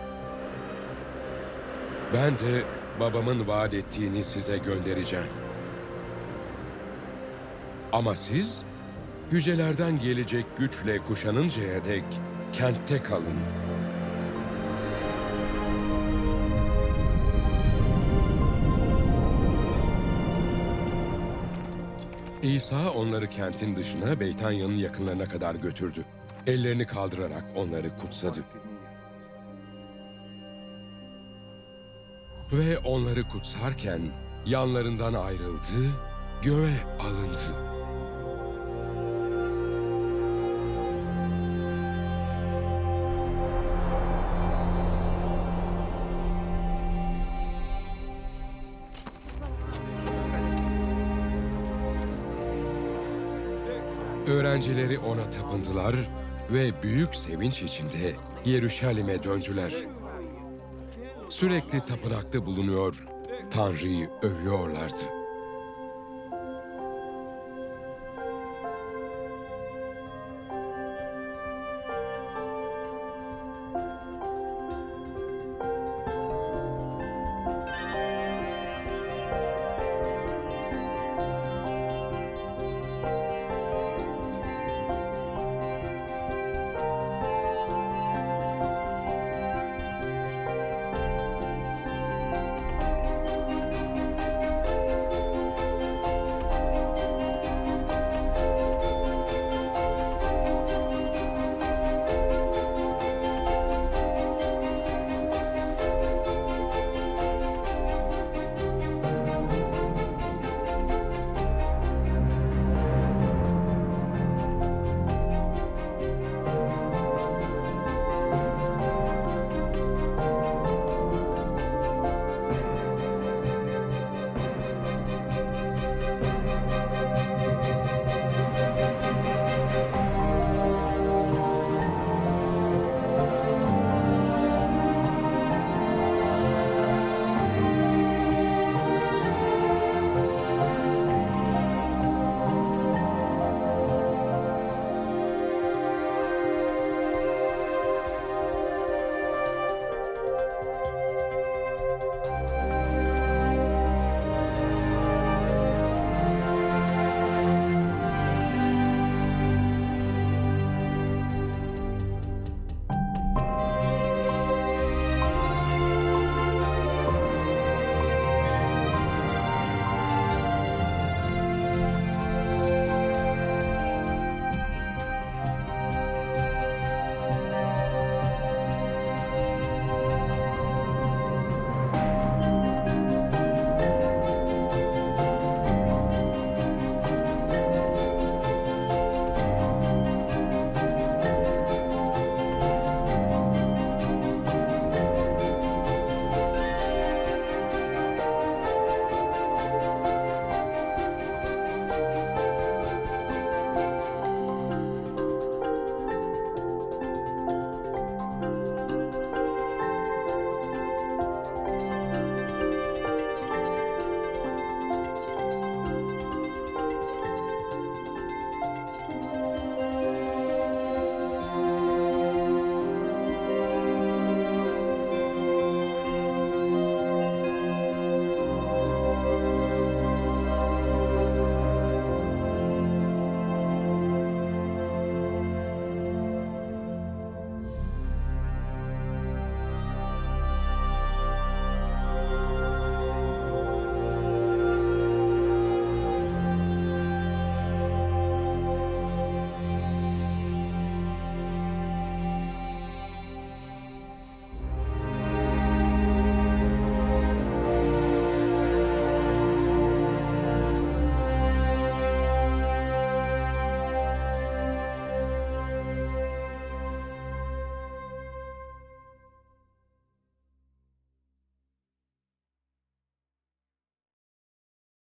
Ben de babamın vaat ettiğini size göndereceğim. Ama siz Yücelerden gelecek güçle kuşanıncaya dek kentte kalın. İsa onları kentin dışına Beytanya'nın yakınlarına kadar götürdü. Ellerini kaldırarak onları kutsadı. Ve onları kutsarken yanlarından ayrıldı, göğe alındı. Öğrencileri ona tapındılar ve büyük sevinç içinde Yeruşalim'e döndüler. Sürekli tapınakta bulunuyor, Tanrı'yı övüyorlardı.